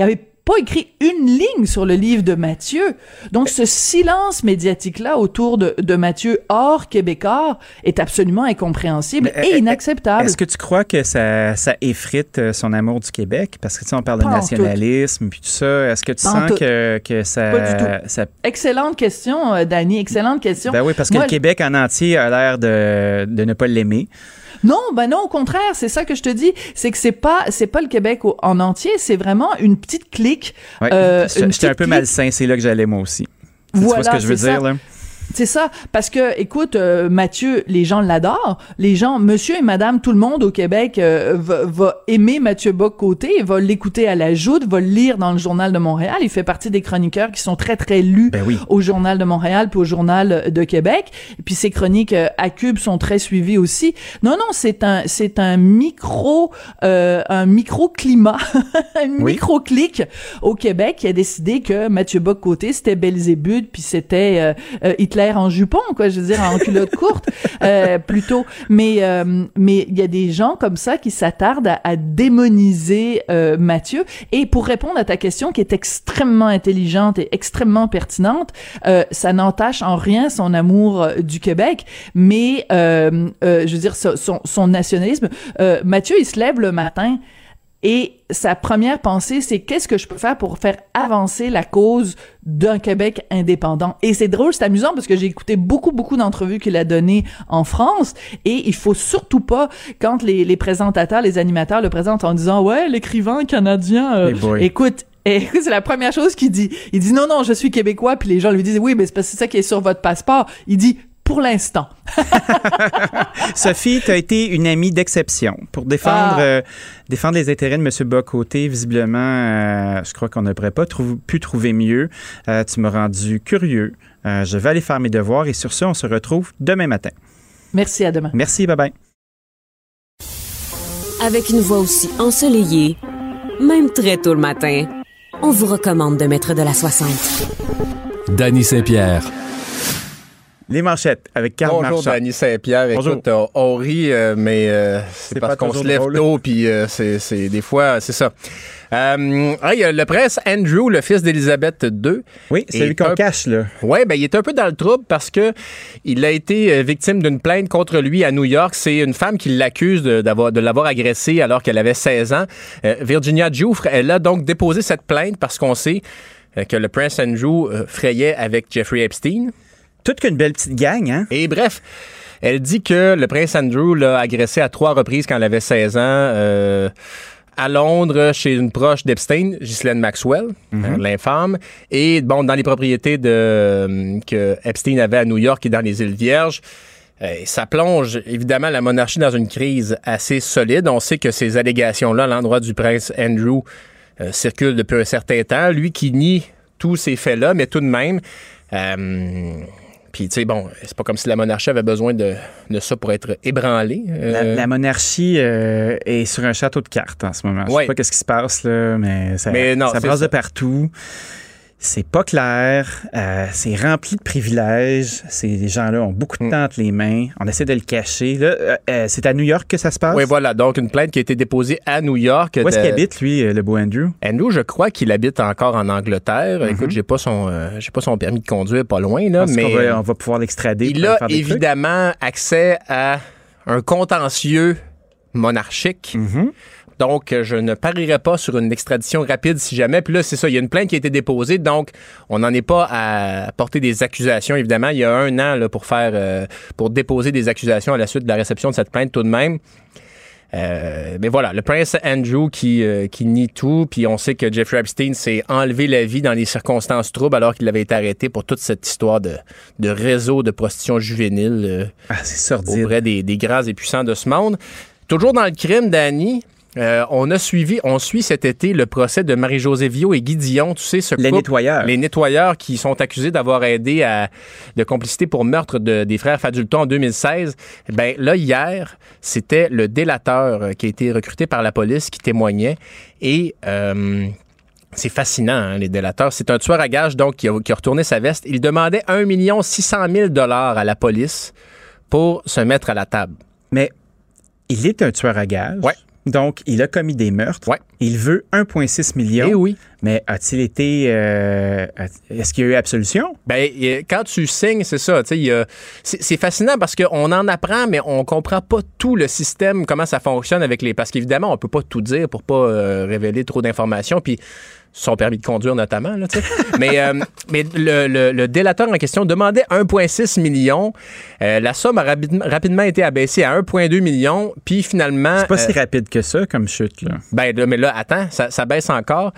pas écrit une ligne sur le livre de Mathieu. Donc, ce silence médiatique-là autour de Mathieu hors québécois est absolument incompréhensible et inacceptable. Est-ce que tu crois que ça effrite son amour du Québec? Parce que, tu sais, on parle de nationalisme puis tout ça. Est-ce que tu sens que ça... Pas du tout. Excellente question, Dani. Excellente question. Ben oui, parce que le Québec en entier a l'air de ne pas l'aimer. Non, au contraire, c'est ça que je te dis, c'est que c'est pas le Québec en entier, c'est vraiment une petite clique. Ouais, j'étais un peu malsain, c'est là que j'allais moi aussi. Tu vois ce que je veux dire, là? C'est ça, parce que, écoute, Mathieu, les gens l'adorent. Les gens, monsieur et madame, tout le monde au Québec va aimer Mathieu Bock-Côté, va l'écouter à la joute, va le lire dans le Journal de Montréal. Il fait partie des chroniqueurs qui sont très, très lus au Journal de Montréal puis au Journal de Québec. Et puis ses chroniques à Cube sont très suivies aussi. Non, c'est un micro-climat, micro-clique au Québec qui a décidé que Mathieu Bock-Côté, c'était Belzébuth puis c'était Hitler en jupon, quoi, je veux dire, en culotte courte, plutôt. Mais il y a des gens comme ça qui s'attardent à démoniser Mathieu. Et pour répondre à ta question, qui est extrêmement intelligente et extrêmement pertinente, ça n'entache en rien son amour du Québec, mais je veux dire, son nationalisme. Mathieu, il se lève le matin et sa première pensée, c'est qu'est-ce que je peux faire pour faire avancer la cause d'un Québec indépendant. Et c'est drôle, c'est amusant parce que j'ai écouté beaucoup d'entrevues qu'il a données en France et il faut surtout pas, quand les présentateurs, les animateurs le présentent en disant « Ouais, l'écrivain canadien, écoute, c'est la première chose qu'il dit. Il dit « Non, je suis québécois », puis les gens lui disent « Oui, mais c'est parce que c'est ça qui est sur votre passeport. » Il dit « Pour l'instant. » Sophie, tu as été une amie d'exception pour défendre les intérêts de M. Bock-Côté. Visiblement, je crois qu'on n'aurait pas pu trouver mieux. Tu m'as rendu curieux. Je vais aller faire mes devoirs et sur ce, on se retrouve demain matin. Merci, à demain. Merci, bye-bye. Avec une voix aussi ensoleillée, même très tôt le matin, on vous recommande de mettre de la 60. Dany Saint-Pierre. Les manchettes avec Carl Marchand. Bonjour, Dany Saint-Pierre. Écoute, on rit, mais c'est parce qu'on se lève tôt, puis c'est des fois, c'est ça. Il y a le prince Andrew, le fils d'Élisabeth II. Oui, c'est lui qu'on cache, là. Oui, il est un peu dans le trouble parce que il a été victime d'une plainte contre lui à New York. C'est une femme qui l'accuse de l'avoir agressé alors qu'elle avait 16 ans. Virginia Giuffre, elle a donc déposé cette plainte parce qu'on sait que le prince Andrew frayait avec Jeffrey Epstein. Toute qu'une belle petite gang, hein? Et bref, elle dit que le prince Andrew l'a agressé à 3 reprises quand elle avait 16 ans à Londres, chez une proche d'Epstein, Ghislaine Maxwell, l'infâme, et bon, dans les propriétés que Epstein avait à New York et dans les îles Vierges. Ça plonge évidemment la monarchie dans une crise assez solide. On sait que ces allégations-là à l'endroit du prince Andrew circulent depuis un certain temps. Lui qui nie tous ces faits-là, mais tout de même... Puis, tu sais, bon, c'est pas comme si la monarchie avait besoin de ça pour être ébranlée. La monarchie est sur un château de cartes en ce moment. Je sais pas ce qui se passe, là, mais ça brasse de partout. C'est pas clair. C'est rempli de privilèges. Ces gens-là ont beaucoup de temps entre les mains. On essaie de le cacher. Là, c'est à New York que ça se passe? Oui, voilà. Donc, une plainte qui a été déposée à New York. Où est-ce qu'il habite, lui, le beau Andrew? Andrew, je crois qu'il habite encore en Angleterre. Écoute, j'ai pas son permis de conduire pas loin, là, mais on va pouvoir l'extrader. Il a évidemment accès à un contentieux monarchique. Donc, je ne parierais pas sur une extradition rapide si jamais. Puis là, c'est ça, il y a une plainte qui a été déposée, donc on n'en est pas à porter des accusations, évidemment. Il y a 1 an là, pour déposer des accusations à la suite de la réception de cette plainte tout de même. Mais voilà, le prince Andrew qui nie tout, puis on sait que Jeffrey Epstein s'est enlevé la vie dans les circonstances troubles alors qu'il avait été arrêté pour toute cette histoire de réseau de prostitution juvénile c'est sordide. Auprès des grands et puissants de ce monde. Toujours dans le crime, Dany, on suit cet été le procès de Marie-Josée Viau et Guy Dion, tu sais, ce couple. Les nettoyeurs qui sont accusés d'avoir aidé de complicité pour meurtre des frères Fadulton en 2016. Ben là, hier, c'était le délateur qui a été recruté par la police qui témoignait et... c'est fascinant, hein, les délateurs. C'est un tueur à gages, donc, qui a retourné sa veste. Il demandait 1 600 000 $ à la police pour se mettre à la table. Mais il est un tueur à gages. Ouais. Donc, il a commis des meurtres. Ouais. Il veut 1,6 million. Eh oui. Mais a-t-il été... est-ce qu'il y a eu absolution? Ben, quand tu signes, c'est ça. C'est fascinant parce qu'on en apprend, mais on comprend pas tout le système, comment ça fonctionne avec les... Parce qu'évidemment, on peut pas tout dire pour pas révéler trop d'informations. Puis son permis de conduire notamment. Là, mais le délateur en question demandait 1,6 million. La somme a rapidement été abaissée à 1,2 million. Puis finalement... C'est pas si rapide que ça comme chute. Là. Ben, mais là, attends, ça baisse encore.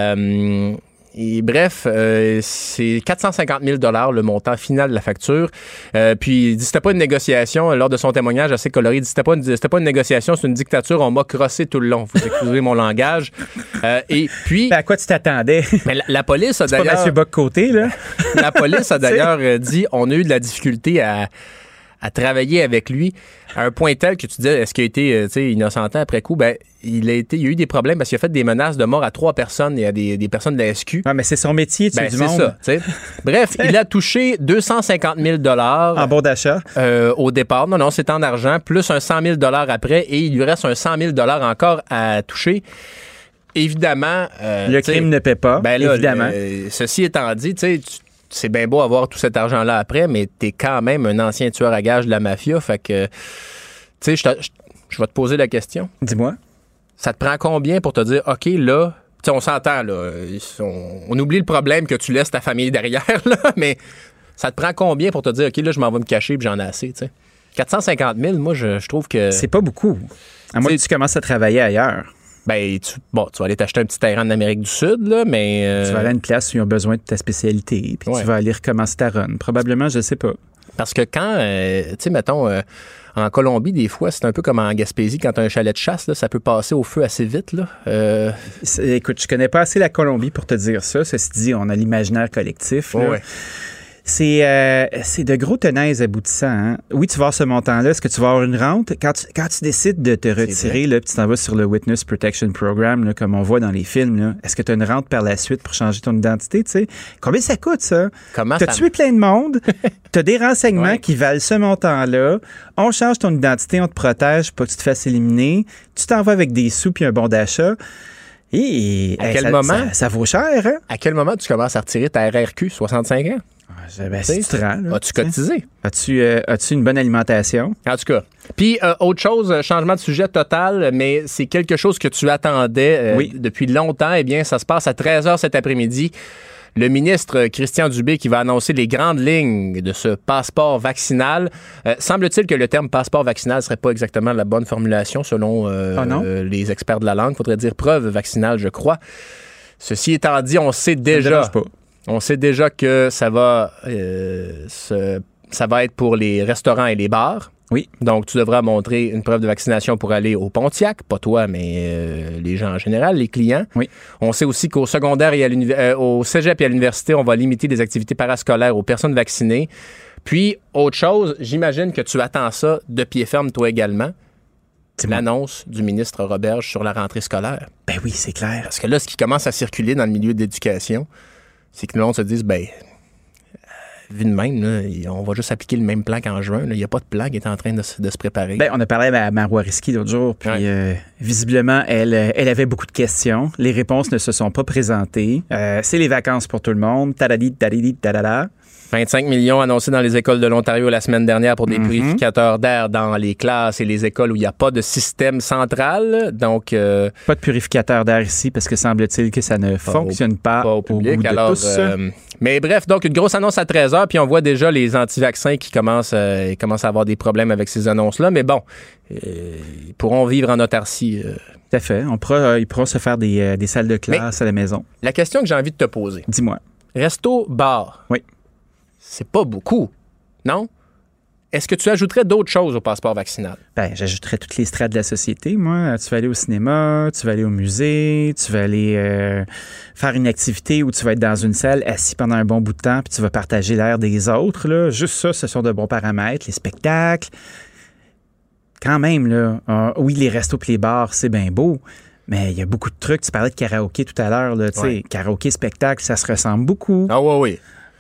Et bref, c'est 450 000 $ le montant final de la facture. Puis il dit c'était pas une négociation. Lors de son témoignage assez coloré, il dit c'était pas une négociation, c'est une dictature. On m'a crossé tout le long. Vous excusez mon langage. Et puis... Ben, à quoi tu t'attendais? Mais la police a c'est d'ailleurs... pas M. Bock-Côté, là? La police a d'ailleurs dit on a eu de la difficulté à travailler avec lui à un point tel que tu disais, est-ce qu'il a été innocenté après coup? Ben, il a eu des problèmes parce qu'il a fait des menaces de mort à 3 personnes et à des personnes de la SQ. Ah, mais c'est son métier, du monde. C'est ça. Bref, il a touché 250 000 $ en bon d'achat. Au départ. Non, c'est en argent, plus un 100 000 $ après, et il lui reste un 100 000 $ encore à toucher. Évidemment... le crime ne paie pas, ben là, évidemment. Ceci étant dit, c'est bien beau avoir tout cet argent-là après, mais t'es quand même un ancien tueur à gages de la mafia. Fait que, tu sais, je vais te poser la question. Dis-moi. Ça te prend combien pour te dire, OK, là, tu sais, on s'entend, là, on oublie le problème que tu laisses ta famille derrière, là, mais ça te prend combien pour te dire, OK, là, je m'en vais me cacher puis j'en ai assez, tu sais. 450 000, moi, je trouve que... C'est pas beaucoup. À moins que tu commences à travailler ailleurs. Ben, tu vas aller t'acheter un petit terrain en Amérique du Sud, là, mais... Tu vas aller à une place où ils ont besoin de ta spécialité, puis tu vas aller recommencer ta run. Probablement, je sais pas. Parce que quand, tu sais, mettons, en Colombie, des fois, c'est un peu comme en Gaspésie, quand tu as un chalet de chasse, là, ça peut passer au feu assez vite, là. Écoute, je connais pas assez la Colombie pour te dire ça. Ceci dit, on a l'imaginaire collectif, là. Ouais. C'est de gros tenants et aboutissants. Hein? Oui, tu vas avoir ce montant-là. Est-ce que tu vas avoir une rente? Quand tu décides de te retirer, là, puis tu t'en vas sur le Witness Protection Program, là, comme on voit dans les films, là, est-ce que tu as une rente par la suite pour changer ton identité? T'sais? Combien ça coûte, ça? T'as tué plein de monde. T'as des renseignements qui valent ce montant-là. On change ton identité, on te protège pour que tu te fasses éliminer. Tu t'en vas avec des sous puis un bon d'achat. Et à quel moment? Ça vaut cher, hein? À quel moment tu commences à retirer ta RRQ, 65 ans? Ben, si tu te rends, là, as-tu cotisé? As-tu une bonne alimentation? En tout cas. Puis, autre chose, changement de sujet total, mais c'est quelque chose que tu attendais depuis longtemps. Eh bien, ça se passe à 13h cet après-midi. Le ministre Christian Dubé qui va annoncer les grandes lignes de ce passeport vaccinal. Semble-t-il que le terme passeport vaccinal ne serait pas exactement la bonne formulation selon les experts de la langue. Il faudrait dire preuve vaccinale, je crois. Ceci étant dit, on sait déjà... On sait déjà que ça va être pour les restaurants et les bars. Oui. Donc, tu devras montrer une preuve de vaccination pour aller au Pontiac. Pas toi, mais les gens en général, les clients. Oui. On sait aussi qu'au secondaire et au cégep et à l'université, on va limiter les activités parascolaires aux personnes vaccinées. Puis, autre chose, j'imagine que tu attends ça de pied ferme, toi également. L'annonce du ministre Roberge sur la rentrée scolaire. Ben oui, c'est clair. Parce que là, ce qui commence à circuler dans le milieu de l'éducation, c'est que le monde se dise, vu de même, là, on va juste appliquer le même plan qu'en juin. Il n'y a pas de plan qui est en train de se préparer. Ben, on a parlé à Marois Risky l'autre jour, puis visiblement, elle avait beaucoup de questions. Les réponses ne se sont pas présentées. C'est les vacances pour tout le monde. Tadadi, tadadi, tadada. 25 millions annoncés dans les écoles de l'Ontario la semaine dernière pour des purificateurs d'air dans les classes et les écoles où il n'y a pas de système central. Donc, pas de purificateur d'air ici parce que semble-t-il que ça ne fonctionne pas au public. Au bout de alors, tous. Mais bref, donc une grosse annonce à 13h, puis on voit déjà les anti-vaccins qui commencent à avoir des problèmes avec ces annonces-là. Mais bon, ils pourront vivre en autarcie. Tout à fait. Ils pourront se faire des salles de classe à la maison. La question que j'ai envie de te poser. Dis-moi. Resto, bar. Oui. C'est pas beaucoup, non? Est-ce que tu ajouterais d'autres choses au passeport vaccinal? Ben, j'ajouterais toutes les strates de la société, moi. Tu vas aller au cinéma, tu vas aller au musée, tu vas aller faire une activité où tu vas être dans une salle assis pendant un bon bout de temps puis tu vas partager l'air des autres, là. Juste ça, ce sont de bons paramètres. Les spectacles, quand même, là. Oui, les restos et les bars, c'est bien beau, mais il y a beaucoup de trucs. Tu parlais de karaoké tout à l'heure, là. Tu sais, karaoké, spectacle, ça se ressemble beaucoup. Ah oui.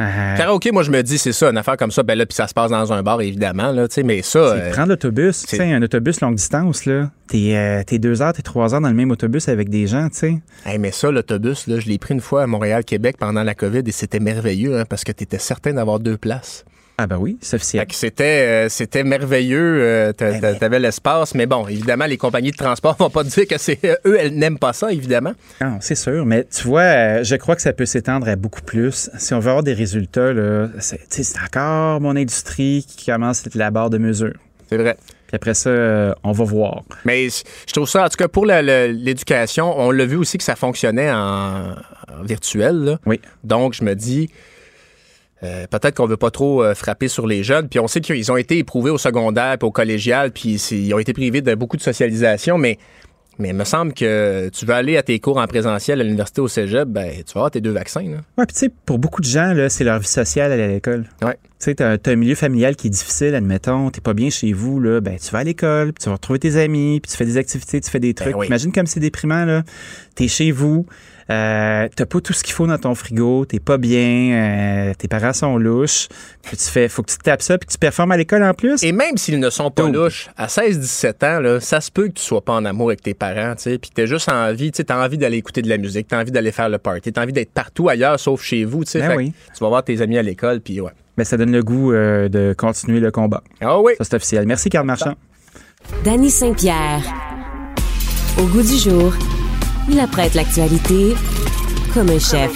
Karaoké, moi, je me dis, c'est ça, une affaire comme ça, ben là, puis ça se passe dans un bar, évidemment, là, tu sais, mais ça... prendre l'autobus, tu sais, un autobus longue distance, là, t'es 2 heures, t'es 3 heures dans le même autobus avec des gens, tu sais. Hey, mais ça, l'autobus, là, je l'ai pris une fois à Montréal-Québec pendant la COVID et c'était merveilleux, hein, parce que t'étais certain d'avoir 2 places. Ah ben oui, c'est officiel. C'était merveilleux, t'avais l'espace, mais bon, évidemment, les compagnies de transport vont pas te dire que c'est eux, elles n'aiment pas ça, évidemment. Non, c'est sûr, mais tu vois, je crois que ça peut s'étendre à beaucoup plus. Si on veut avoir des résultats, là, c'est encore mon industrie qui commence à être la barre de mesure. C'est vrai. Puis après ça, on va voir. Mais je trouve ça, en tout cas, pour l'éducation, on l'a vu aussi que ça fonctionnait en virtuel, là. Oui. Donc, je me dis... peut-être qu'on veut pas trop frapper sur les jeunes. Puis on sait qu'ils ont été éprouvés au secondaire puis au collégial, puis ils ont été privés de beaucoup de socialisation, mais il me semble que tu veux aller à tes cours en présentiel à l'université au cégep, ben tu vas avoir tes 2 vaccins. Là. Ouais, puis tu sais, pour beaucoup de gens, là, c'est leur vie sociale aller à l'école. Ouais. Tu sais, t'as un milieu familial qui est difficile, admettons, t'es pas bien chez vous, là, ben tu vas à l'école, puis tu vas retrouver tes amis, puis tu fais des activités, tu fais des trucs. Oui. Imagine comme c'est déprimant, là. T'es chez vous, t'as pas tout ce qu'il faut dans ton frigo, t'es pas bien, tes parents sont louches, puis faut que tu te tapes ça, puis que tu performes à l'école en plus. Et même s'ils ne sont pas louches, à 16-17 ans, là, ça se peut que tu sois pas en amour avec tes parents, tu sais, puis t'as juste envie, tu sais, t'as envie d'aller écouter de la musique, t'as envie d'aller faire le party, t'as envie d'être partout ailleurs sauf chez vous, tu sais. Ben oui. Tu vas voir tes amis à l'école, puis ouais. Ben, ça donne le goût de continuer le combat. Ah oui. Ça, c'est officiel. Merci, Carl Marchand. Dany Saint-Pierre. Au goût du jour, il apprête l'actualité comme un chef.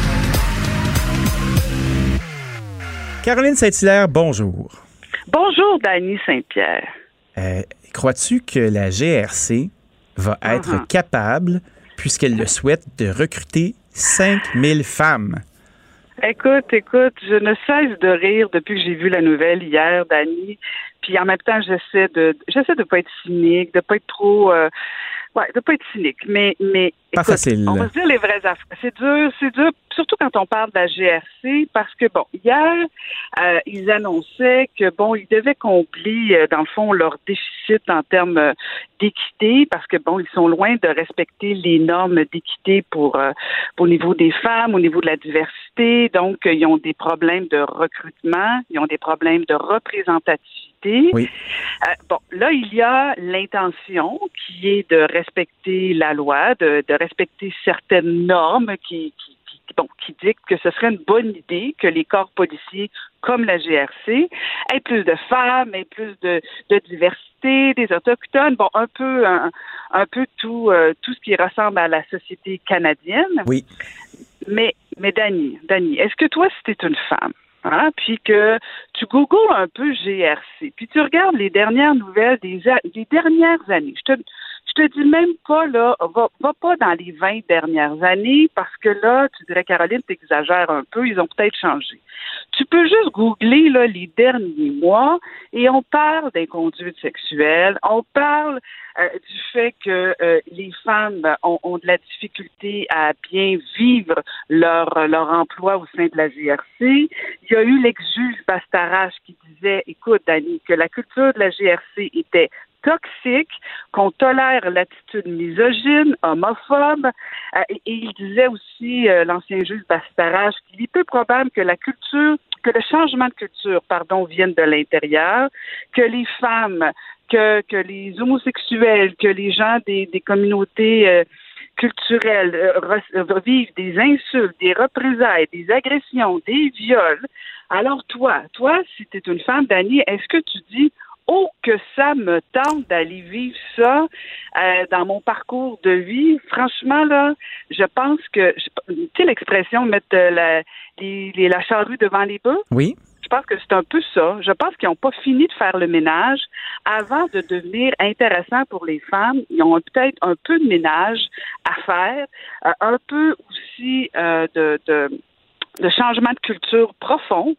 Caroline Saint-Hilaire, bonjour. Bonjour, Dany Saint-Pierre. Crois-tu que la GRC va être capable, puisqu'elle le souhaite, de recruter 5000 femmes? Écoute, je ne cesse de rire depuis que j'ai vu la nouvelle hier, Dany. Puis en même temps, j'essaie de pas être cynique, de pas être trop, de pas être cynique. Mais pas écoute, facile. On va se dire les vraies affaires. C'est dur, surtout quand on parle de la GRC, parce que bon, hier, ils annonçaient que bon, ils devaient combler dans le fond leur déficit en termes d'équité, parce que bon, ils sont loin de respecter les normes d'équité pour au niveau des femmes, au niveau de la diversité. Donc, ils ont des problèmes de recrutement, ils ont des problèmes de représentativité. Oui. Bon, là, il y a l'intention qui est de respecter la loi, de respecter certaines normes qui dictent que ce serait une bonne idée que les corps policiers, comme la GRC, aient plus de femmes, aient plus de diversité, des autochtones, bon, un peu tout ce qui ressemble à la société canadienne. Oui. Mais Dany, est-ce que toi, si t'es une femme, puis que tu googles un peu GRC, puis tu regardes les dernières nouvelles des dernières années, je te dis même pas, là, va pas dans les 20 dernières années, parce que là, tu dirais, Caroline, t'exagères un peu, ils ont peut-être changé. Tu peux juste googler, là, les derniers mois, et on parle d'inconduite sexuelle, on parle du fait que les femmes ont de la difficulté à bien vivre leur emploi au sein de la GRC. Il y a eu l'ex-juge Bastarache qui disait, écoute, Dany, que la culture de la GRC était toxique, qu'on tolère l'attitude misogyne, homophobe, et il disait aussi, l'ancien juge Bastarache, qu'il est peu probable que le changement de culture, vienne de l'intérieur, que les femmes, que les homosexuels, que les gens des communautés culturelles vivent des insultes, des représailles, des agressions, des viols. Alors toi, si tu es une femme, Dany, est-ce que tu dis oh, que ça me tente d'aller vivre ça dans mon parcours de vie. Franchement, là, je pense que, tu sais l'expression mettre la charrue devant les bœufs? Oui. Je pense que c'est un peu ça. Je pense qu'ils n'ont pas fini de faire le ménage. Avant de devenir intéressants pour les femmes, ils ont peut-être un peu de ménage à faire, un peu aussi de changement de culture profond,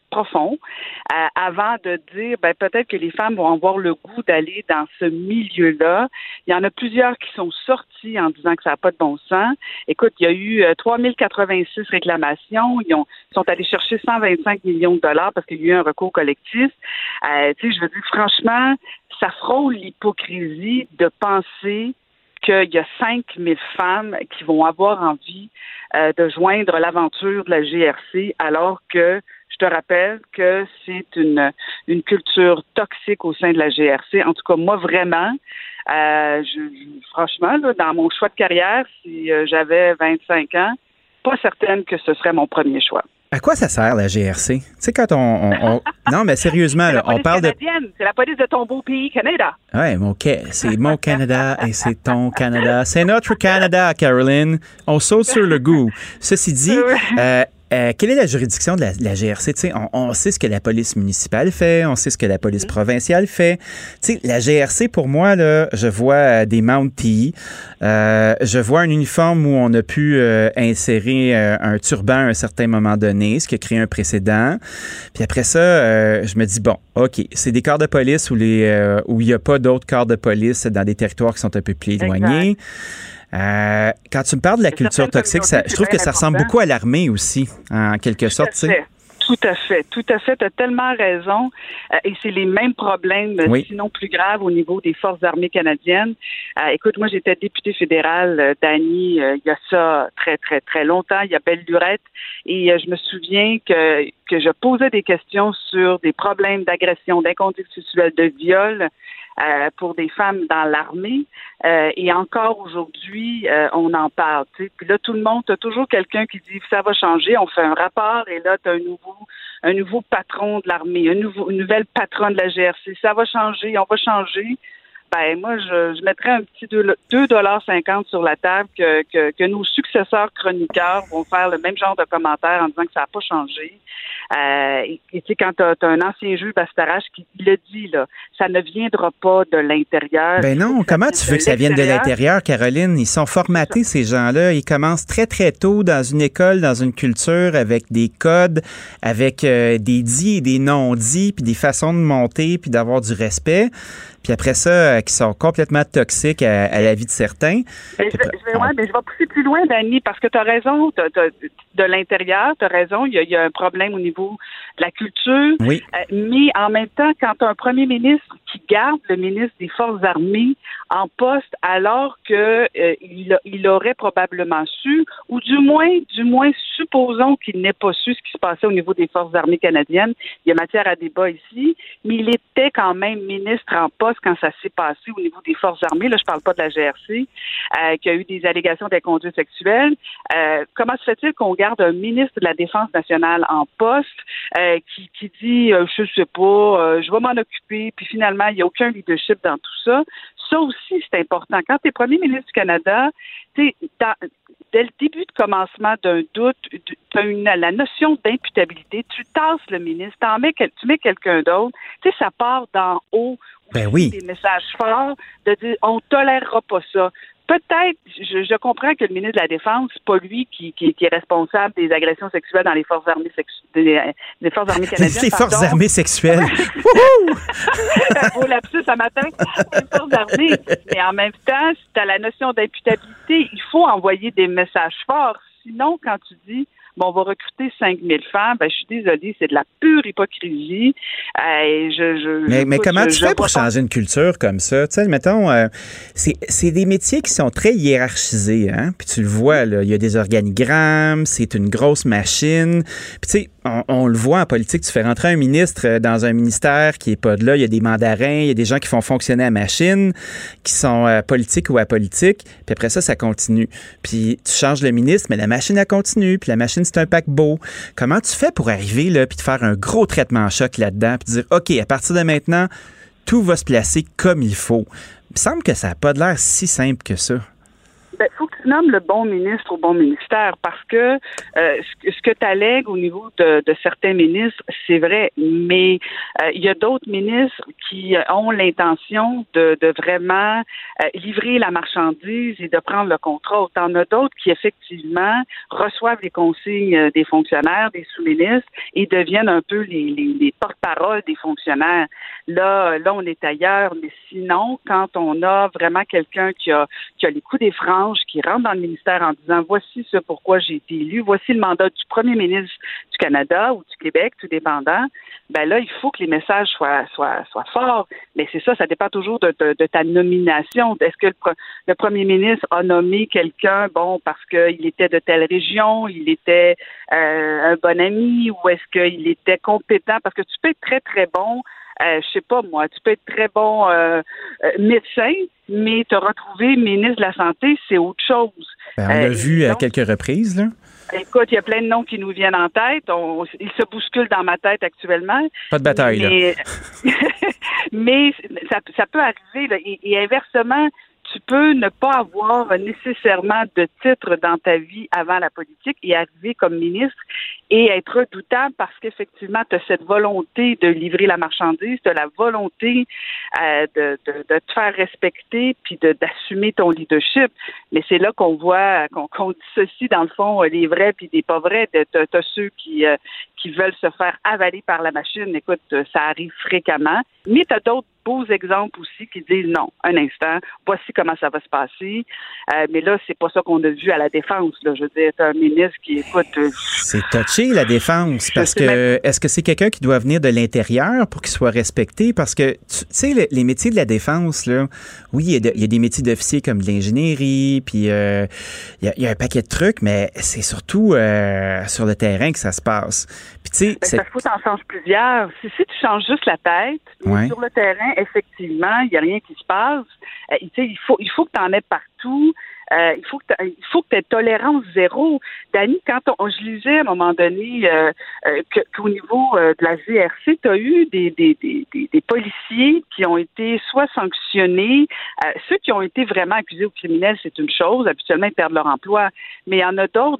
avant de dire peut-être que les femmes vont avoir le goût d'aller dans ce milieu-là. Il y en a plusieurs qui sont sortis en disant que ça n'a pas de bon sens. Écoute, il y a eu 3086 réclamations. Ils sont allés chercher 125 millions de dollars parce qu'il y a eu un recours collectif. Tu sais, je veux dire, franchement, ça frôle l'hypocrisie de penser qu'il y a 5000 femmes qui vont avoir envie de joindre l'aventure de la GRC, alors que je te rappelle que c'est une culture toxique au sein de la GRC. En tout cas, moi, vraiment, franchement, là, dans mon choix de carrière, si j'avais 25 ans, pas certaine que ce serait mon premier choix. À quoi ça sert, la GRC? Tu sais, quand on... Non, mais sérieusement, là, on parle canadienne. C'est la police de ton beau pays, Canada. Ouais, c'est mon Canada et c'est ton Canada. C'est notre Canada, Caroline. On saute sur le goût. Ceci dit... quelle est la juridiction de la GRC? T'sais, on sait ce que la police municipale fait, on sait ce que la police provinciale fait. T'sais, la GRC, pour moi, là, je vois des Mounties, je vois un uniforme où on a pu insérer un turban à un certain moment donné, ce qui a créé un précédent. Puis après ça, je me dis, bon, OK, c'est des corps de police où il n'y a pas d'autres corps de police dans des territoires qui sont un peu plus éloignés. Exact. Quand tu me parles de la culture toxique, je trouve que ça ressemble beaucoup à l'armée aussi, en quelque sorte. Tout à fait. Tu as tellement raison. Et c'est les mêmes problèmes, sinon plus graves, au niveau des Forces armées canadiennes. Écoute, moi, j'étais députée fédérale, Dany, il y a ça très, très, très longtemps. Il y a belle lurette. Et je me souviens que je posais des questions sur des problèmes d'agression, d'inconduite sexuelle, de viol pour des femmes dans l'armée. Et encore aujourd'hui, on en parle. T'sais. Puis là, tout le monde, t'as toujours quelqu'un qui dit ça va changer. On fait un rapport et là, t'as un nouveau patron de l'armée, une nouvelle patronne de la GRC. Ça va changer, on va changer. Ben moi, je mettrais un petit 2,50 sur la table que nos successeurs chroniqueurs vont faire le même genre de commentaires en disant que ça n'a pas changé. Et tu sais, quand t'as un ancien juge Bastarache qui le dit, là, ça ne viendra pas de l'intérieur. Ben non, comment tu veux que ça vienne de l'intérieur, Caroline? Ils sont formatés, ces gens-là. Ils commencent très, très tôt dans une école, dans une culture, avec des codes, avec des dits et des non-dits, puis des façons de monter, puis d'avoir du respect. Puis après ça, qui sont complètement toxiques à la vie de certains. Mais je vais pousser plus loin, Dany, parce que tu as raison, de l'intérieur, tu as raison, il y a un problème au niveau de la culture. Oui. Mais en même temps, quand tu as un premier ministre qui garde le ministre des Forces armées en poste alors que il aurait probablement su, ou du moins supposons qu'il n'ait pas su ce qui se passait au niveau des Forces armées canadiennes. Il y a matière à débat ici, mais il était quand même ministre en poste quand ça s'est passé au niveau des Forces armées. Là, je parle pas de la GRC, qui a eu des allégations d'inconduite sexuelle. Comment se fait-il qu'on garde un ministre de la Défense nationale en poste qui dit je sais pas, je vais m'en occuper, puis finalement, il n'y a aucun leadership dans tout ça. Ça aussi, c'est important. Quand tu es premier ministre du Canada, dès le début de commencement d'un doute, tu as la notion d'imputabilité. Tu tasses le ministre, tu mets quelqu'un d'autre. Tu sais, ça part d'en haut. Ben oui. Des messages forts de dire on tolérera pas ça. Peut-être, je comprends que le ministre de la Défense, c'est pas lui qui est responsable des agressions sexuelles dans les forces armées des forces armées canadiennes. Les forces armées sexuelles. Au lapsus ce matin, les forces armées. Mais en même temps, si tu as la notion d'imputabilité, il faut envoyer des messages forts. Sinon, quand tu dis on va recruter 5000 femmes, ben je suis désolée, c'est de la pure hypocrisie. Mais comment tu fais pour changer une culture comme ça? Tu sais, mettons, c'est des métiers qui sont très hiérarchisés, hein? Puis tu le vois, là, il y a des organigrammes, c'est une grosse machine. Puis tu sais, on le voit en politique, tu fais rentrer un ministre dans un ministère qui est pas de là, il y a des mandarins, il y a des gens qui font fonctionner la machine, qui sont politiques ou apolitiques, puis après ça continue. Puis tu changes le ministre, mais la machine, elle continue, puis la machine, c'est un paquebot. Comment tu fais pour arriver là, puis de faire un gros traitement choc là-dedans, puis dire, OK, à partir de maintenant, tout va se placer comme il faut. Il me semble que ça n'a pas de l'air si simple que ça. Ben, faut que tu nommes le bon ministre au bon ministère parce que ce que tu allègues au niveau de certains ministres, c'est vrai, mais il y a d'autres ministres qui ont l'intention de vraiment livrer la marchandise et de prendre le contrôle. T'en as d'autres qui, effectivement, reçoivent les consignes des fonctionnaires, des sous-ministres et deviennent un peu les porte-parole des fonctionnaires. Là, on est ailleurs, mais sinon, quand on a vraiment quelqu'un qui a les coups des franges, qui rentre rentre dans le ministère en disant voici ce pourquoi j'ai été élu, voici le mandat du premier ministre du Canada ou du Québec, tout dépendant, ben là, il faut que les messages soient forts. Mais c'est ça dépend toujours de ta nomination. Est-ce que le premier ministre a nommé quelqu'un, parce qu'il était de telle région, il était un bon ami, ou est-ce qu'il était compétent? Parce que tu peux être très, très bon, je sais pas moi, tu peux être très bon médecin, mais te retrouver ministre de la Santé, c'est autre chose. On l'a vu à quelques reprises, là. Écoute, il y a plein de noms qui nous viennent en tête. Ils se bousculent dans ma tête actuellement. Pas de bataille, là. Mais ça peut arriver, là. Et inversement, tu peux ne pas avoir nécessairement de titre dans ta vie avant la politique et arriver comme ministre et être redoutable parce qu'effectivement, tu as cette volonté de livrer la marchandise, tu as la volonté de te faire respecter puis d'assumer ton leadership. Mais c'est là qu'on voit, qu'on dissocie dans le fond les vrais puis des pas vrais. T'as ceux qui veulent se faire avaler par la machine. Écoute, ça arrive fréquemment. Mais tu as d'autres beaux exemples aussi qui disent non, un instant, voici comment ça va se passer. Mais là, c'est pas ça qu'on a vu à la défense. Là. Je veux dire, t'as un ministre qui écoute. C'est touché, la défense, parce que est-ce que c'est quelqu'un qui doit venir de l'intérieur pour qu'il soit respecté? Parce que, tu sais, les métiers de la défense, là, oui, il y a des métiers d'officier comme de l'ingénierie, puis il y a un paquet de trucs, mais c'est surtout sur le terrain que ça se passe. Puis, tu sais, ça faut t'en changer plusieurs. Si tu changes juste la tête, sur le terrain, effectivement, il n'y a rien qui se passe. Il faut que tu en aies partout. Il faut que tu aies tolérance zéro. Dany, je lisais à un moment donné qu'au niveau de la GRC, tu as eu des policiers qui ont été soit sanctionnés. Ceux qui ont été vraiment accusés au criminel, c'est une chose. Habituellement, ils perdent leur emploi. Mais il y en a d'autres,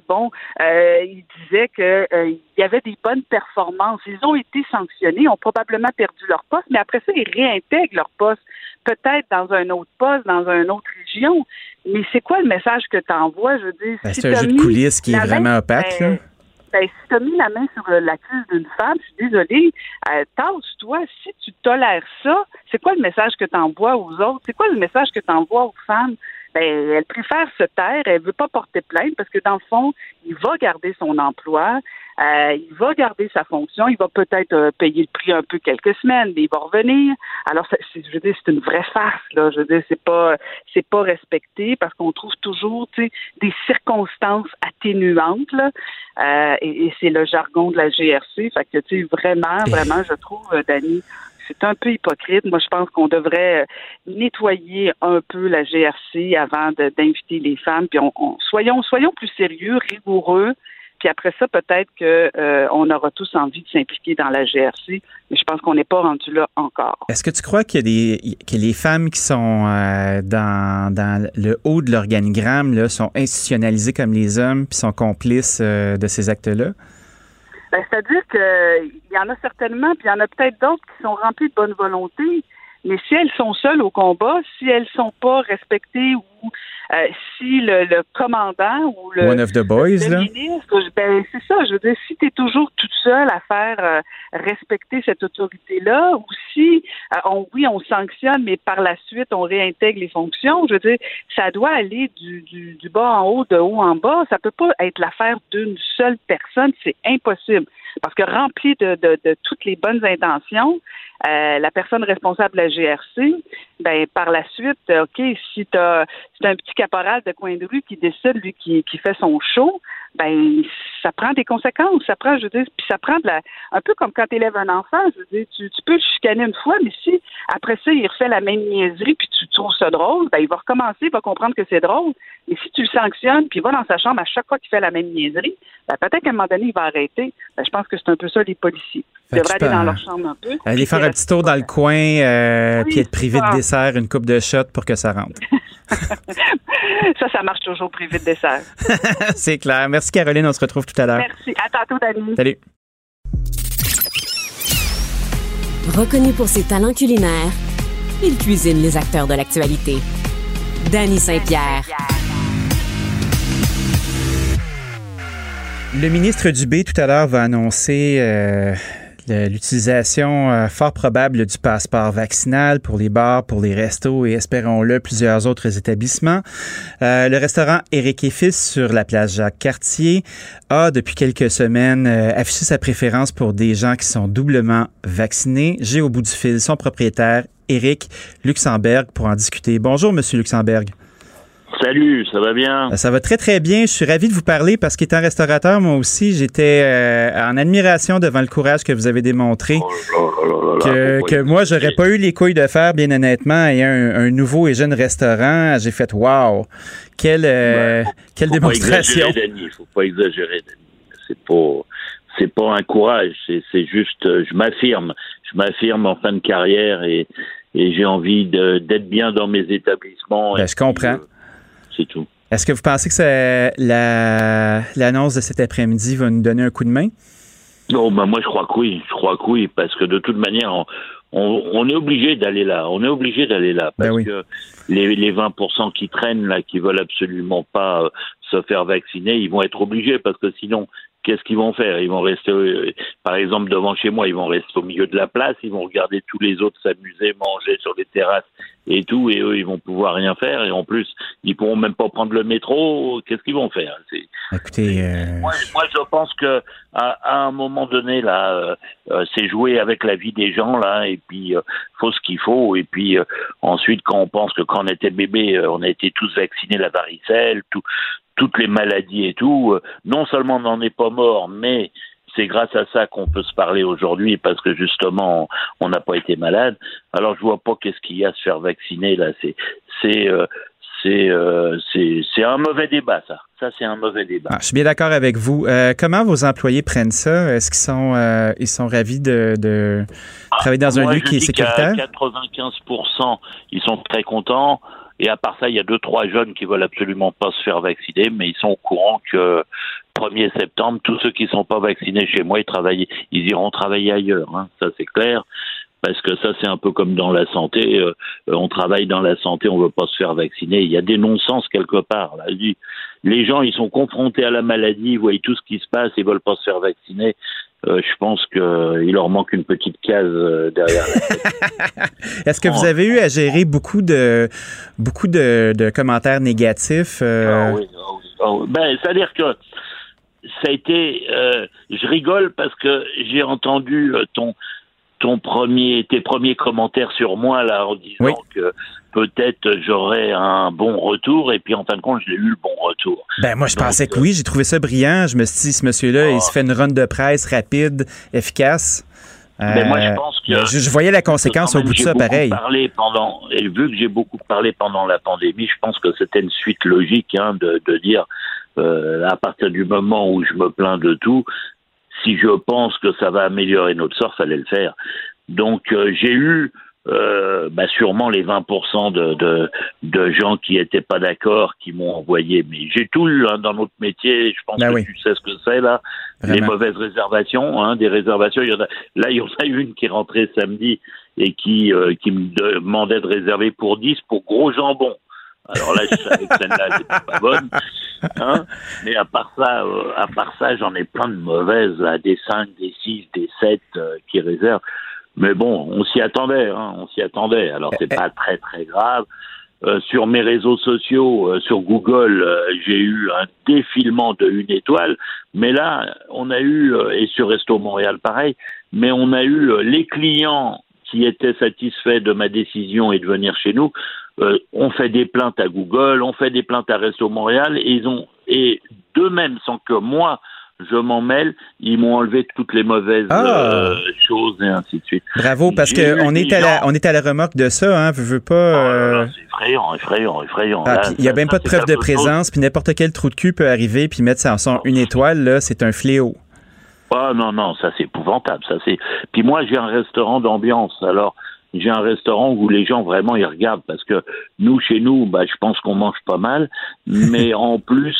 ils disaient qu'il y avait des bonnes performances. Ils ont été sanctionnés, ont probablement perdu leur poste, mais après ça, ils réintègrent leur poste. Peut-être dans un autre poste, dans une autre région. Mais c'est quoi le message que tu envoies? Je veux dire, si c'est un jeu de coulisses qui est vraiment opaque, là. Si tu as mis la main sur la cuisse d'une femme, je suis désolée, tasse-toi. Si tu tolères ça, c'est quoi le message que tu envoies aux autres? C'est quoi le message que tu envoies aux femmes? Elle préfère se taire, elle veut pas porter plainte parce que dans le fond, il va garder son emploi, il va garder sa fonction, il va peut-être payer le prix un peu quelques semaines, mais il va revenir. Alors, je veux dire, c'est une vraie farce, là. Je veux dire, c'est pas respecté parce qu'on trouve toujours, tu sais, des circonstances atténuantes, là. Et c'est le jargon de la GRC. Fait que, tu sais, vraiment, je trouve, Dany, c'est un peu hypocrite. Moi, je pense qu'on devrait nettoyer un peu la GRC avant d'inviter les femmes. Puis soyons plus sérieux, rigoureux. Puis après ça, peut-être qu'on aura tous envie de s'impliquer dans la GRC. Mais je pense qu'on n'est pas rendu là encore. Est-ce que tu crois que les femmes qui sont dans le haut de l'organigramme là, sont institutionnalisées comme les hommes puis sont complices de ces actes-là? C'est-à-dire qu'il y en a certainement, puis il y en a peut-être d'autres qui sont remplis de bonne volonté, mais si elles sont seules au combat, si elles sont pas respectées ou si le commandant ou le One of the boys, le ministre, c'est ça, je veux dire, si tu es toujours toute seule à faire respecter cette autorité-là, ou si on sanctionne, mais par la suite on réintègre les fonctions, je veux dire, ça doit aller du bas en haut, de haut en bas, ça peut pas être l'affaire d'une seule personne, c'est impossible. Parce que rempli de toutes les bonnes intentions, la personne responsable de la GRC, par la suite, OK, si tu as un petit caporal de coin de rue qui décide, lui, qui fait son show, ça prend des conséquences. Ça prend, je veux dire, puis ça prend un peu comme quand tu élèves un enfant, je veux dire, tu peux le chicaner une fois, mais si après ça, il refait la même niaiserie puis tu trouves ça drôle, il va recommencer, il va comprendre que c'est drôle. Et si tu le sanctionnes puis il va dans sa chambre à chaque fois qu'il fait la même niaiserie, peut-être qu'à un moment donné, il va arrêter. Je pense que c'est un peu ça, les policiers. Ils devraient aller dans leur chambre un peu. Aller faire un petit tour dans le coin puis être privé de dessert, une coupe de shot pour que ça rentre. Ça marche toujours privé de dessert. C'est clair. Merci Caroline, on se retrouve tout à l'heure. Merci. À tantôt, Dany. Salut. Reconnu pour ses talents culinaires, il cuisine les acteurs de l'actualité. Dany Saint-Pierre. Le ministre Dubé, tout à l'heure, va annoncer l'utilisation fort probable du passeport vaccinal pour les bars, pour les restos et, espérons-le, plusieurs autres établissements. Le restaurant Éric et Fils sur la place Jacques-Cartier a, depuis quelques semaines, affiché sa préférence pour des gens qui sont doublement vaccinés. J'ai au bout du fil son propriétaire, Éric Luxemberg, pour en discuter. Bonjour, Monsieur Luxemberg. Salut, ça va bien? Ça va très, très bien. Je suis ravi de vous parler parce qu'étant restaurateur, moi aussi, j'étais en admiration devant le courage que vous avez démontré. Que moi, j'aurais pas eu les couilles de faire, bien honnêtement, et un nouveau et jeune restaurant. J'ai fait « wow! » Quelle démonstration! Faut pas exagérer, Danny. C'est pas un courage, c'est juste, je m'affirme en fin de carrière et j'ai envie d'être bien dans mes établissements. Je comprends. C'est tout. Est-ce que vous pensez que l'annonce de cet après-midi va nous donner un coup de main? Non, moi je crois que oui, parce que de toute manière, on est obligé d'aller là. Parce que les 20% qui traînent là, qui veulent absolument pas se faire vacciner, ils vont être obligés parce que sinon, qu'est-ce qu'ils vont faire? Ils vont rester, par exemple, devant chez moi, ils vont rester au milieu de la place, ils vont regarder tous les autres s'amuser, manger sur les terrasses et tout, et eux, ils vont pouvoir rien faire, et en plus, ils pourront même pas prendre le métro. Qu'est-ce qu'ils vont faire? Écoutez, moi, je pense que à un moment donné, là, c'est jouer avec la vie des gens, là, et puis faut ce qu'il faut, et puis ensuite, quand on pense que quand on était bébé, on a été tous vaccinés la varicelle, toutes les maladies et tout, non seulement on n'en est pas mort, mais c'est grâce à ça qu'on peut se parler aujourd'hui parce que justement on n'a pas été malade. Alors je vois pas qu'est-ce qu'il y a à se faire vacciner là. C'est un mauvais débat ça. Ça c'est un mauvais débat. Je suis bien d'accord avec vous. Comment vos employés prennent ça? Est-ce qu'ils sont ravis de travailler dans un lieu qui est sécuritaire? 95%, ils sont très contents. Et à part ça, il y a 2-3 jeunes qui veulent absolument pas se faire vacciner, mais ils sont au courant que 1er septembre, tous ceux qui sont pas vaccinés chez moi, ils iront travailler ailleurs. Hein. Ça, c'est clair. Parce que ça, c'est un peu comme dans la santé. On travaille dans la santé, on veut pas se faire vacciner. Il y a des non-sens quelque part. Là. Les gens, ils sont confrontés à la maladie, ils voient tout ce qui se passe, ils veulent pas se faire vacciner. Je pense qu'il leur manque une petite case derrière la tête. Est-ce que vous avez eu à gérer beaucoup de commentaires négatifs? Oui. C'est-à-dire que ça a été... je rigole parce que j'ai entendu tes premiers commentaires sur moi là en disant que peut-être j'aurais un bon retour et puis en fin de compte je l'ai eu le bon retour. Moi je pensais que oui, j'ai trouvé ça brillant. Je me suis dit ce monsieur-là il se fait une run de presse rapide, efficace. Moi je pense que je voyais la conséquence au bout de ça pareil. Et vu que j'ai beaucoup parlé pendant la pandémie, je pense que c'était une suite logique de dire à partir du moment où je me plains de tout, si je pense que ça va améliorer notre sort, fallait le faire. Donc j'ai eu sûrement les 20% de gens qui étaient pas d'accord, qui m'ont envoyé. Mais j'ai tout eu dans notre métier. Je pense que tu sais ce que c'est là. Vraiment. Les mauvaises réservations, des réservations. Il y en a une qui est rentrée samedi et qui me demandait de réserver pour 10 pour gros jambon. Alors là, je savais que celle-là n'était pas bonne. Mais à part ça, j'en ai plein de mauvaises, là, des 5, des 6, des 7 qui réservent. Mais bon, on s'y attendait. Alors, c'est pas très, très grave. Sur mes réseaux sociaux, sur Google, j'ai eu un défilement de 1 étoile. Mais là, on a eu, et sur Resto Montréal, pareil, mais on a eu les clients qui étaient satisfaits de ma décision et de venir chez nous. On fait des plaintes à Google, on fait des plaintes à Resto Montréal, et d'eux-mêmes, sans que moi je m'en mêle, ils m'ont enlevé toutes les mauvaises choses et ainsi de suite. Bravo, parce qu'on est à la remorque de ça, veux pas... C'est effrayant. Il n'y a même pas de preuve de présence, puis n'importe quel trou de cul peut arriver, puis mettre ça en son 1 étoile, là, c'est un fléau. Non, ça c'est épouvantable. Puis moi, j'ai un restaurant d'ambiance, alors... J'ai un restaurant où les gens vraiment ils regardent parce que chez nous, je pense qu'on mange pas mal, mais en plus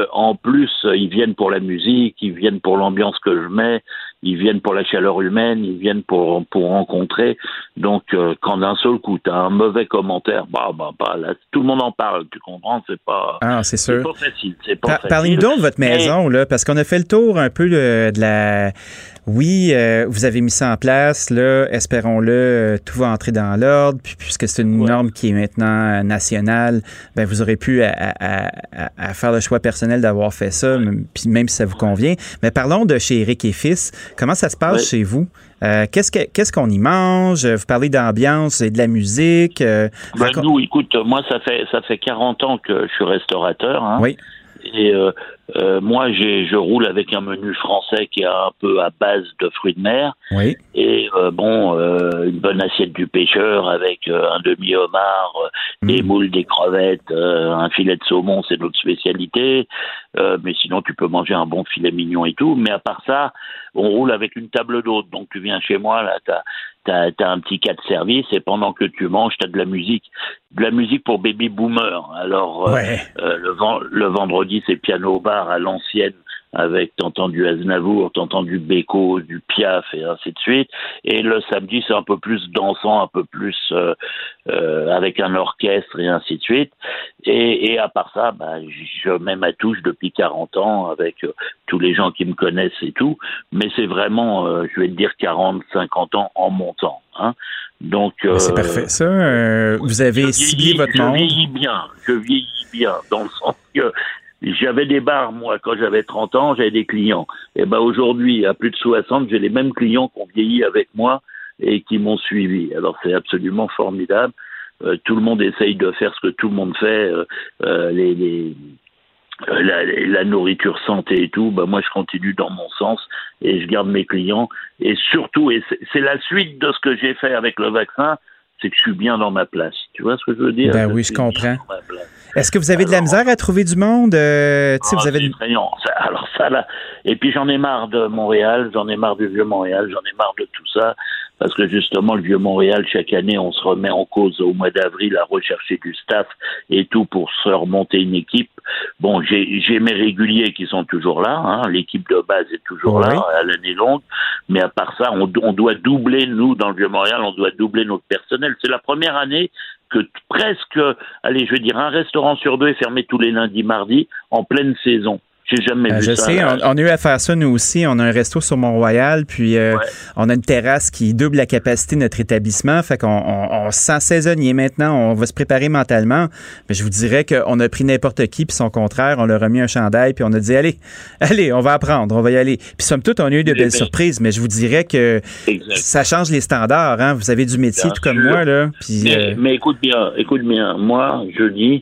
ils viennent pour la musique, ils viennent pour l'ambiance que je mets, ils viennent pour la chaleur humaine, ils viennent pour rencontrer. Donc quand d'un seul coup t'as un mauvais commentaire, là, tout le monde en parle, tu comprends, c'est pas. C'est sûr. C'est pas facile. Parlez-nous donc de votre maison là, parce qu'on a fait le tour un peu de la. oui, vous avez mis ça en place, là, espérons-le, tout va entrer dans l'ordre, puis puisque c'est une norme qui est maintenant nationale, ben vous aurez pu à faire le choix personnel d'avoir fait ça, puis même si ça vous convient. Mais parlons de chez Éric et Fils. Comment ça se passe chez vous? Qu'est-ce qu'on y mange? Vous parlez d'ambiance et de la musique. Nous, écoute, moi, ça fait 40 ans que je suis restaurateur. Hein, oui. Et moi, je roule avec un menu français qui est un peu à base de fruits de mer. Oui. Et une bonne assiette du pêcheur avec un demi-homard, des moules, des crevettes, un filet de saumon, c'est notre spécialité. Mais sinon, tu peux manger un bon filet mignon et tout. Mais à part ça, on roule avec une table d'hôte. Donc, tu viens chez moi, là, t'as un petit cas de service et pendant que tu manges, t'as de la musique. De la musique pour baby boomer. Alors, le vendredi, c'est piano au bar à l'ancienne avec t'entends du Aznavour, t'entends du Beko, du Piaf et ainsi de suite. Et le samedi, c'est un peu plus dansant, un peu plus avec un orchestre et ainsi de suite. Et à part ça, je mets ma touche depuis 40 ans avec tous les gens qui me connaissent et tout. Mais c'est vraiment, je vais te dire, 40, 50 ans en montant. Hein. Donc, c'est parfait, ça. Vous avez ciblé votre monde. Je vieillis bien, dans le sens que j'avais des bars, moi, quand j'avais 30 ans, j'avais des clients. Et aujourd'hui, à plus de 60, j'ai les mêmes clients qui ont vieilli avec moi et qui m'ont suivi. Alors, c'est absolument formidable. Tout le monde essaye de faire ce que tout le monde fait, la nourriture santé et tout. Moi, je continue dans mon sens et je garde mes clients. Et surtout, et c'est la suite de ce que j'ai fait avec le vaccin, c'est que je suis bien dans ma place. Tu vois ce que je veux dire? Oui, je comprends. Est-ce que vous avez de la misère à trouver du monde? Vous avez effrayant. Alors ça, là. Et puis j'en ai marre de Montréal, j'en ai marre du Vieux-Montréal, j'en ai marre de tout ça. Parce que justement, le Vieux-Montréal, chaque année, on se remet en cause au mois d'avril à rechercher du staff et tout pour se remonter une équipe. Bon, j'ai mes réguliers qui sont toujours là, hein. L'équipe de base est toujours là à l'année longue. Mais à part ça, on doit doubler, nous, dans le Vieux-Montréal, on doit doubler notre personnel. C'est la première année que presque, allez, je veux dire, un restaurant sur deux est fermé tous les lundis, mardis, en pleine saison. J'ai jamais vu ça. Je sais, on a eu à faire ça nous aussi. On a un resto sur Mont-Royal, puis on a une terrasse qui double la capacité de notre établissement. Fait qu'on se sent saisonnier maintenant. On va se préparer mentalement. Mais je vous dirais qu'on a pris n'importe qui, puis son contraire, on leur a mis un chandail, puis on a dit allez, on va apprendre, on va y aller. Puis somme toute, on a eu de belles surprises, mais je vous dirais que ça change les standards. Hein? Vous avez du métier tout comme moi, là. Puis, mais écoute bien. Moi, je dis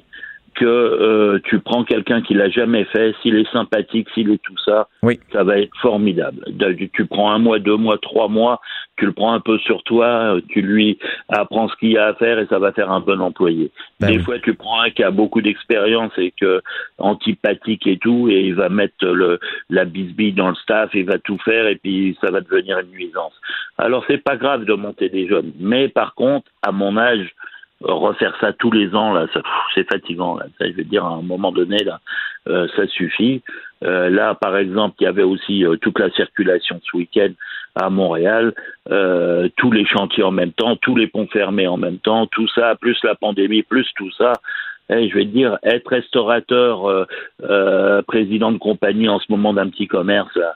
que tu prends quelqu'un qui l'a jamais fait, s'il est sympathique, s'il est tout ça, ça va être formidable. Tu prends 1 mois, 2 mois, 3 mois, tu le prends un peu sur toi, tu lui apprends ce qu'il y a à faire et ça va faire un bon employé. Des fois, tu prends un qui a beaucoup d'expérience et que antipathique et tout, et il va mettre la bisbille dans le staff, il va tout faire et puis ça va devenir une nuisance. Alors, c'est pas grave de monter des jeunes. Mais par contre, à mon âge, refaire ça tous les ans, là, c'est fatigant. Là. Ça, je veux dire, à un moment donné, là, ça suffit. Là, par exemple, il y avait aussi toute la circulation ce week-end à Montréal, tous les chantiers en même temps, tous les ponts fermés en même temps, tout ça, plus la pandémie, plus tout ça. Je vais te dire, être restaurateur, président de compagnie en ce moment d'un petit commerce, là,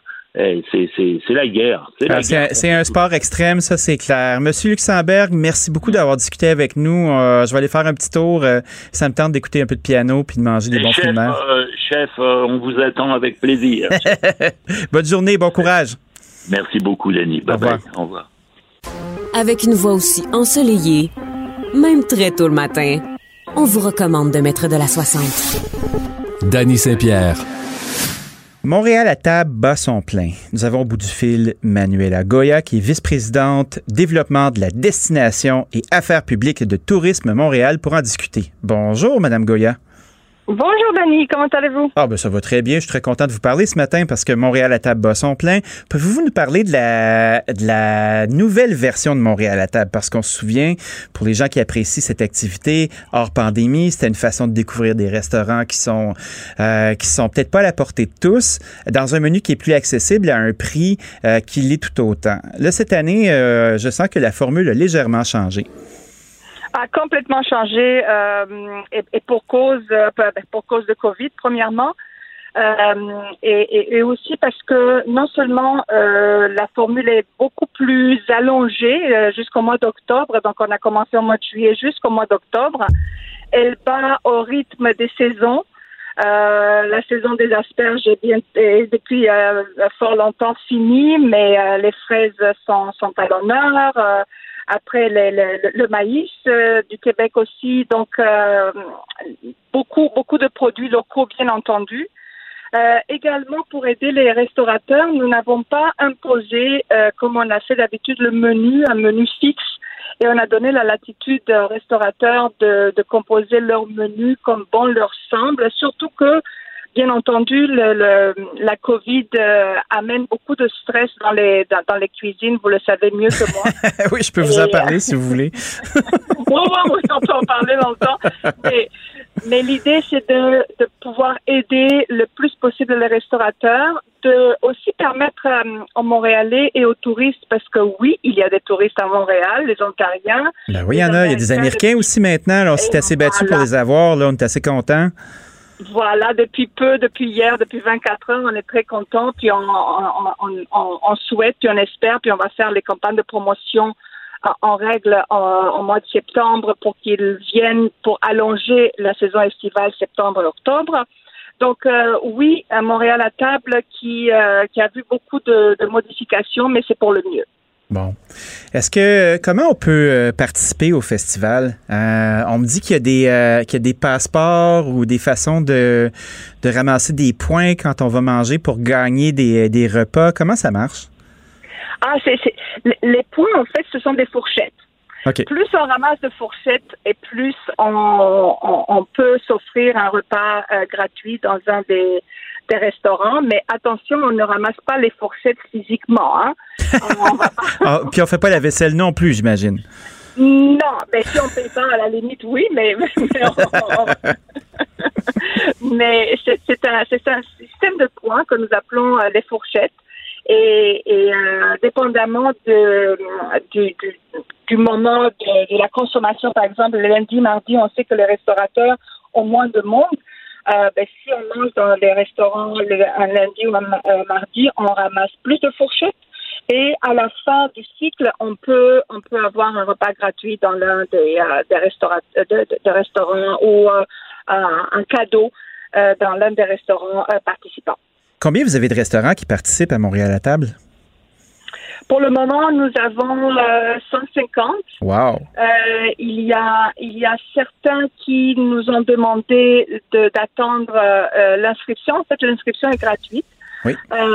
c'est la guerre. C'est un sport extrême, ça, c'est clair. Monsieur Luxembourg, merci beaucoup d'avoir discuté avec nous. Je vais aller faire un petit tour. Ça me tente d'écouter un peu de piano puis de manger des bons fruits de mer. Chef, on vous attend avec plaisir. Bonne journée, bon courage. Merci beaucoup, Denis. Bye bye. Au revoir. Avec une voix aussi ensoleillée, même très tôt le matin, on vous recommande de mettre de la 60. Dany Saint-Pierre. Montréal à table bat son plein. Nous avons au bout du fil Manuela Goya, qui est vice-présidente développement de la destination et affaires publiques de Tourisme Montréal, pour en discuter. Bonjour, Madame Goya. Bonjour, Dany. Comment allez-vous? Ça va très bien. Je suis très content de vous parler ce matin parce que Montréal à table bat son plein. Pouvez-vous nous parler de la nouvelle version de Montréal à table? Parce qu'on se souvient, pour les gens qui apprécient cette activité, hors pandémie, c'était une façon de découvrir des restaurants qui sont peut-être pas à la portée de tous, dans un menu qui est plus accessible à un prix qui l'est tout autant. Là, cette année, je sens que la formule a légèrement changé. A complètement changé et pour cause de COVID, premièrement. Et aussi parce que non seulement la formule est beaucoup plus allongée jusqu'au mois d'octobre, donc on a commencé au mois de juillet jusqu'au mois d'octobre, elle bat au rythme des saisons. La saison des asperges est depuis fort longtemps finie, mais les fraises sont à l'honneur. Après le maïs du Québec aussi, donc beaucoup de produits locaux bien entendu. Également pour aider les restaurateurs, nous n'avons pas imposé comme on a fait d'habitude un menu fixe, et on a donné la latitude aux restaurateurs de composer leur menu comme bon leur semble, surtout que bien entendu, la COVID amène beaucoup de stress dans les cuisines. Vous le savez mieux que moi. Oui, je peux vous en parler si vous voulez. Oui, on peut en parler longtemps. Mais l'idée, c'est de pouvoir aider le plus possible les restaurateurs, de aussi permettre aux Montréalais et aux touristes, parce que oui, il y a des touristes à Montréal, les Ontariens. Ben oui, il y en a. Il y a des Américains aussi maintenant. Alors, on s'est assez battu pour les avoir. Là, on est assez contents. Voilà, depuis hier, depuis 24 heures, on est très contents, puis on souhaite, puis on espère, puis on va faire les campagnes de promotion en règle au mois de septembre pour qu'ils viennent pour allonger la saison estivale septembre-octobre. Donc oui, à Montréal à table qui a vu beaucoup de modifications, mais c'est pour le mieux. Bon. Comment on peut participer au festival? On me dit qu'il y a des passeports ou des façons de ramasser des points quand on va manger pour gagner des repas. Comment ça marche? Les points, en fait, ce sont des fourchettes. Okay. Plus on ramasse de fourchettes et plus on peut s'offrir un repas gratuit dans un des restaurants, mais attention, on ne ramasse pas les fourchettes physiquement. Hein. Puis on fait pas la vaisselle non plus, j'imagine. Non, mais si on paye pas, à la limite, oui, mais mais c'est un système de points que nous appelons les fourchettes. Et dépendamment du moment de la consommation, par exemple, le lundi, mardi, on sait que les restaurateurs ont moins de monde. Si on mange dans les restaurants un lundi ou un mardi, on ramasse plus de fourchettes. Et à la fin du cycle, on peut avoir un repas gratuit dans l'un des restaurants ou un cadeau dans l'un des restaurants participants. Combien vous avez de restaurants qui participent à Montréal à table? Pour le moment, nous avons 150. Wow. Il y a certains qui nous ont demandé d'attendre l'inscription. En fait, l'inscription est gratuite. Oui.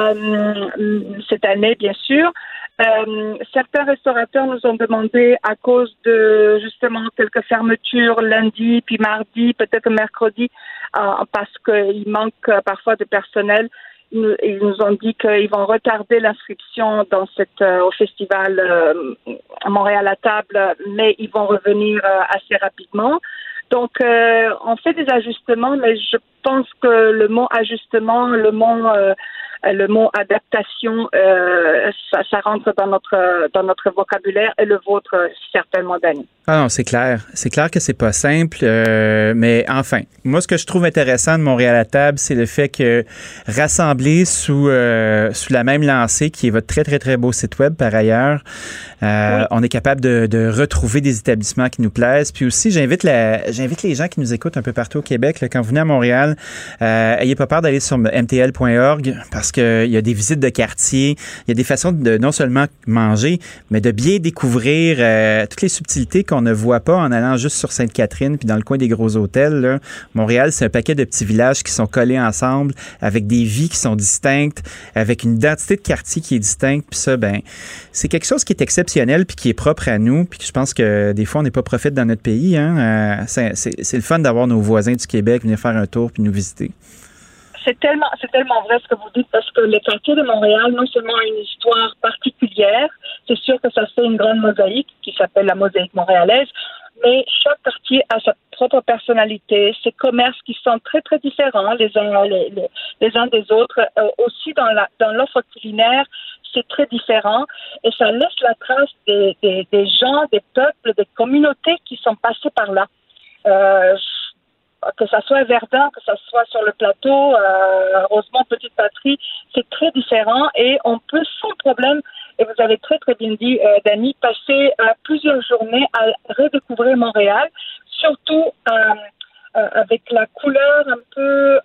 Cette année, bien sûr. Certains restaurateurs nous ont demandé, à cause de justement quelques fermetures lundi, puis mardi, peut-être mercredi, parce qu'il manque parfois de personnel, ils nous ont dit qu'ils vont retarder l'inscription au festival à Montréal à table, mais ils vont revenir assez rapidement. Donc, on fait des ajustements, mais je pense que le mot ajustement, le mot adaptation, ça rentre dans notre vocabulaire, et le vôtre certainement, Dani. Ah non, c'est clair. C'est clair que c'est pas simple, mais enfin, moi, ce que je trouve intéressant de Montréal à table, c'est le fait que rassemblés sous la même lancée, qui est votre très, très, très beau site web par ailleurs, on est capable de retrouver des établissements qui nous plaisent. Puis aussi, j'invite les gens qui nous écoutent un peu partout au Québec, là, quand vous venez à Montréal, ayez pas peur d'aller sur mtl.org, parce qu'il y a des visites de quartier, il y a des façons de non seulement manger, mais de bien découvrir toutes les subtilités qu'on ne voit pas en allant juste sur Sainte-Catherine puis dans le coin des gros hôtels. Là. Montréal, c'est un paquet de petits villages qui sont collés ensemble, avec des vies qui sont distinctes, avec une identité de quartier qui est distincte. Puis ça, c'est quelque chose qui est exceptionnel puis qui est propre à nous. Puis je pense que des fois, on n'est pas prophète dans notre pays. Hein. C'est le fun d'avoir nos voisins du Québec venir faire un tour puis nous visiter. C'est tellement vrai ce que vous dites, parce que le quartier de Montréal, non seulement a une histoire particulière, c'est sûr que ça fait une grande mosaïque qui s'appelle la mosaïque montréalaise, mais chaque quartier a sa propre personnalité, ses commerces qui sont très, très différents les uns des autres. Aussi, dans l'offre culinaire, c'est très différent, et ça laisse la trace des gens, des peuples, des communautés qui sont passés par là. que ça soit à Verdun, que ça soit sur le plateau, Rosemont, Petite Patrie, c'est très différent et on peut sans problème, et vous avez très très bien dit, Dani, passer plusieurs journées à redécouvrir Montréal, surtout avec la couleur un peu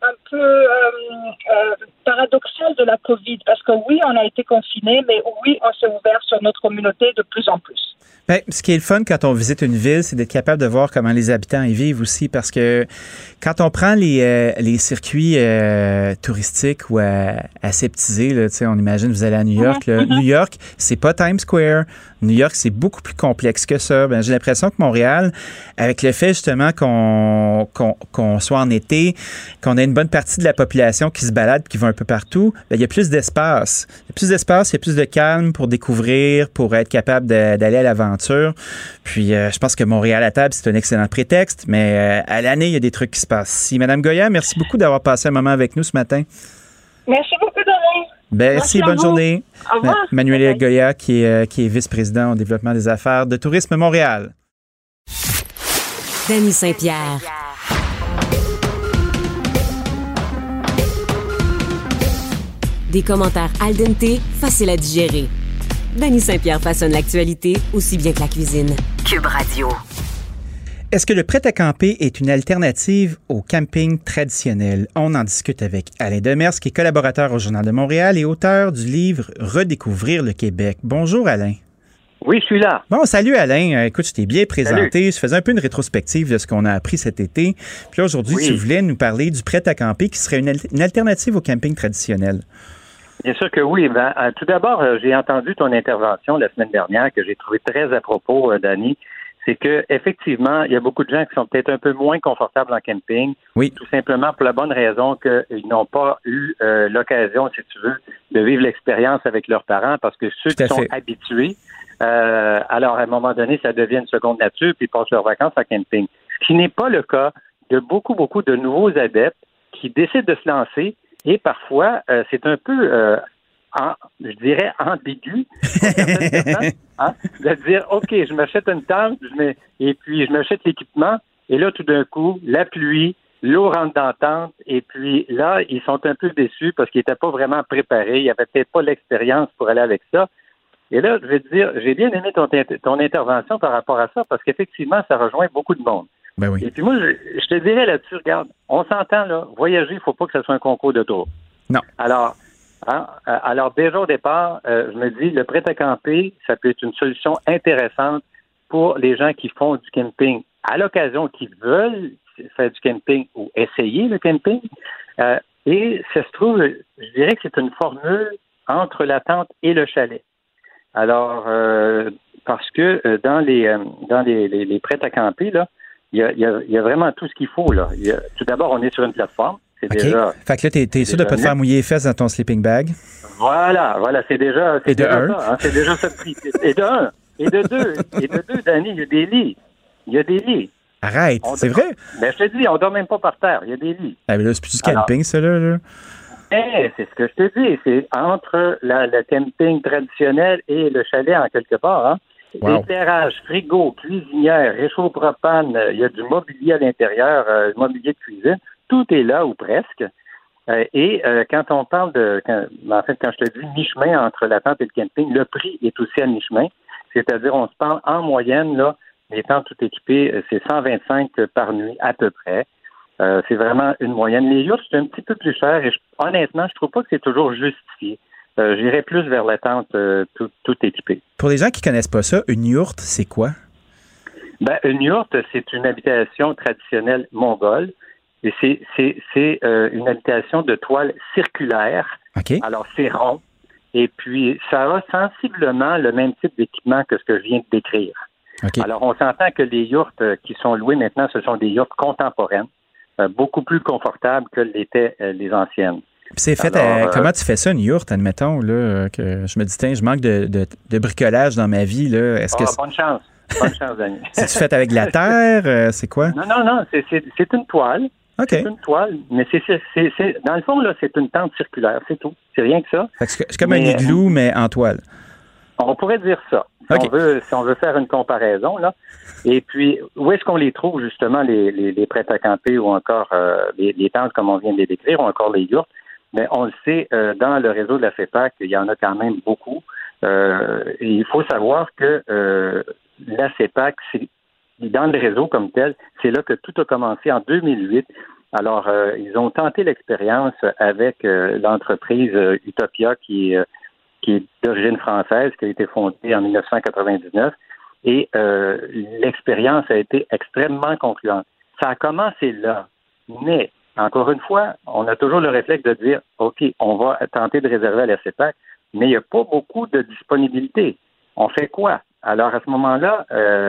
paradoxale de la COVID, parce que oui, on a été confinés, mais oui, on s'est ouvert sur notre communauté de plus en plus. Ben, ce qui est le fun quand on visite une ville, c'est d'être capable de voir comment les habitants y vivent aussi, parce que quand on prend les circuits touristiques ou aseptisés, là, on imagine vous allez à New York. Là, New York, c'est pas Times Square. New York, c'est beaucoup plus complexe que ça. Ben, j'ai l'impression que Montréal, avec le fait justement qu'on soit en été, qu'on a une bonne partie de la population qui se balade, qui va un peu partout, ben, il y a plus d'espace. Il y a plus d'espace, il y a plus de calme pour découvrir, pour être capable d'aller à l'aventure. Puis, je pense que Montréal à table, c'est un excellent prétexte, mais à l'année, il y a des trucs qui se passent. Si, Mme Goya, merci beaucoup d'avoir passé un moment avec nous ce matin. Merci beaucoup, Dani. Merci, bonne journée. Au revoir. Manuel Goya, qui est vice-président au développement des affaires de Tourisme Montréal. Dany Saint-Pierre. Des commentaires al dente, faciles à digérer. Dany Saint-Pierre façonne l'actualité aussi bien que la cuisine. Cube Radio. Est-ce que le prêt-à-camper est une alternative au camping traditionnel? On en discute avec Alain Demers, qui est collaborateur au Journal de Montréal et auteur du livre Redécouvrir le Québec. Bonjour Alain. Oui, je suis là. Bon, salut Alain. Écoute, je t'ai bien présenté. Salut. Je faisais un peu une rétrospective de ce qu'on a appris cet été. Puis là, aujourd'hui, tu voulais nous parler du prêt-à-camper qui serait une alternative au camping traditionnel. Bien sûr que oui. Tout d'abord, j'ai entendu ton intervention la semaine dernière que j'ai trouvé très à propos, Dany. C'est que effectivement, il y a beaucoup de gens qui sont peut-être un peu moins confortables en camping. Oui. Tout simplement pour la bonne raison qu'ils n'ont pas eu l'occasion, si tu veux, de vivre l'expérience avec leurs parents, parce que ceux qui sont habitués, alors à un moment donné, ça devient une seconde nature, puis ils passent leurs vacances en camping. Ce qui n'est pas le cas de beaucoup de nouveaux adeptes qui décident de se lancer, et parfois, c'est un peu je dirais ambigu pour certaines personnes, de dire OK, je m'achète une tente, et puis je m'achète l'équipement, et là tout d'un coup, la pluie, l'eau rentre dans la tente, et puis là, ils sont un peu déçus parce qu'ils n'étaient pas vraiment préparés, ils n'avaient peut-être pas l'expérience pour aller avec ça. Et là, je vais te dire, j'ai bien aimé ton intervention par rapport à ça, parce qu'effectivement, ça rejoint beaucoup de monde. Ben oui. Et puis moi, je te dirais là-dessus, regarde, on s'entend là, voyager, il ne faut pas que ce soit un concours de tour. Non. Alors déjà au départ, je me dis, le prêt-à-camper, ça peut être une solution intéressante pour les gens qui font du camping à l'occasion, qui veulent faire du camping ou essayer le camping. Et ça se trouve, je dirais que c'est une formule entre la tente et le chalet. Alors, parce que dans les prêt-à-camper, là, il y a vraiment tout ce qu'il faut, là. Tout d'abord, on est sur une plateforme. C'est déjà. Fait que là, t'es sûr de pas te faire mouiller les fesses dans ton sleeping bag? Voilà, c'est déjà ça, hein, c'est déjà ça le prix. Et de un, et de deux, Dany, il y a des lits. Arrête, c'est vrai? Ben, je te dis, on dort même pas par terre, il y a des lits. Ah, mais là, c'est plus du camping, ça, là. C'est ce que je te dis, c'est entre le camping traditionnel et le chalet, en quelque part, hein. Wow. Éclairage, frigo, cuisinière, réchaud propane, il y a du mobilier à l'intérieur, du mobilier de cuisine. Tout est là, ou presque. Et quand on parle quand je te dis mi-chemin entre la tente et le camping, le prix est aussi à mi-chemin. C'est-à-dire, on se parle en moyenne, là, les tentes tout équipées, c'est 125 par nuit à peu près. C'est vraiment une moyenne. Les yachts, c'est un petit peu plus cher et honnêtement, je trouve pas que c'est toujours justifié. J'irais plus vers la tente tout équipée. Pour les gens qui connaissent pas ça, une yourte, c'est quoi? Une yourte, c'est une habitation traditionnelle mongole. Et c'est une habitation de toile circulaire. Okay. Alors, c'est rond. Et puis, ça a sensiblement le même type d'équipement que ce que je viens de décrire. Okay. Alors, on s'entend que les yourtes qui sont louées maintenant, ce sont des yourtes contemporaines, beaucoup plus confortables que l'étaient les anciennes. Puis c'est fait comment tu fais ça, une yourte, admettons, là, que je me dis, tiens, je manque de bricolage dans ma vie, là. Bonne chance. Bonne chance, Dany. C'est-tu fait avec de la terre? C'est quoi? Non, c'est une toile. Okay. C'est une toile, mais c'est dans le fond, là, c'est une tente circulaire, c'est tout. C'est rien que ça. Fait que c'est comme un igloo, mais en toile. On pourrait dire ça, si on veut faire une comparaison, là. Et puis, où est-ce qu'on les trouve, justement, les prêts à camper ou encore les tentes, comme on vient de les décrire, ou encore les yourtes? Mais on le sait, dans le réseau de la FEPAC, il y en a quand même beaucoup. Et il faut savoir que la FEPAC, dans le réseau comme tel, c'est là que tout a commencé en 2008. Alors, ils ont tenté l'expérience avec l'entreprise Utopia qui est d'origine française, qui a été fondée en 1999. Et l'expérience a été extrêmement concluante. Ça a commencé là, mais encore une fois, on a toujours le réflexe de dire, OK, on va tenter de réserver à la CEPAC, mais il n'y a pas beaucoup de disponibilité. On fait quoi? Alors, à ce moment-là,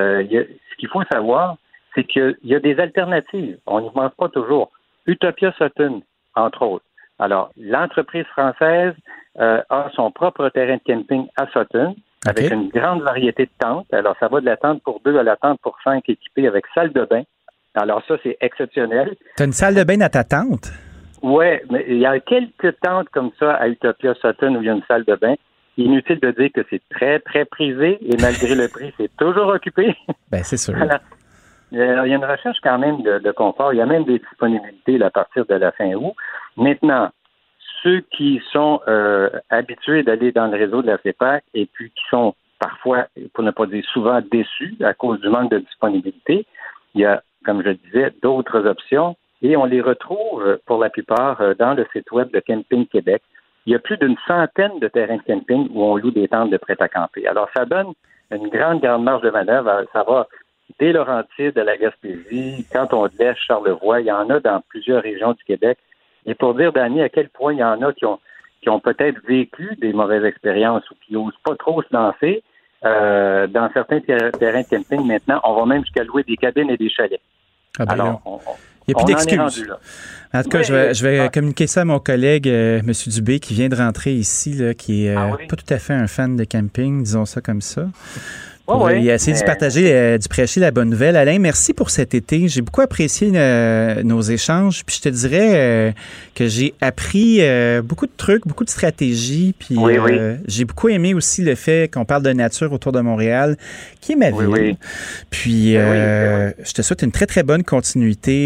ce qu'il faut savoir, c'est qu'il y a des alternatives. On n'y pense pas toujours. Utopia Sutton, entre autres. Alors, l'entreprise française a son propre terrain de camping à Sutton, avec une grande variété de tentes. Alors, ça va de la tente pour 2 à la tente pour 5 équipée avec salle de bain. Alors, ça, c'est exceptionnel. T'as une salle de bain dans ta tente? Oui, mais il y a quelques tentes comme ça à Utopia Sutton où il y a une salle de bain. Inutile de dire que c'est très, très prisé et malgré le prix, c'est toujours occupé. Ben, c'est sûr. Alors, il y a une recherche quand même de confort. Il y a même des disponibilités là, à partir de la fin août. Maintenant, ceux qui sont habitués d'aller dans le réseau de la FEPAC et puis qui sont parfois, pour ne pas dire souvent, déçus à cause du manque de disponibilité, il y a, comme je disais, d'autres options et on les retrouve pour la plupart dans le site web de Camping Québec. Il y a plus d'une centaine de terrains de camping où on loue des tentes de prêt à camper. Alors, ça donne une grande marge de manœuvre. Ça va des Laurentides à la Gaspésie, Canton de l'Est, Charlevoix. Il y en a dans plusieurs régions du Québec. Et pour dire, Dany, à quel point il y en a qui ont peut-être vécu des mauvaises expériences ou qui n'osent pas trop se lancer, dans certains terrains de camping, maintenant, on va même jusqu'à louer des cabines et des chalets. Ah ben alors, il n'y a plus d'excuses. En tout cas, je vais communiquer ça à mon collègue, M. Dubé, qui vient de rentrer ici, là, qui est pas tout à fait un fan de camping, disons ça comme ça. Pour essayer de partager, de prêcher la bonne nouvelle. Alain, merci pour cet été. J'ai beaucoup apprécié nos échanges. Puis je te dirais que j'ai appris beaucoup de trucs, beaucoup de stratégies. Puis j'ai beaucoup aimé aussi le fait qu'on parle de nature autour de Montréal, qui est ma ville. Puis je te souhaite une très, très bonne continuité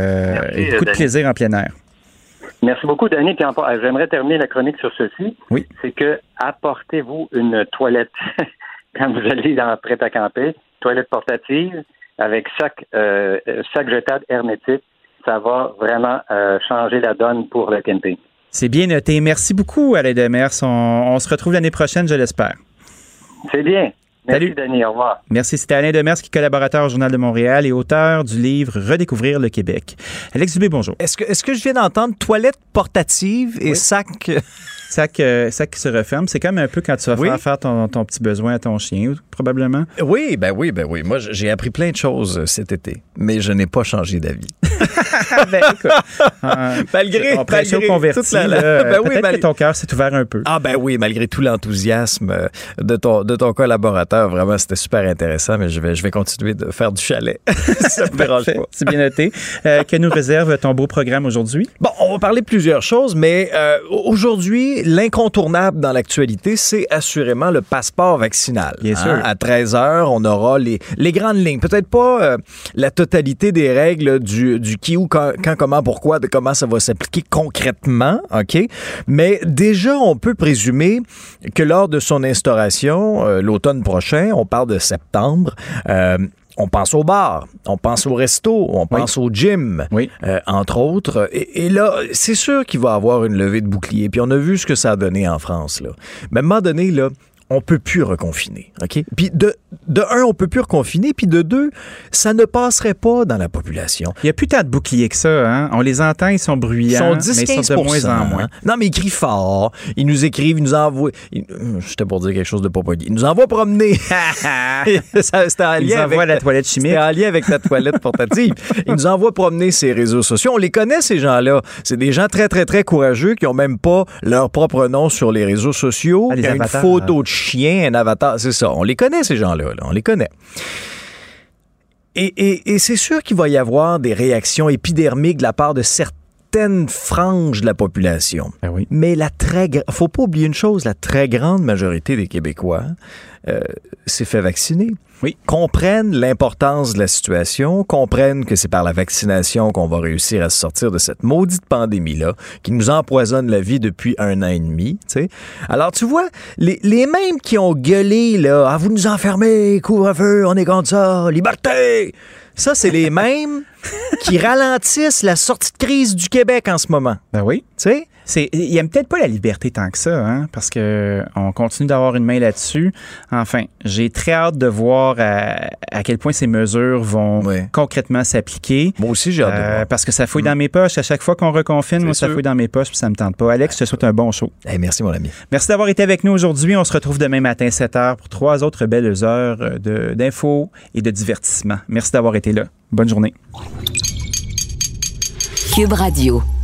et beaucoup de plaisir en plein air. Merci beaucoup, Dany. Puis j'aimerais terminer la chronique sur ceci. Oui. C'est que apportez-vous une toilette quand vous allez dans prêt à camper, toilette portative avec sac jetable hermétique. Ça va vraiment changer la donne pour le camping. C'est bien noté. Merci beaucoup, Alain Demers. On se retrouve l'année prochaine, je l'espère. C'est bien. Merci, Salut. Dany. Au revoir. Merci. C'était Alain Demers, qui est collaborateur au Journal de Montréal et auteur du livre Redécouvrir le Québec. Alex Dubé, bonjour. Est-ce que je viens d'entendre toilette portative et sac... Sac qui se referme. C'est comme un peu quand tu vas faire ton petit besoin à ton chien, probablement. Oui. Moi, j'ai appris plein de choses cet été, mais je n'ai pas changé d'avis. Ben, écoute, malgré peut-être que ton cœur s'est ouvert un peu. Ah ben oui, malgré tout l'enthousiasme de ton collaborateur, vraiment, c'était super intéressant, mais je vais continuer de faire du chalet. Ça me dérange pas. C'est bien noté. Que nous réserve ton beau programme aujourd'hui? Bon, on va parler de plusieurs choses, mais aujourd'hui, l'incontournable dans l'actualité, c'est assurément le passeport vaccinal. Bien sûr. À 13h, on aura les grandes lignes. Peut-être pas la totalité des règles du qui, où, quand, comment, pourquoi, de comment ça va s'appliquer concrètement, OK? Mais déjà, on peut présumer que lors de son instauration, l'automne prochain, on parle de septembre, on pense au bar, on pense au resto, on pense au gym, entre autres. Et là, c'est sûr qu'il va y avoir une levée de bouclier. Puis on a vu ce que ça a donné en France, là. Mais à un moment donné, là, on peut plus reconfiner, OK? Puis de un, on peut plus reconfiner, puis de deux, ça ne passerait pas dans la population. Il n'y a plus tant de boucliers que ça, hein? On les entend, ils sont bruyants, ils sont 10-15%, mais ils sont de moins en moins. Non, mais ils crient fort, ils nous écrivent, ils nous envoient... J'étais pour dire quelque chose de pas poli. Ils nous envoient promener. C'était en lien avec la toilette chimique. C'était en lien avec la toilette portative. Ils nous envoient promener ces réseaux sociaux. On les connaît, ces gens-là. C'est des gens très, très, très courageux qui ont même pas leur propre nom sur les réseaux sociaux. Il y a une photo de chien, un avatar, c'est ça. On les connaît, ces gens-là. On les connaît. Et c'est sûr qu'il va y avoir des réactions épidermiques de la part de certaine frange de la population. Ben oui. Mais faut pas oublier une chose, la très grande majorité des Québécois s'est fait vacciner. Oui. Comprennent l'importance de la situation, comprennent que c'est par la vaccination qu'on va réussir à se sortir de cette maudite pandémie-là qui nous empoisonne la vie depuis 1 an et demi. T'sais. Alors, tu vois, les mêmes qui ont gueulé, là, « Ah, vous nous enfermez, couvre-feu, on est contre ça, liberté! » Ça, c'est les mêmes qui ralentissent la sortie de crise du Québec en ce moment. Ben oui. Tu sais? Ils n'aiment peut-être pas la liberté tant que ça, hein, parce que on continue d'avoir une main là-dessus. Enfin, j'ai très hâte de voir à quel point ces mesures vont concrètement s'appliquer. Moi aussi, j'ai hâte de voir. Parce que ça fouille dans mes poches. À chaque fois qu'on reconfine, moi, ça fouille dans mes poches, puis ça me tente pas. Alex, je te souhaite un bon show. Hey, merci, mon ami. Merci d'avoir été avec nous aujourd'hui. On se retrouve demain matin, 7h, pour 3 autres belles heures d'infos et de divertissement. Merci d'avoir été là. Bonne journée. Cube Radio.